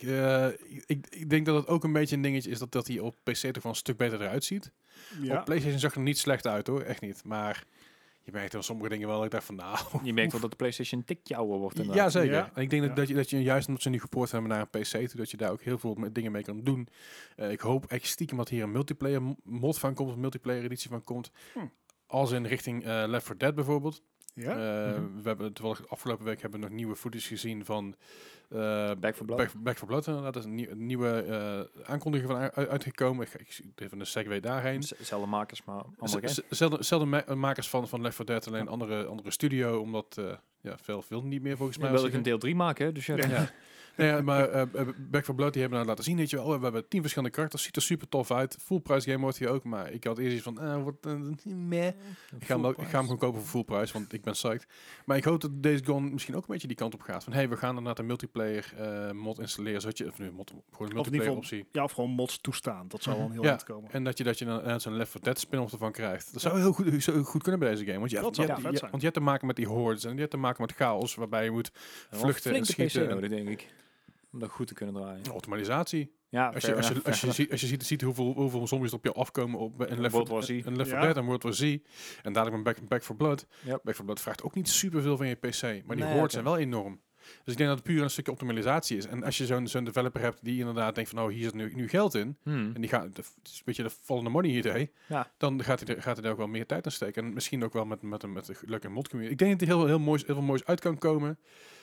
Ik denk dat het ook een beetje een dingetje is dat hij op PC toch wel een stuk beter eruit ziet. Ja. Op PlayStation zag er niet slecht uit, hoor. Echt niet. Maar je merkt wel sommige dingen wel. Ik dacht van, nou... Je merkt wel dat de PlayStation een tikje ouder wordt. inderdaad. Ja, zeker. Ja. En ik denk dat je juist omdat ze nu gepoord hebben naar een PC toe, dat je daar ook heel veel dingen mee kan doen. Ik hoop echt stiekem dat hier een multiplayer mod van komt, een multiplayer editie van komt. Als in richting Left 4 Dead bijvoorbeeld. Ja? We hebben toevallig afgelopen week hebben we nog nieuwe footage gezien van Back 4 Blood. Back 4 Blood. Dat is een nieuwe aankondiging van uitgekomen. Ik even een segue daarheen. Zelfde makers, maar andere game. Zelfde makers van Left 4 Dead, alleen andere studio, omdat veel niet meer volgens mij. Dan wil ik een deel 3 maken, hè, dus ja. Ja. Nee, maar Back 4 Blood die hebben nou laten zien, weet je wel, we hebben 10 verschillende karakters, ziet er super tof uit. Full price game wordt hier ook, maar ik had eerst iets van, meh. Ik ga hem gewoon kopen voor full price, want ik ben psyched. Maar ik hoop dat Days Gone misschien ook een beetje die kant op gaat. Van, hey, we gaan inderdaad een multiplayer mod installeren, zodat je, gewoon een multiplayer optie. Ja, of gewoon mods toestaan. Dat zou wel een heel Ja, eind komen. en dat je dan zo'n Left 4 Dead spin-off ervan krijgt. Dat zou heel goed kunnen bij deze game. Want je hebt te maken met die hordes en je hebt te maken met chaos, waarbij je moet vluchten en schieten. PC nodig, denk ik. Om dat goed te kunnen draaien. Automatisatie. Ja, Als je ziet hoeveel zombies er op je afkomen op een Left 4 Dead en World War Z. En dadelijk met Back 4 Blood. Yep. Back 4 Blood vraagt ook niet superveel van je PC. Maar die Nee, hordes zijn wel enorm. Dus ik denk dat het puur een stukje optimalisatie is. En als je zo'n developer hebt die inderdaad denkt van, hier zit nu geld in. En die gaat, het is een beetje de volgende money idee. Ja. Dan gaat hij daar ook wel meer tijd in steken. En misschien ook wel met een leuke mod community. Ik denk dat er heel veel moois uit kan komen.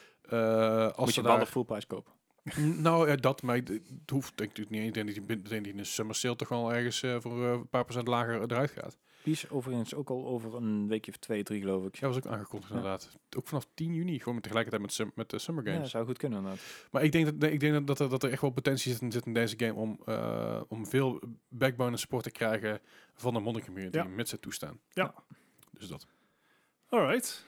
Als moet je wel de full prijs kopen. Nou ja, dat, maar het hoeft denk ik niet. Ik denk dat hij in de summer sale toch wel ergens voor een paar procent lager eruit gaat. Die is overigens ook al over een weekje of 2, 3 geloof ik. Ja, was ook aangekondigd inderdaad. Ook vanaf 10 juni, gewoon tegelijkertijd met de Summer Games. Ja, zou goed kunnen inderdaad. Maar ik denk dat er echt wel potentie zit in deze game om veel backbone en support te krijgen van de modding community, met ze toestaan. Ja. Dus dat. Alright.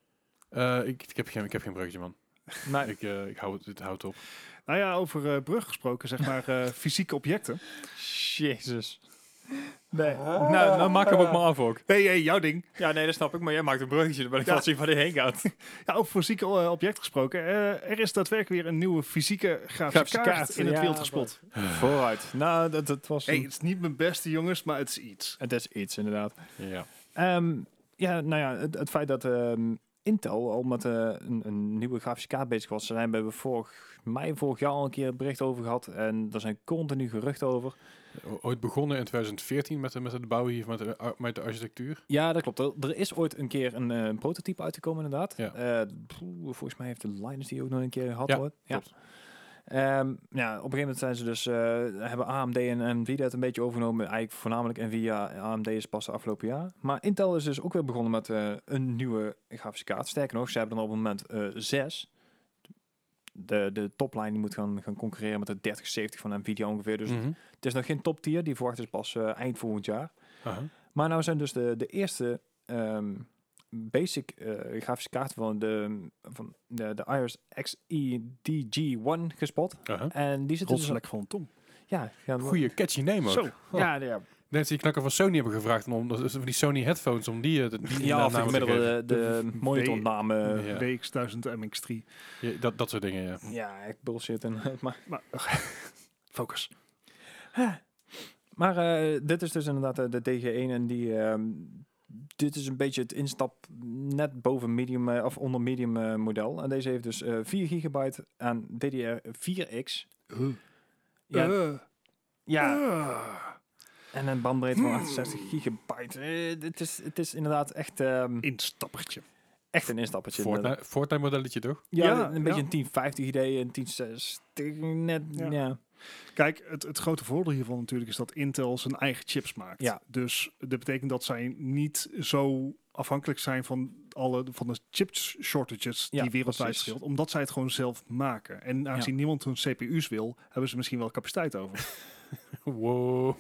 Ik heb geen bruggetje, man. Nee. Ik hou het op. Nou ja, over brug gesproken, zeg maar fysieke objecten. Jezus. Nee. Nou maak hem ook maar af ook. Nee, jouw ding. Ja, nee, dat snap ik. Maar jij maakt een bruggetje. Dan ben ik Ja. wel zien waar die heen gaat. Ja, over fysieke objecten gesproken. Er is daadwerkelijk weer een nieuwe fysieke grafische kaart in het wild gespot. Vooruit. Nou, dat was... Hey, het is niet mijn beste, jongens, maar het is iets. Het is iets, inderdaad. Ja. Ja, nou ja, het feit dat Intel al met een nieuwe grafische kaart bezig was. Daar hebben we vorig jaar al een keer het bericht over gehad. En er zijn continu geruchten over. Ooit begonnen in 2014 met het bouwen hier met de architectuur. Ja, dat klopt. Er is ooit een keer een prototype uitgekomen inderdaad. Ja. Volgens mij heeft de Linus die ook nog een keer gehad. Ja, Hoor. klopt. Ja, op een gegeven moment zijn ze dus hebben AMD en Nvidia het een beetje overgenomen. Eigenlijk voornamelijk Nvidia. AMD is pas de afgelopen jaar. Maar Intel is dus ook weer begonnen met een nieuwe grafische kaart. Sterker nog, ze hebben dan op het moment 6. De topline die moet gaan concurreren met de 3070 van Nvidia ongeveer. Dus het is nog geen top tier. Die verwacht is pas eind volgend jaar. Maar nou zijn dus de eerste basic grafische kaarten van de IRIS XEDG1 gespot. En die zitten dus Rotselijk van Tom. ja, Goeie catchy name ook. Zo. ja. Mensen die knakken van Sony hebben gevraagd om die Sony headphones om die Ja, of namen de te geven. gemiddelde de monitornamen. Ja. WX1000 MX3. Ja, dat soort dingen, ja. Ja, echt bullshit. Maar Focus. Maar dit is dus inderdaad de DG1 en dit is een beetje het instap net boven medium of onder medium model. En deze heeft dus 4 gigabyte aan DDR4X. Ja. En een bandbreedte van 68 gigabyte. Het is inderdaad echt Instappertje. echt een instappertje. Fortnite modelletje toch? Ja, een beetje een 1050 idee, een 1060 net. Ja. Kijk, het grote voordeel hiervan natuurlijk is dat Intel zijn eigen chips maakt. Ja. Dus dat betekent dat zij niet zo afhankelijk zijn van de chip shortages die wereldwijd precies. scheelt, omdat zij het gewoon zelf maken. En aangezien niemand hun CPU's wil, hebben ze misschien wel capaciteit over. Wow.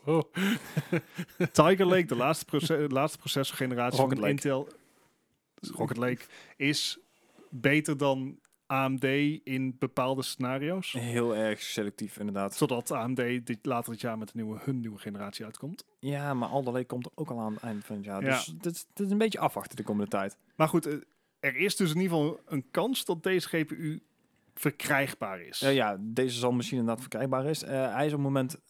Tiger Lake, de laatste processorgeneratie Rocket van Lake. Intel, Rocket Lake, is beter dan AMD in bepaalde scenario's. Heel erg selectief inderdaad. Zodat AMD later dit jaar met hun nieuwe generatie uitkomt. Ja, maar Alder Lake komt er ook al aan het eind van het jaar. Ja. Dus het is een beetje afwachten de komende tijd. Maar goed, er is dus in ieder geval een kans dat deze GPU verkrijgbaar is. Ja, deze zal misschien inderdaad verkrijgbaar is. Hij is op het moment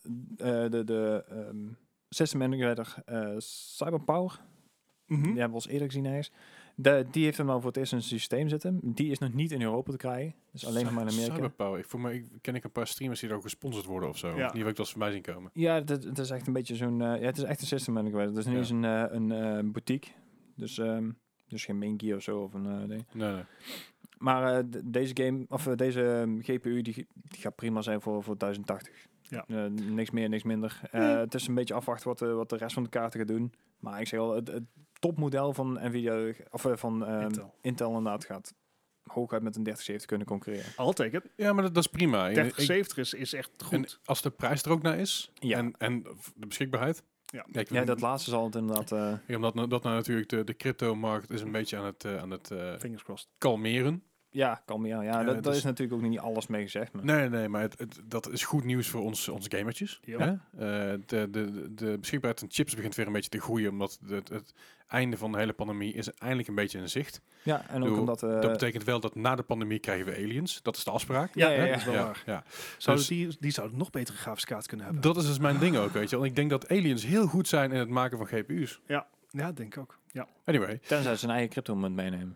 de system integrator Cyberpower. Mhm. Die hebben we al eerder gezien ergens. Die heeft hem nou voor het eerst in zijn systeem zitten. Die is nog niet in Europa te krijgen. Dus alleen nog maar in Amerika. Cyberpower. Voor mij ken ik een paar streamers die er ook gesponsord worden of zo. Ja. Die heb ik wel eens voorbij zien komen. Ja, het is echt een beetje zo'n... het is echt een system integrator. Het is niet eens een boutique. Dus geen main gear of zo. Of een ding. Nee. Maar deze game, of deze GPU, die gaat prima zijn voor 1080. Ja. Niks meer, niks minder. Het is een beetje afwachten wat de rest van de kaarten gaat doen. Maar ik zeg al, het topmodel van Nvidia, of van Intel inderdaad gaat hooguit met een 3070 kunnen concurreren. I'll take it. Ja, maar dat is prima. 3070 is echt goed. En als de prijs er ook naar is Ja. en de beschikbaarheid. Ja. Ja, Dat laatste zal het inderdaad... omdat nou natuurlijk de crypto-markt is een beetje aan het Fingers crossed. kalmeren. kan meer. Ja, Daar dus- is natuurlijk ook niet alles mee gezegd. Maar. Nee, maar dat is goed nieuws voor ons gamertjes. Ja. Hè? De beschikbaarheid van chips begint weer een beetje te groeien, omdat het einde van de hele pandemie is eindelijk een beetje in zicht. Ja, en ook Bedoel, omdat... dat betekent wel dat na de pandemie krijgen we aliens. Dat is de afspraak. Ja, Hè? ja, dat is wel ja, waar. ja. Zouden Dus- die zouden nog betere grafische kaart kunnen hebben. Dat is dus mijn ding ook, weet je. Want ik denk dat aliens heel goed zijn in het maken van GPU's. Ja, denk ik ook. Ja. Anyway, Tenzij ze een eigen crypto munt meenemen.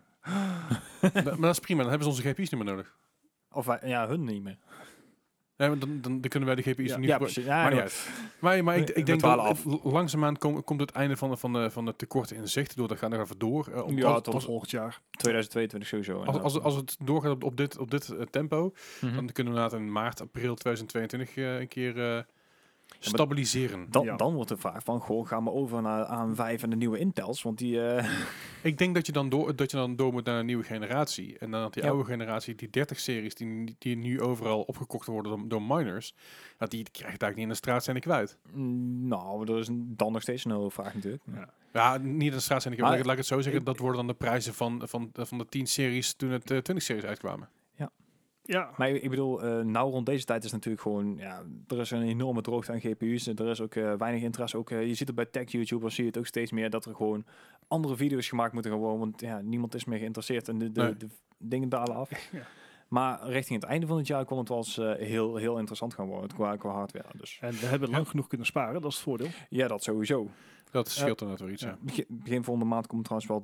maar dat is prima. Dan hebben ze onze GPU's niet meer nodig. Of hun niet meer. Nee, maar dan kunnen wij de GPU's Ja, niet ja, gebruiken. precies. Ja, Maar niet ja. uit. Maar ik We denk dwalen dat langzaamaan komt het einde van de tekorten in zicht. Dat gaat nog even door. Tot volgend jaar. 2022 sowieso. Als het doorgaat op dit tempo, Mhm. dan kunnen we inderdaad in maart, april 2022 een keer stabiliseren. Dan wordt de vraag van, gaan we over naar AM5 en de nieuwe Intels? Want die... Ik denk dat je dan door moet naar een nieuwe generatie. En dan dat die oude generatie, die 30-series, die nu overal opgekocht worden door miners, die krijg je eigenlijk niet in de straat zijn kwijt. Nou, er is dan nog steeds een vraag natuurlijk. Ja, niet in de straat zijn kwijt. Maar- Laat ik het zo zeggen, dat worden dan de prijzen van de 10-series toen het 20-series uitkwamen. Ja. Maar ik bedoel, nou rond deze tijd is natuurlijk gewoon, er is een enorme droogte aan GPU's. Er is ook weinig interesse. Ook, je ziet het bij tech-YouTubers, zie je het ook steeds meer, dat er gewoon andere video's gemaakt moeten gewoon, want niemand is meer geïnteresseerd en de dingen dalen af. Ja. Maar richting het einde van het jaar kon het wel eens heel, heel interessant gaan worden qua hardware. Dus. En we hebben lang genoeg kunnen sparen, dat is het voordeel. Ja, dat sowieso. Dat scheelt dan net weer iets. Ja. Begin volgende maand komt trouwens wel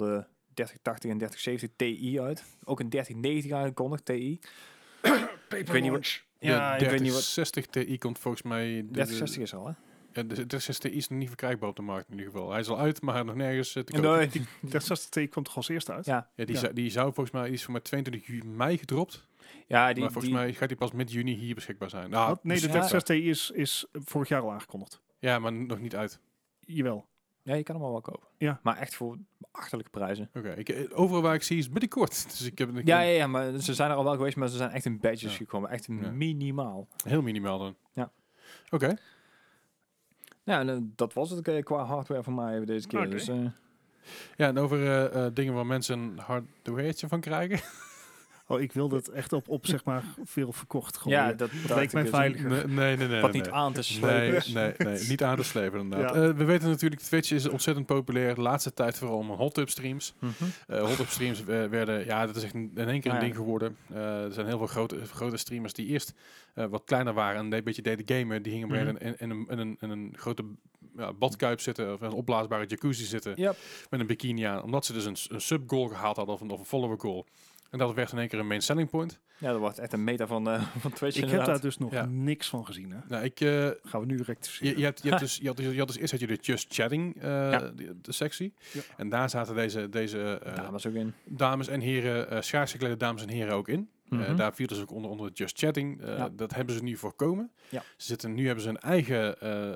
3080 en 3070 Ti uit. Ook een 3090 aangekondigd, Ti. Ik weet niet wat... Ja, de ik weet niet wat... 3060 Ti komt volgens mij... 3060 is al, hè? Ja, de 3060 Ti is nog niet verkrijgbaar op de markt in ieder geval. Hij is al uit, maar nog nergens te koop. Nee. Die 3060 kwam toch als eerste uit? Ja, Ja, die zou volgens mij is voor mij 22 mei gedropt. ja Maar volgens mij gaat die pas mid-juni hier beschikbaar zijn. Nou, Wat? Nee, de beschikbaar. 3060 is vorig jaar al aangekondigd. Ja, maar nog niet uit. Jawel. ja, je kan hem al wel kopen. Ja. Maar echt voor achterlijke prijzen. Oké, overal waar ik zie is binnenkort. Dus ik heb Ja, maar ze zijn er al wel geweest, maar ze zijn echt in badges Ja. gekomen. Echt Ja. minimaal. heel minimaal dan. Ja. Oké. Ja, en dat was het qua hardware van mij deze keer. Oké. Dus, Ja, en over dingen waar mensen een hardwareetje van krijgen. Oh, ik wilde het echt op zeg maar veel verkocht gooien. ja, dat leek mij veiliger. Nee. Wat niet aan te slepen is. Nee, niet aan te slepen inderdaad. Ja. We weten natuurlijk, Twitch is ontzettend populair. De laatste tijd vooral om hot tub streams. Mhm. Hot tub streams werden, ja, dat is echt in één keer een Ja. ding geworden. Er zijn heel veel grote streamers die eerst wat kleiner waren en een beetje deden gamen. Die gingen in een grote badkuip zitten of een opblaasbare jacuzzi zitten Yep. met een bikini aan. Omdat ze dus een sub-goal gehaald hadden of een follower goal. En dat werd in één keer een main selling point. Ja, dat wordt echt een meta van Twitch Ik heb inderdaad. daar dus nog Ja. niks van gezien. Hè? Nou, Gaan we nu rectificeren. je had dus eerst had je de Just Chatting de sectie. Ja. En daar zaten deze Dames ook in. dames en heren, schaars geklede dames en heren ook in. Mhm. Daar viel dus ook onder Just Chatting. Ja. Dat hebben ze nu voorkomen. Ja. Nu hebben ze een eigen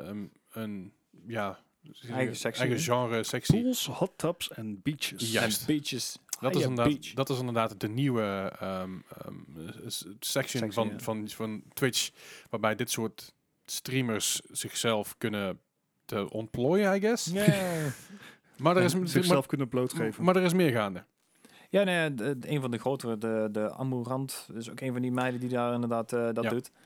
Eigen sectie, eigen hè? genre sectie. Pools, hot tubs en beaches. Ja. Juist. En beaches. Dat is inderdaad de nieuwe section Sectie, van Twitch, waarbij dit soort streamers zichzelf kunnen te ontplooien, I guess. Yeah. Maar er is, Zichzelf kunnen blootgeven. maar er is meer gaande. Ja, nee, een van de grotere, de Amurant, is ook een van die meiden die daar inderdaad dat Ja. doet.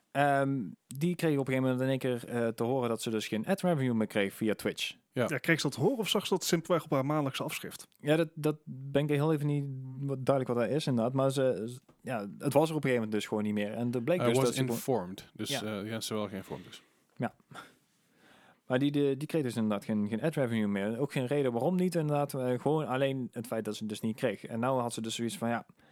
Die kregen op een gegeven moment in één keer te horen dat ze dus geen ad revenue meer kreeg via Twitch. Ja, kreeg ze dat te horen of zag ze dat simpelweg op haar maandelijkse afschrift? Ja, dat ben ik heel even niet duidelijk wat dat is inderdaad. Maar het was er op een gegeven moment dus gewoon niet meer. En er bleek dus was dat ze gewoon- informed. Dus Ja. ze wel geïnformed is. Maar die kreeg dus inderdaad geen ad revenue meer. Ook geen reden waarom niet inderdaad. Gewoon alleen het feit dat ze het dus niet kreeg. En nou had ze dus zoiets van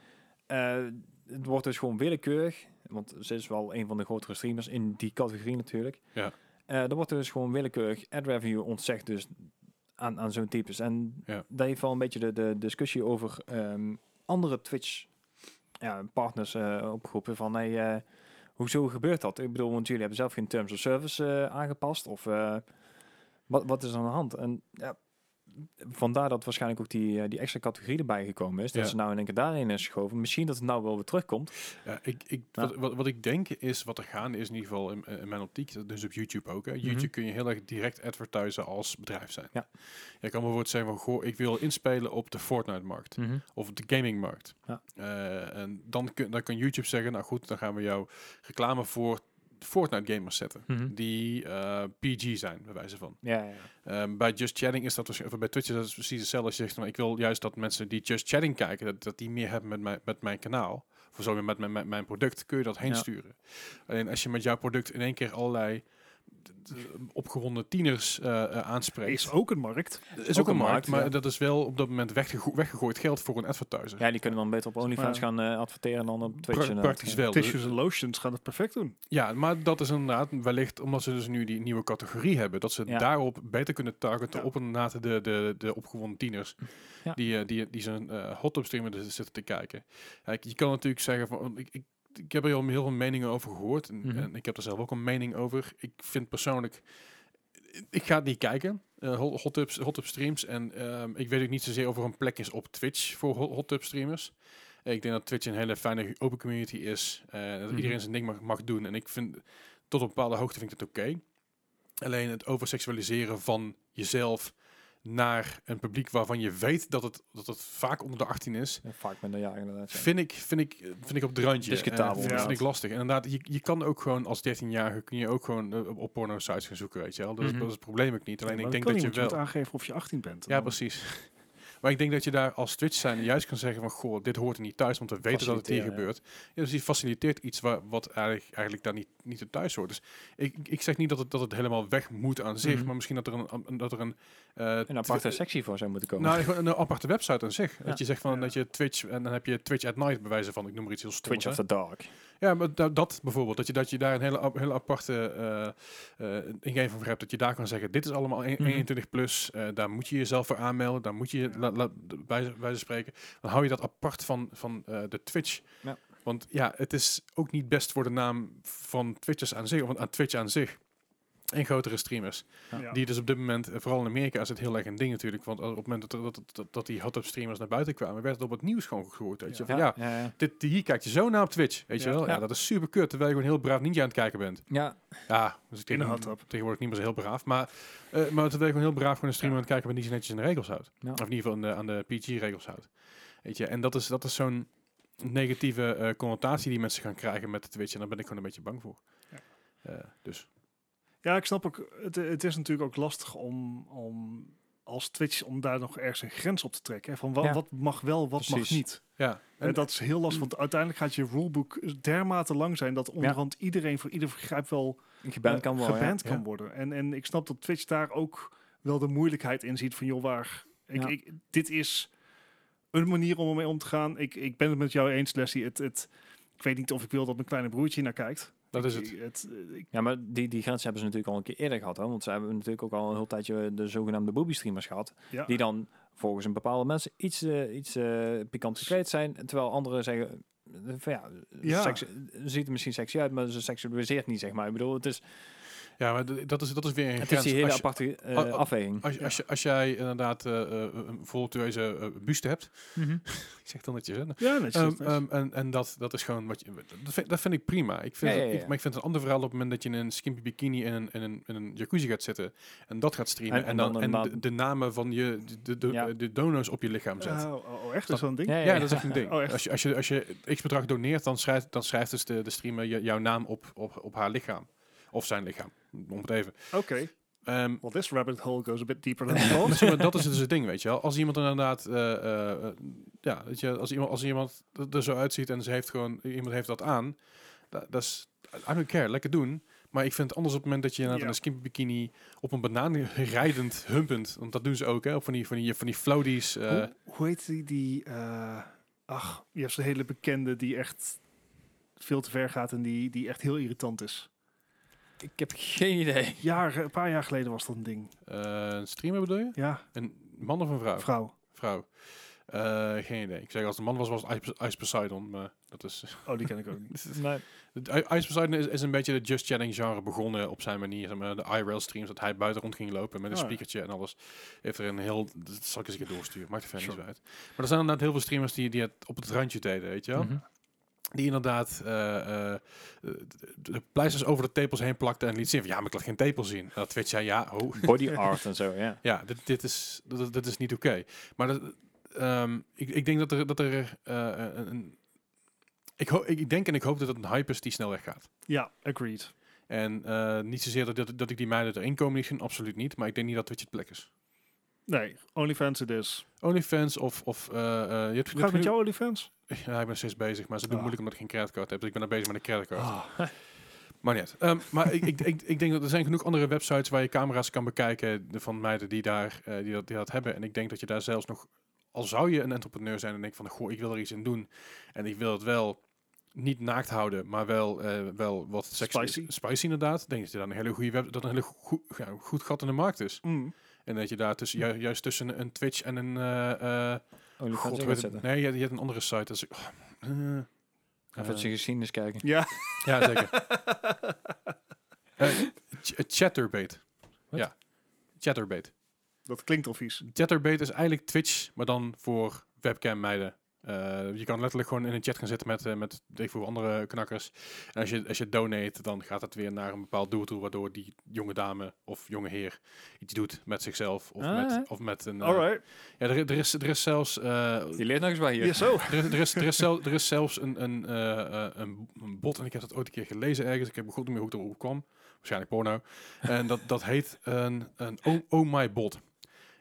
het wordt dus gewoon willekeurig. Want ze is wel een van de grotere streamers in die categorie natuurlijk. Ja. Er wordt dus gewoon willekeurig ad revenue ontzegd dus aan zo'n types. En Ja. daar heeft wel een beetje de discussie over andere Twitch partners opgeroepen van hoezo gebeurt dat? Ik bedoel, want jullie hebben zelf geen terms of service aangepast of wat is er aan de hand? En ja, vandaar dat waarschijnlijk ook die extra categorie erbij gekomen is. Dat Ja. ze nou in één keer daarin is geschoven. Misschien dat het nou wel weer terugkomt. Ja, Ja. wat ik denk is, wat er gaande is in ieder geval in mijn optiek, dus op YouTube ook. Hè. YouTube kun je heel erg direct advertisen als bedrijf zijn. Ja. Je kan bijvoorbeeld zeggen van, goh, ik wil inspelen op de Fortnite-markt. Of op de gaming-markt. Ja. En dan kan YouTube zeggen, nou goed, dan gaan we jouw reclame voor Fortnite-gamers zetten. Die PG zijn, bij wijze van. Ja. Bij Just Chatting is dat waarschijnlijk, bij Twitch is dat precies hetzelfde. Als je zegt, ik wil juist dat mensen die Just Chatting kijken, dat die meer hebben met mijn kanaal. Of zo met mijn product, kun je dat heen Ja. sturen. Alleen als je met jouw product in één keer allerlei opgewonden tieners aanspreekt. Is ook een markt. Is ook een markt, maar ja. dat is wel op dat moment weggegooid geld voor een advertiser. Ja, die kunnen dan beter op OnlyFans gaan adverteren dan op Twitch. inderdaad. Praktisch wel. Dus- Tissues en lotions gaan het perfect doen. ja, maar dat is inderdaad wellicht omdat ze dus nu die nieuwe categorie hebben, dat ze Ja. daarop beter kunnen targeten Ja. op inderdaad de opgewonden tieners Ja. die zo'n hot tub streamer dus zitten te kijken. Kijk, je kan natuurlijk zeggen van ik heb er al heel veel meningen over gehoord en ik heb er zelf ook een mening over. Ik vind persoonlijk, ik ga het niet kijken, hot tub streams en ik weet ook niet zozeer of er een plek is op Twitch voor hot tub streamers. Ik denk dat Twitch een hele fijne open community is. Dat iedereen zijn ding mag doen. En ik vind, tot een bepaalde hoogte vind ik het oké. Alleen het overseksualiseren van jezelf naar een publiek waarvan je weet dat het vaak onder de 18 is, Ja, vaak minderjarig inderdaad. Ja. vind ik op het randje. Discutabel. Vind Ja. ik lastig. En inderdaad, je kan ook gewoon als 13-jarige kun je ook gewoon op porno sites gaan zoeken, weet je wel. Dat is het probleem ook niet. Alleen Maar ik denk kan dat je niet, je wel... moet aangeven of je 18 bent. Ja, precies. Maar ik denk dat je daar als Twitch zijn juist kan zeggen van, goh, dit hoort er niet thuis, want we weten dat het hier gebeurt. Ja, dus die faciliteert iets wat eigenlijk daar niet thuis hoort. Dus ik zeg niet dat het helemaal weg moet aan zich, maar misschien dat er een aparte sectie voor zou moeten komen. Nou, gewoon een aparte website aan zich. Dat je zegt van dat je Twitch, en dan heb je Twitch at Night bewijzen van, ik noem maar iets heel stoms. Twitch After Dark. Ja, maar dat bijvoorbeeld, dat je daar een hele aparte ingeving voor hebt, dat je daar kan zeggen, dit is allemaal 21 plus, daar moet je jezelf voor aanmelden, daar moet je bij spreken. Dan hou je dat apart van de Twitch. Ja. Want ja, het is ook niet best voor de naam van Twitchers aan zich, of aan Twitch aan zich. En grotere streamers. Ja. Die dus op dit moment, vooral in Amerika is het heel erg een ding natuurlijk. Want op het moment dat die hot-up streamers naar buiten kwamen, werd het op het nieuws gewoon gehoord. Weet je? Van, hier kijk je zo naar op Twitch. Weet je wel? Ja, dat is super kut. Terwijl je gewoon heel braaf Ninja aan het kijken bent. Ja. Ja, dus ik denk tegenwoordig niet meer zo heel braaf. Maar terwijl je gewoon heel braaf gewoon een streamer aan het kijken bent die zich netjes in de regels houdt. Ja. Of in ieder geval aan de PG-regels houdt. Weet je? En dat is zo'n negatieve connotatie die mensen gaan krijgen met Twitch. En daar ben ik gewoon een beetje bang voor. Ja. Dus... Ja, ik snap ook. Het is natuurlijk ook lastig om als Twitch om daar nog ergens een grens op te trekken. Hè? Van wat mag wel, wat mag niet. Ja. En dat is heel lastig, want uiteindelijk gaat je rulebook dermate lang zijn dat onderhand iedereen voor ieder vergrijp wel geband kan worden. En ik snap dat Twitch daar ook wel de moeilijkheid in ziet van joh, dit is een manier om ermee om te gaan. Ik ben het met jou eens, Leslie. Ik weet niet of ik wil dat mijn kleine broertje naar kijkt. Dat is het. Ja, maar die grens hebben ze natuurlijk al een keer eerder gehad. Hè? Want ze hebben natuurlijk ook al een heel tijdje de zogenaamde booby streamers gehad. Ja. Die dan volgens een bepaalde mensen iets pikant gekleed zijn. Terwijl anderen zeggen, ziet er misschien sexy uit, maar ze seksualiseert niet, zeg maar. Ik bedoel, het is... Ja, maar dat is weer een grens. Het is die hele aparte afweging. Als jij inderdaad een voluptueuze buste hebt, ik zeg dan netjes, hè? Ja, netjes. En dat is gewoon wat je... Dat vind ik prima. Maar ik vind het een ander verhaal op het moment dat je in een skimpy bikini in een jacuzzi gaat zitten en dat gaat streamen en dan de namen van de donors op je lichaam zet. Echt? Dat is zo'n ding? Ja, dat is echt een ding. Als je x bedrag doneert, dan schrijft dus de streamer jouw naam op haar lichaam. Of zijn lichaam. Om het even. Oké. Well, this rabbit hole goes a bit deeper than I thought. Dat is dus het ding, weet je wel. Als iemand inderdaad... weet je, als iemand er zo uitziet en iemand heeft dat aan, dat is... I don't care, lekker doen. Maar ik vind het anders op het moment dat je inderdaad een skimpy bikini op een banaan rijdend, humpend, want dat doen ze ook, hè, op van die floaties. Hoe heet die... je hebt zo'n hele bekende die echt veel te ver gaat en die echt heel irritant is. Ik heb geen idee. Een paar jaar geleden was dat een ding. Een streamer bedoel je? Ja. Een man of een vrouw? Vrouw. Geen idee. Ik zeg, als de man was het Ice Poseidon, maar dat is... Die ken ik ook niet. Nee. Ice Poseidon is een beetje de Just Chatting genre begonnen op zijn manier. Zeg maar, de IRL streams, dat hij buiten rond ging lopen met een speakertje en alles. Heeft er een heel... Dat zal ik eens een keer doorsturen. Maakt er verder niet zo uit. Maar er zijn inderdaad heel veel streamers die het op het randje deden, weet je wel? Die inderdaad de pleisters over de tepels heen plakte en liet zien van ja, maar ik laat geen tepels zien. Dat Twitch zei body art en zo, ja. Ja, dit is niet oké. Maar ik denk dat er ik denk en ik hoop dat het een hype is die snel weggaat. Ja, agreed. En niet zozeer dat ik die meiden erin komen zien, absoluut niet. Maar ik denk niet dat Twitch het plek is. Nee, OnlyFans het is. OnlyFans of Gaat met jou OnlyFans? Ja, ik ben steeds bezig, maar ze doen moeilijk omdat ik geen creditcard heb. Dus ik ben daar bezig met een creditcard. Maar niet. Maar ik denk dat er zijn genoeg andere websites waar je camera's kan bekijken van meiden die dat hebben. En ik denk dat je daar zelfs nog, al zou je een entrepreneur zijn en denk van, goh, ik wil er iets in doen. En ik wil het wel niet naakt houden, maar wel wat spicy inderdaad. Ik denk dat je daar een hele goede dat een hele goed gat in de markt is. En dat je daar juist tussen een Twitch en een... Nee, je hebt een andere site. Dus, even zijn geschiedenis kijken. Ja, ja zeker. Chatterbait. Ja, Chatterbait. Dat klinkt al vies. Chatterbait is eigenlijk Twitch, maar dan voor webcam meiden. Je kan letterlijk gewoon in een chat gaan zitten met veel andere knakkers. En als je donate, dan gaat het weer naar een bepaald doel toe, waardoor die jonge dame of jonge heer iets doet met zichzelf of met een... Alright. Ja, er is zelfs... je leert nog eens bij hier. Ja, zo. Er is zelfs een bot, en ik heb dat ooit een keer gelezen ergens. Ik heb goed niet meer hoe het erop kwam. Waarschijnlijk porno. En dat heet een Oh My Bot. En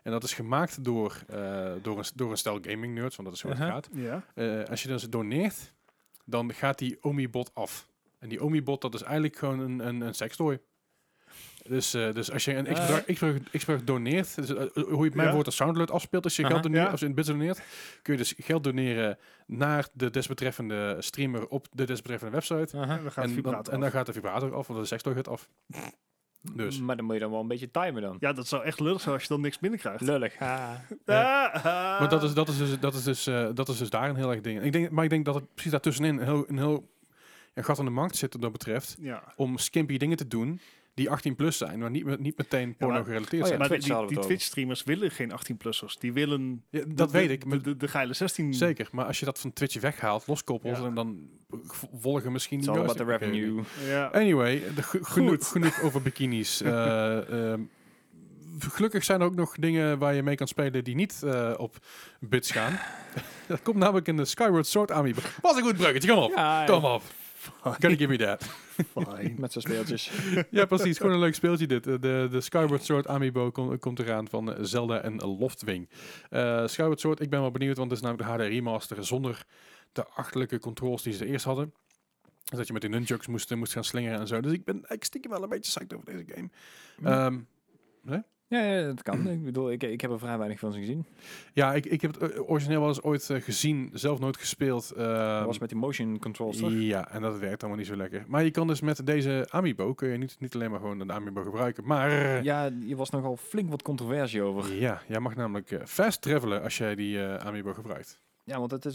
En dat is gemaakt door een stel gaming nerds, want dat is hoe het gaat. Ja. Als je dan doneert, dan gaat die Omibot af. En die Omibot, dat is eigenlijk gewoon een sextoy. Dus als je een X-bedrag doneert, dus, hoe je mijn woord als Soundload afspeelt, als je geld doneert, als je in bits doneert, kun je dus geld doneren naar de desbetreffende streamer op de desbetreffende website. En dan gaat de vibrator af, want de sextoy gaat af. Dus. Maar dan moet je dan wel een beetje timen dan. Ja, dat zou echt lullig zijn als je dan niks binnenkrijgt. Lullig. Maar dat is dus daar een heel erg ding. Ik denk dat het precies daartussenin een gat aan de markt zit wat dat betreft. Ja. Om skimpy dingen te doen die 18 plus zijn, maar niet meteen porno gerelateerd zijn. Maar Twitch die Twitch-streamers willen geen 18-plussers. Die willen weet ik. Maar de geile 16. Zeker, maar als je dat van Twitch weghaalt, loskoppelt, en dan volgen misschien It's die all juiste about the revenue. Ja. Anyway, genoeg over bikinis. Gelukkig zijn er ook nog dingen waar je mee kan spelen die niet op bits gaan. Dat komt namelijk in de Skyward Sword Amiibo. Was een goed bruggetje, kom op. Kom op. Gotta give me that. Fine. Met zijn speeltjes. Ja, precies. Gewoon een leuk speeltje dit. De Skyward Sword Amiibo komt eraan van Zelda en Loftwing. Skyward Sword, ik ben wel benieuwd, want het is namelijk de HD remaster zonder de achterlijke controls die ze eerst hadden. Dus dat je met de nunchucks moest gaan slingeren en zo. Dus ik stiekem wel een beetje psyched over deze game. Ja, dat kan. Ik bedoel, ik heb er vrij weinig van gezien. Ja, ik heb het origineel wel eens ooit gezien, zelf nooit gespeeld. Dat was met die motion controls, toch? Ja, en dat werkt allemaal niet zo lekker. Maar je kan dus met deze Amiibo, kun je niet alleen maar gewoon de Amiibo gebruiken, maar... Ja, je was nogal flink wat controversie over. Ja, jij mag namelijk fast travelen als jij die Amiibo gebruikt. Ja, want het is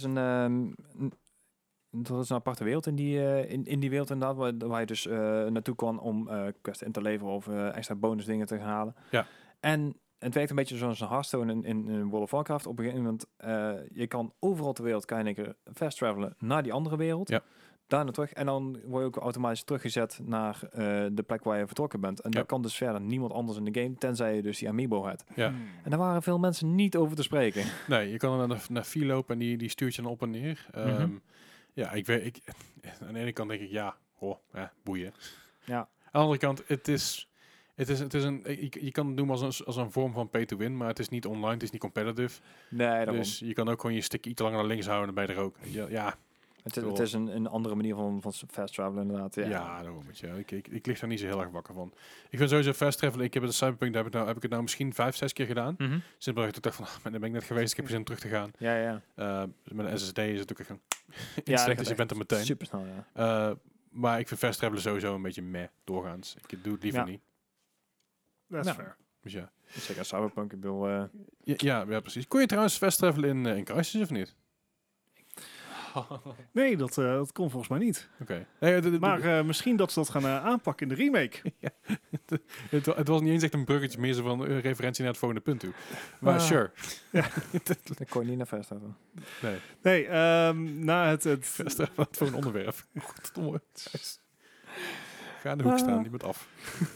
dat is een aparte wereld in die wereld inderdaad, waar je dus naartoe kan om quests in te leveren of extra bonus dingen te gaan halen. Ja. En het werkt een beetje zoals een Hearthstone in World of Warcraft. Op een gegeven moment, je kan overal ter wereld kan je in één keer fast travelen naar die andere wereld. Ja. Daarna terug. En dan word je ook automatisch teruggezet naar de plek waar je vertrokken bent. En daar kan dus verder niemand anders in de game, tenzij je dus die Amiibo hebt. Ja. En daar waren veel mensen niet over te spreken. Nee, je kan er naar Fie lopen en die stuurt je dan op en neer. Ja, aan de ene kant denk ik, boeien. Ja. Aan de andere kant, het is je kan het noemen als een vorm van pay to win, maar het is niet online, het is niet competitive. Nee, daarom. Dus je kan ook gewoon je stick iets langer naar links houden en dan ben je er ook. Ja. Het is een andere manier van fast travel inderdaad. Ja, daarom. Ik lig daar niet zo heel erg wakker van. Ik vind sowieso fast travel. Ik heb het Cyberpunk, daar heb ik het nou misschien 5-6 keer gedaan. Simpel dat ik dacht van, dan ben ik net geweest, ik heb zin om terug te gaan. Ja. Met een SSD is het ook echt een instant, dus je bent er meteen. Super snel, ja. Maar ik vind fast travelen sowieso een beetje meh doorgaans. Ik doe het liever niet. Dat is fair. Dus ja. Zeker Cyberpunk, ik bedoel... Ja, precies. Kon je trouwens fast travelen in Crysis of niet? Nee, dat kon volgens mij niet. Oké. Maar misschien dat ze dat gaan aanpakken in de remake. Het was niet eens echt een bruggetje, meer zo van een referentie naar het volgende punt toe. Maar sure. Ja. Dan kon je niet naar fast travel. Nee, na het... Fast travel, het volgende onderwerp. Godverdomme. Ga in de hoek staan, die moet af.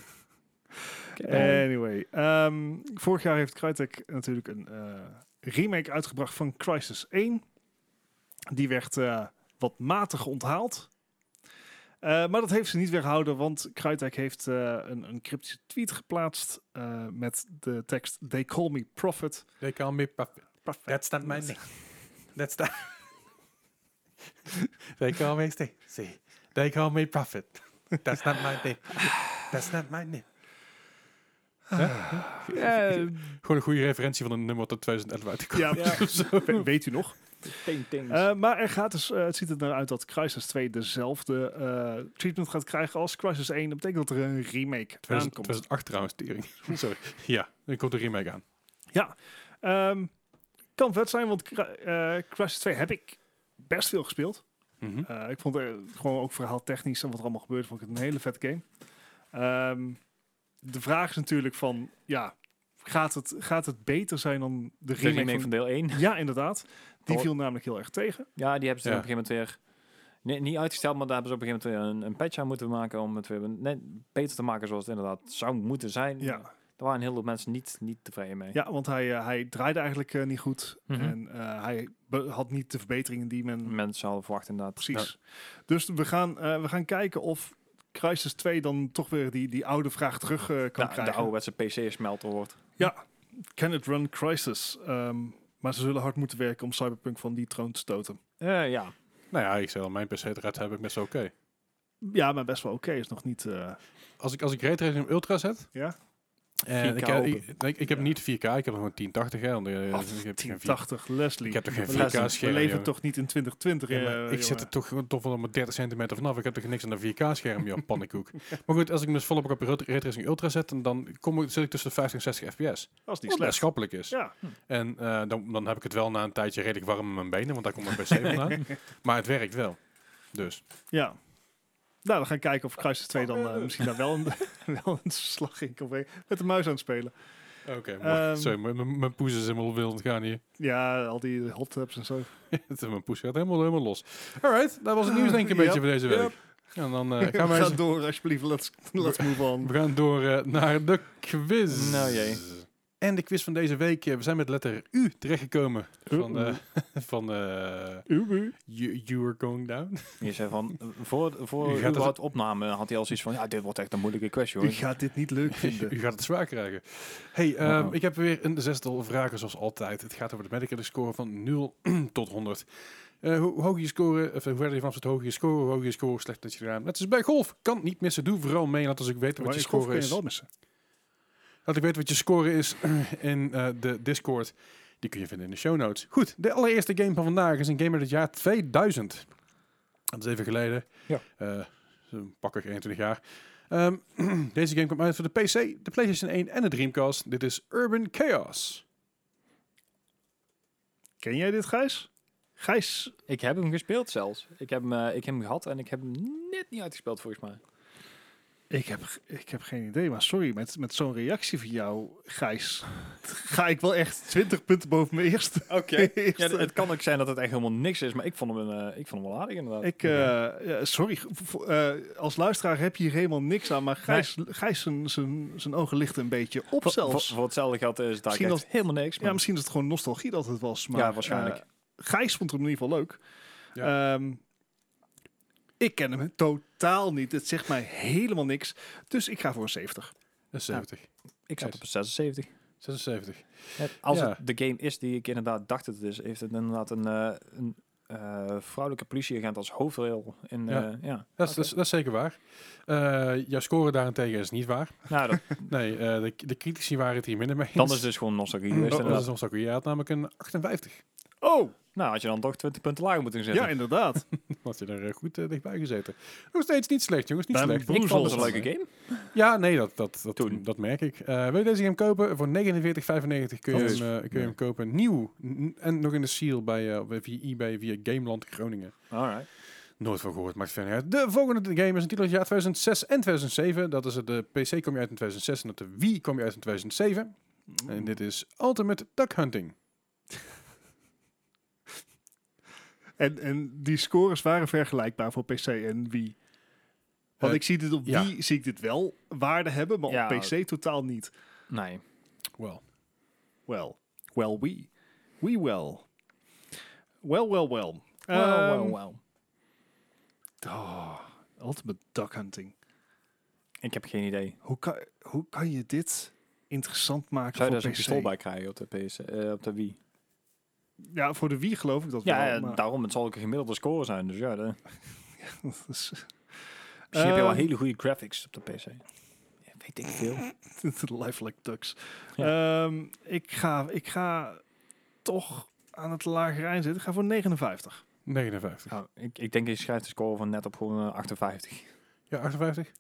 Anyway, vorig jaar heeft Crytek natuurlijk een remake uitgebracht van Crysis 1. Die werd wat matig onthaald. Maar dat heeft ze niet weerhouden, want Crytek heeft een cryptische tweet geplaatst met de tekst They call me prophet. They call me prophet. That's not my name. That's not... They call me see. They call me prophet. That's not my name. That's not my name. Gewoon een goede referentie van een nummer tot 2011 uitgekomen. Ja. Weet u nog? Maar er gaat dus, het ziet er naar uit dat Crysis 2 dezelfde treatment gaat krijgen als Crysis 1. Dat betekent dat er een remake aankomt. 2008 trouwens, tering. Sorry. Ja, er komt een remake aan. Ja, kan vet zijn, want Crysis 2 heb ik best veel gespeeld. Ik vond het gewoon ook verhaaltechnisch en wat er allemaal gebeurde, vond ik het een hele vet game. De vraag is natuurlijk van, gaat het beter zijn dan de remake van deel 1? Ja, inderdaad. Die viel namelijk heel erg tegen. Ja, die hebben ze op een gegeven moment weer... niet uitgesteld, maar daar hebben ze op een gegeven moment weer een patch aan moeten maken om het weer beter te maken zoals het inderdaad zou moeten zijn. Ja. Daar waren heel veel mensen niet tevreden mee. Ja, want hij draaide eigenlijk niet goed. En hij had niet de verbeteringen die mensen hadden verwacht inderdaad. Precies. Ja. Dus we gaan kijken of Crysis 2 dan toch weer die oude vraag terug kan krijgen. De ouderwetse PC-smelter wordt. Ja, Can it run Crysis? Maar ze zullen hard moeten werken om Cyberpunk van die troon te stoten. Ja. Nou ja, ik zeg al, mijn PC eruit heb ik best wel oké. Ja, maar best wel oké. Is nog niet... Als ik Raytracing op Ultra zet... Ja? En 4K ik heb niet 4K, ik heb gewoon 1080. Hè, want, ik heb geen 1080, Leslie. Ik heb toch geen Leslie, 4K-scherm. we leven toch niet in 2020? Ja, maar ik zit er toch wel met 30 centimeter vanaf. Ik heb toch niks aan een 4K-scherm, joh, pannenkoek. Maar goed, als ik hem dus volop op Raytracing Ultra zet, dan zit ik tussen de 50 en 60 fps. Dat is niet Wat slecht. best schappelijk is. Ja. En dan heb ik het wel na een tijdje redelijk warm in mijn benen, want daar komt mijn PC vandaan. Maar het werkt wel. Dus. Ja. Nou, dan gaan we kijken of Crysis 2 dan misschien daar wel een slag in kan brengen. Met de muis aan het spelen. Oké, sorry, mijn poes is helemaal wild gaan hier. Ja, al die hot tubs en zo. Mijn poes gaat helemaal los. Alright, dat was het nieuws denk ik een beetje voor deze week. Yep. En dan gaan we door, alsjeblieft. Let's move on. We gaan door naar de quiz. Nou jee. En de quiz van deze week, we zijn met letter U terechtgekomen. Van You Were Going Down. Je zei van, voor het opname had hij al zoiets van, ja, dit wordt echt een moeilijke question, U hoor. gaat dit niet leuk vinden. U gaat het zwaar krijgen. Hey, ik heb weer een zestal vragen zoals altijd. Het gaat over de Metacritic score van 0 tot 100. Hoe hoger je score, of hoe verder je vanaf het hoger je score, hoe hoger je score, hoe slecht dat je gedaan. Net is bij golf. Kan niet missen. Doe vooral mee. Laat als ik weet wat je score is. Kun je wel missen. Laat ik weten wat je score is in de Discord. Die kun je vinden in de show notes. Goed, de allereerste game van vandaag is een game uit het jaar 2000. Dat is even geleden. Ja. Pakkig 21 jaar. Deze game kwam uit voor de PC, de PlayStation 1 en de Dreamcast. Dit is Urban Chaos. Ken jij dit, Gijs? Gijs? Ik heb hem gespeeld zelfs. Ik heb hem gehad en ik heb hem net niet uitgespeeld volgens mij. Ik heb geen idee, maar sorry, met zo'n reactie van jou, Gijs, ga ik wel echt 20 punten boven mijn eerste. Oké. Ja, het kan ook zijn dat het echt helemaal niks is, maar ik vond hem wel aardig inderdaad. Ja, sorry, als luisteraar heb je hier helemaal niks aan, maar Gijs zijn ogen lichten een beetje op zelfs. Voor hetzelfde geld is daar Misschien helemaal niks. Maar Ja, misschien is het gewoon nostalgie dat het was. Maar, ja, waarschijnlijk. Gijs vond hem in ieder geval leuk. Ja. Ik ken hem totaal niet. Het zegt mij helemaal niks. Dus ik ga voor een 70. Een 70. Ik zat op een 76. 76. Als het de game is die ik inderdaad dacht het is, heeft het inderdaad een vrouwelijke politieagent als hoofdrol. Dat is zeker waar. Jouw score daarentegen is niet waar. Nou, Nee, de critici waren het hier minder mee eens. dan is het dus gewoon nostalgie geweest. Dat inderdaad. is nostalgie. Je had namelijk een 58. Oh, Nou, had je dan toch 20 punten lager moeten zetten. ja, inderdaad. Had je er goed dichtbij gezeten. Nog steeds niet slecht, jongens. Niet Bij slecht. mijn Ik vond het een Broezels. leuke game. Ja, nee, dat merk ik. Wil je deze game kopen? Voor 49,95 kun je hem kopen. Nieuw. En nog in de seal via eBay, via Gameland Groningen. Alright. Nooit van gehoord, maakt verder niet uit. De volgende game is een titel uit het jaar 2006 en 2007. Dat is de PC kom je uit in 2006 en op de Wii kom je uit in 2007. En dit is Ultimate Duck Hunting. En die scores waren vergelijkbaar voor PC en Wii. Want ik zie dit op Wii zie ik dit wel waarde hebben, maar op PC totaal niet. Nee. Well, Wii. Wii well. Well. Well. Ultimate Duck Hunting. Ik heb geen idee. Hoe kan je dit interessant maken Zou je voor daar zo'n pistool PC? bij krijgen op de Wii? Ja, voor de Wii geloof ik dat Ja, wel. Maar daarom. Het zal ook een gemiddelde score zijn. Dus ja, dus, misschien heb je wel hele goede graphics op de PC. Ja, weet ik veel. Life like ducks. Ja. Ik ga toch aan het lagere eind zitten. Ik ga voor 59. 59. Nou, ik denk je schrijft de score van net op gewoon 58. Ja, 58.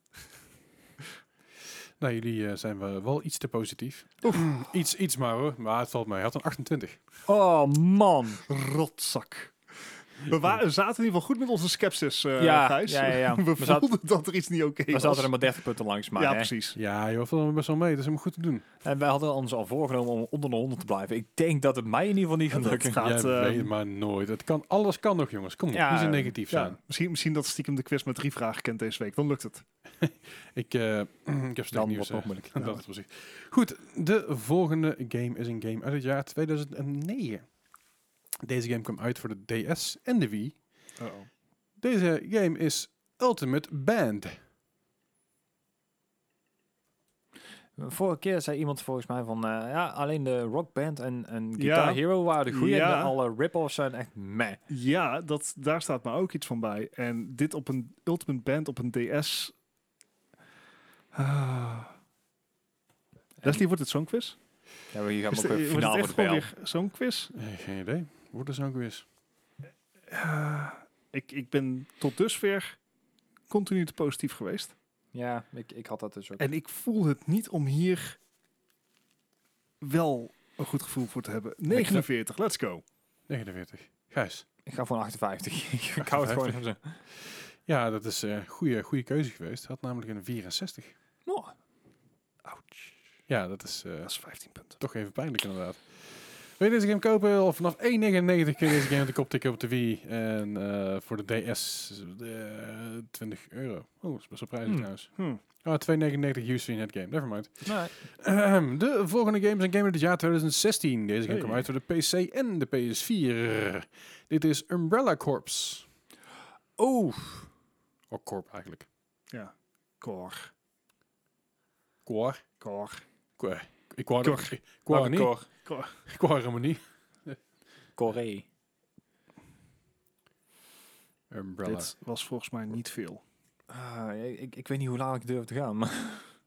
Nou, jullie zijn wel iets te positief. Iets maar hoor, maar het valt mij. Hij had een 28. Oh man. Rotzak. We zaten in ieder geval goed met onze skepsis, Ja, Gijs. ja. We voelden dat er iets niet oké was. We zaten er maar 30 punten langs. Maar, ja, hè. precies. Ja, joh, viel me best wel mee. Dat is helemaal goed te doen. En wij hadden ons al voorgenomen om onder de 100 te blijven. Ik denk dat het mij in ieder geval niet gaat Dat lukken. gaat, Jij weet het maar nooit. Alles kan nog, jongens. Kom op, Ja, niet zo negatief zijn. Misschien dat stiekem de quiz met 3 vragen kent deze week. Dan lukt het. Ik heb slecht Dan nieuws. wordt het nog moeilijk. Dat is precies. Goed, de volgende game is een game uit het jaar 2009. Deze game kwam uit voor de DS en de Wii. Deze game is Ultimate Band. Vorige keer zei iemand volgens mij van... alleen de Rock Band en Guitar Hero waren de goede. Ja. En alle rip-offs zijn echt meh. Ja, daar staat me ook iets van bij. En dit op een Ultimate Band op een DS... Leslie, wordt het zo'n quiz? Ja, hier gaan we ook Wordt weer het finale echt met gewoon Bel. weer zo'n quiz? Nee, geen idee. Wordt er zo'n quiz? Ik ben tot dusver continu te positief geweest. Ja, ik had dat dus ook. En ik voel het niet om hier wel een goed gevoel voor te hebben. 49, let's go. 49. Gijs. Ik ga voor een 58. Ik hou het gewoon even zo. Ja, dat is een goede keuze geweest. Had namelijk een 64. Oh, Ouch. Ja, dat is Dat is 15 punten. toch even pijnlijk inderdaad. Wil je deze game kopen? Of vanaf 1,99 kun je deze game op de kop tikken op de Wii. En voor de DS €20. Oh, dat is best wel prijzig trouwens. $2,99 used in het game. Nevermind. nee. De volgende game is een game uit het jaar 2016. Deze game Hey. kwam uit voor de PC en de PS4. Dit is Umbrella Corps. Oeh. Of Corp eigenlijk. Ja. Cor. Cor. Cor. Ik wou Cor. niet. Cor. Ik wou helemaal niet. Corée. Umbrella. Dit was volgens mij niet veel. Ik weet niet hoe laag ik durf te gaan. Maar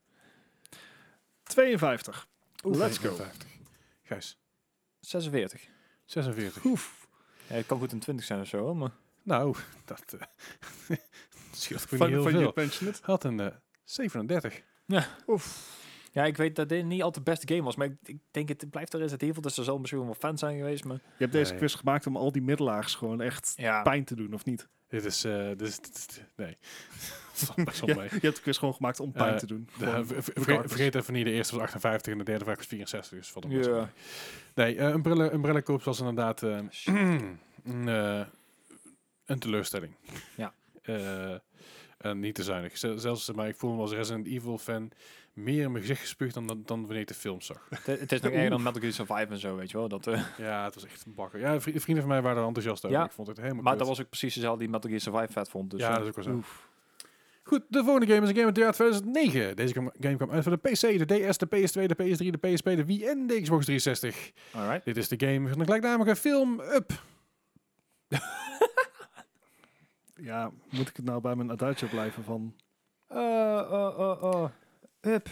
52. Let's go. 50. Gijs. 46. 46. Ja, het kan goed een 20 zijn of zo, hoor, maar... Nou, dat scheelt goed Van niet heel je veel. pensionet. Had een 37. Ja, ik weet dat dit niet altijd de beste game was, maar ik denk het blijft er Resident Evil, dus er zal misschien wel fan zijn geweest, maar... Je hebt deze Nee. quiz gemaakt om al die middelaars gewoon echt Ja, pijn te doen, of niet? Dit is nee. Valt best wel Ja, mee. je hebt de quiz gewoon gemaakt om pijn Eh, te doen. De, Gewoon vergeet even niet, de eerste was 58 en de derde vraag was 64. Dus valt ook best wel ja. mee. Nee, Umbrella Corps was inderdaad een teleurstelling. Ja. En niet te zuinig. Zelfs, maar ik voel me als Resident Evil fan meer in mijn gezicht gespuugd dan wanneer ik de film zag. Het is nog erger dan Metal Gear Survive en zo, weet je wel. Dat, Ja, het was echt een bakker. Ja, vrienden van mij waren er enthousiast over. Ja. Ik vond het helemaal maar kut. dat was ook precies dezelfde die Metal Gear Survive vet vond. Dus, Ja, dat is ook wel zo. Oef. Goed, de volgende game is een game uit het jaar 2009. Deze game kwam uit voor de PC, de DS, de PS2, de PS3, de PSP, de Wii en de Xbox 360. alright. Dit is de game van de gelijknamige film Up. Ja, moet ik het nou bij mijn aduitje blijven van... Up.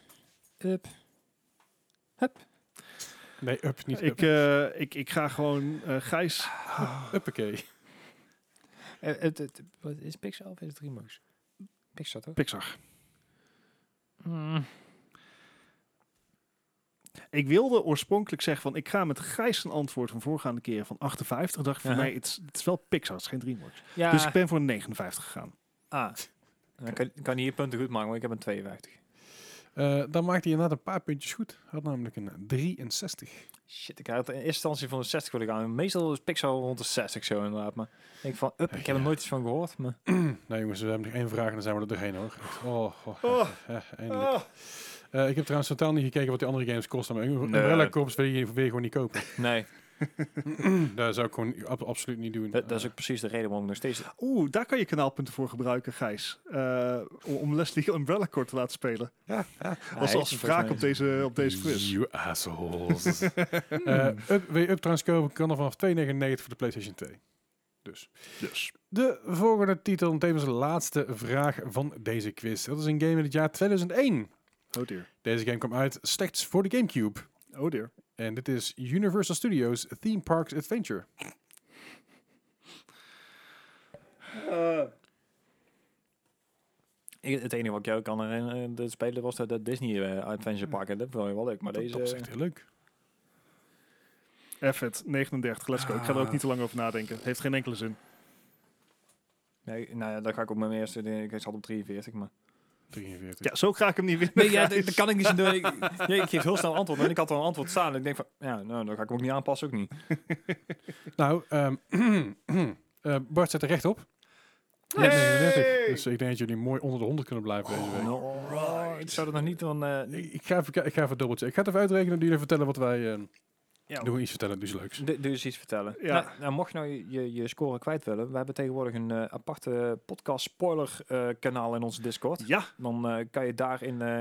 Nee, Up, niet Up. Ik ga gewoon Gijs... Uppakee. Wat is Pixar of is het DreamWorks? Pixar, toch? Pixar. Ik wilde oorspronkelijk zeggen van... Ik ga met Gijs een antwoord van voorgaande keer van 58. Dacht ik van Aha. nee, het is wel Pixar, het is geen DreamWorks. Ja. Dus ik ben voor een 59 gegaan. Dan kan hier punten goed maken, maar ik heb een 52. Dan maakte hij inderdaad een paar puntjes goed. Had namelijk een 63. Shit, ik had in eerste instantie van de 60 willen gaan. Meestal is Pixar rond de 60 zo inderdaad. Maar ik denk van, ik heb er nooit iets van gehoord. Maar... Nou jongens, we hebben nog één vraag en dan zijn we er doorheen hoor. Eindelijk. Ik heb trouwens totaal niet gekeken wat die andere games kosten. Maar Umbrella Corps wil je gewoon niet kopen. Nee, Dat zou ik gewoon absoluut niet doen. dat is ook precies de reden waarom ik nog steeds... Daar kan je kanaalpunten voor gebruiken, Gijs. Om Leslie Umbrella Corps te laten spelen. Als wraak op deze quiz. You assholes. Wil je Up trouwens kopen, kan er vanaf €2,99 voor de PlayStation 2. Dus. De volgende titel, en tevens de laatste vraag van deze quiz. Dat is een game in het jaar 2001. Oh dear. Deze game kwam uit slechts voor de Gamecube. Oh dear. En dit is Universal Studios Theme Parks Adventure. Het enige wat ik jou kan herinneren te spelen was dat Disney Adventure Park. En dat vond je wel leuk, maar deze... Dat is echt heel leuk. F-it, 39, let's go. Ik ga er ook niet te lang over nadenken. Het heeft geen enkele zin. Nee, nou ja, dan ga ik op mijn eerste... Ik zat op 43, maar... 43. Ja, zo ga ik hem niet winnen. Nee, ja, Gijs. dat kan ik niet zo doen. Ik geef heel snel antwoord. En ik had al een antwoord staan. En ik denk van, ja, nou, dan ga ik hem ook niet aanpassen, ook niet. Nou, Bart zet er recht op. Hey! 39. Dus ik denk dat jullie mooi onder de 100 kunnen blijven deze week. Ik zou er nog niet van... Ik ga even dubbelchecken. Ik ga het even uitrekenen en jullie vertellen wat wij... Ja. Doen we iets vertellen, dus leuks. Doe eens iets vertellen. Ja. Nou, mocht je nou je score kwijt willen, we hebben tegenwoordig een aparte podcast spoiler kanaal in onze Discord. Ja, Dan kan je daarin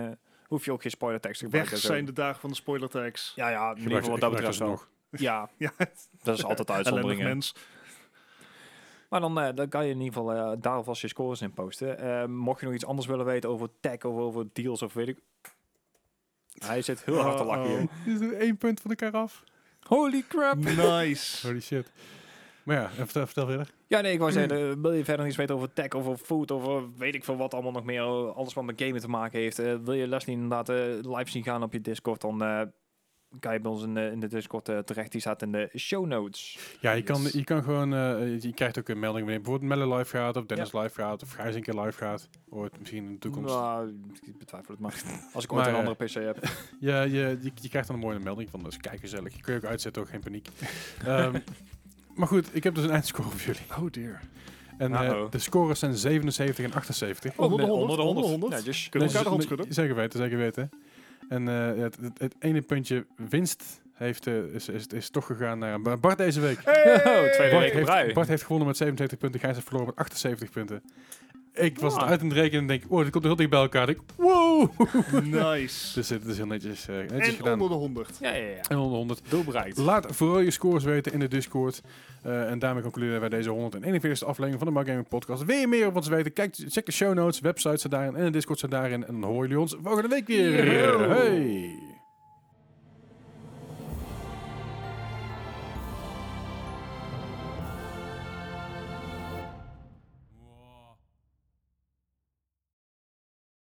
hoef je ook geen spoiler tekst te gebruiken. Weg zijn de dagen van de spoiler tags. Ja, in ieder geval wat dat betreft wel. nog. Ja, Ja, dat is altijd uitzonderingen. mens. Maar dan kan je in ieder geval daar alvast je scores in posten. Mocht je nog iets anders willen weten over tech of over deals of weet ik... Hij zit heel hard te lachen hier. Dit is 1 punt van elkaar af. Holy crap! Nice. Holy shit. Maar ja, vertel verder. Ja, nee, ik wou zeggen, wil je verder nog iets weten over tech, over food, over weet ik veel wat allemaal nog meer, alles wat met gamen te maken heeft. Wil je Leslie inderdaad live zien gaan op je Discord, dan kan je bij ons in de Discord terecht. Die staat in de show notes. Ja, je kan gewoon, je krijgt ook een melding wanneer bijvoorbeeld Melle live gaat, of Dennis live gaat, of Gijs een keer live gaat. Ooit misschien in de toekomst. Nou, ik betwijfel het maar. Als ik ooit een andere PC heb. Ja, je krijgt dan een mooie melding van, dus kijk gezellig. Je kun je ook uitzetten, ook geen paniek. Maar goed, ik heb dus een eindscore voor jullie. Oh dear. En de scores zijn 77 en 78. Onder de 100. 100. Ja, dus Kunnen we elkaar de hand schudden? Zeker weten. En het ene puntje winst is toch gegaan naar Bart deze week. tweede week op rij. Bart heeft gewonnen met 77 punten. Gijs heeft verloren met 78 punten. Ik was het uit aan het rekenen en denk, oh, dit komt heel dicht bij elkaar. Wow! Nice. Dus het is heel netjes En gedaan. onder de 100. Ja. En onder de 100. Doel bereikt. Laat vooral je scores weten in de Discord. En daarmee concluderen wij deze 141ste aflevering van de Mark Gaming Podcast. Wil je meer op ons weten? Check de show notes, websites zijn daarin en de Discord zijn daarin. En dan horen jullie ons volgende week weer. Hey!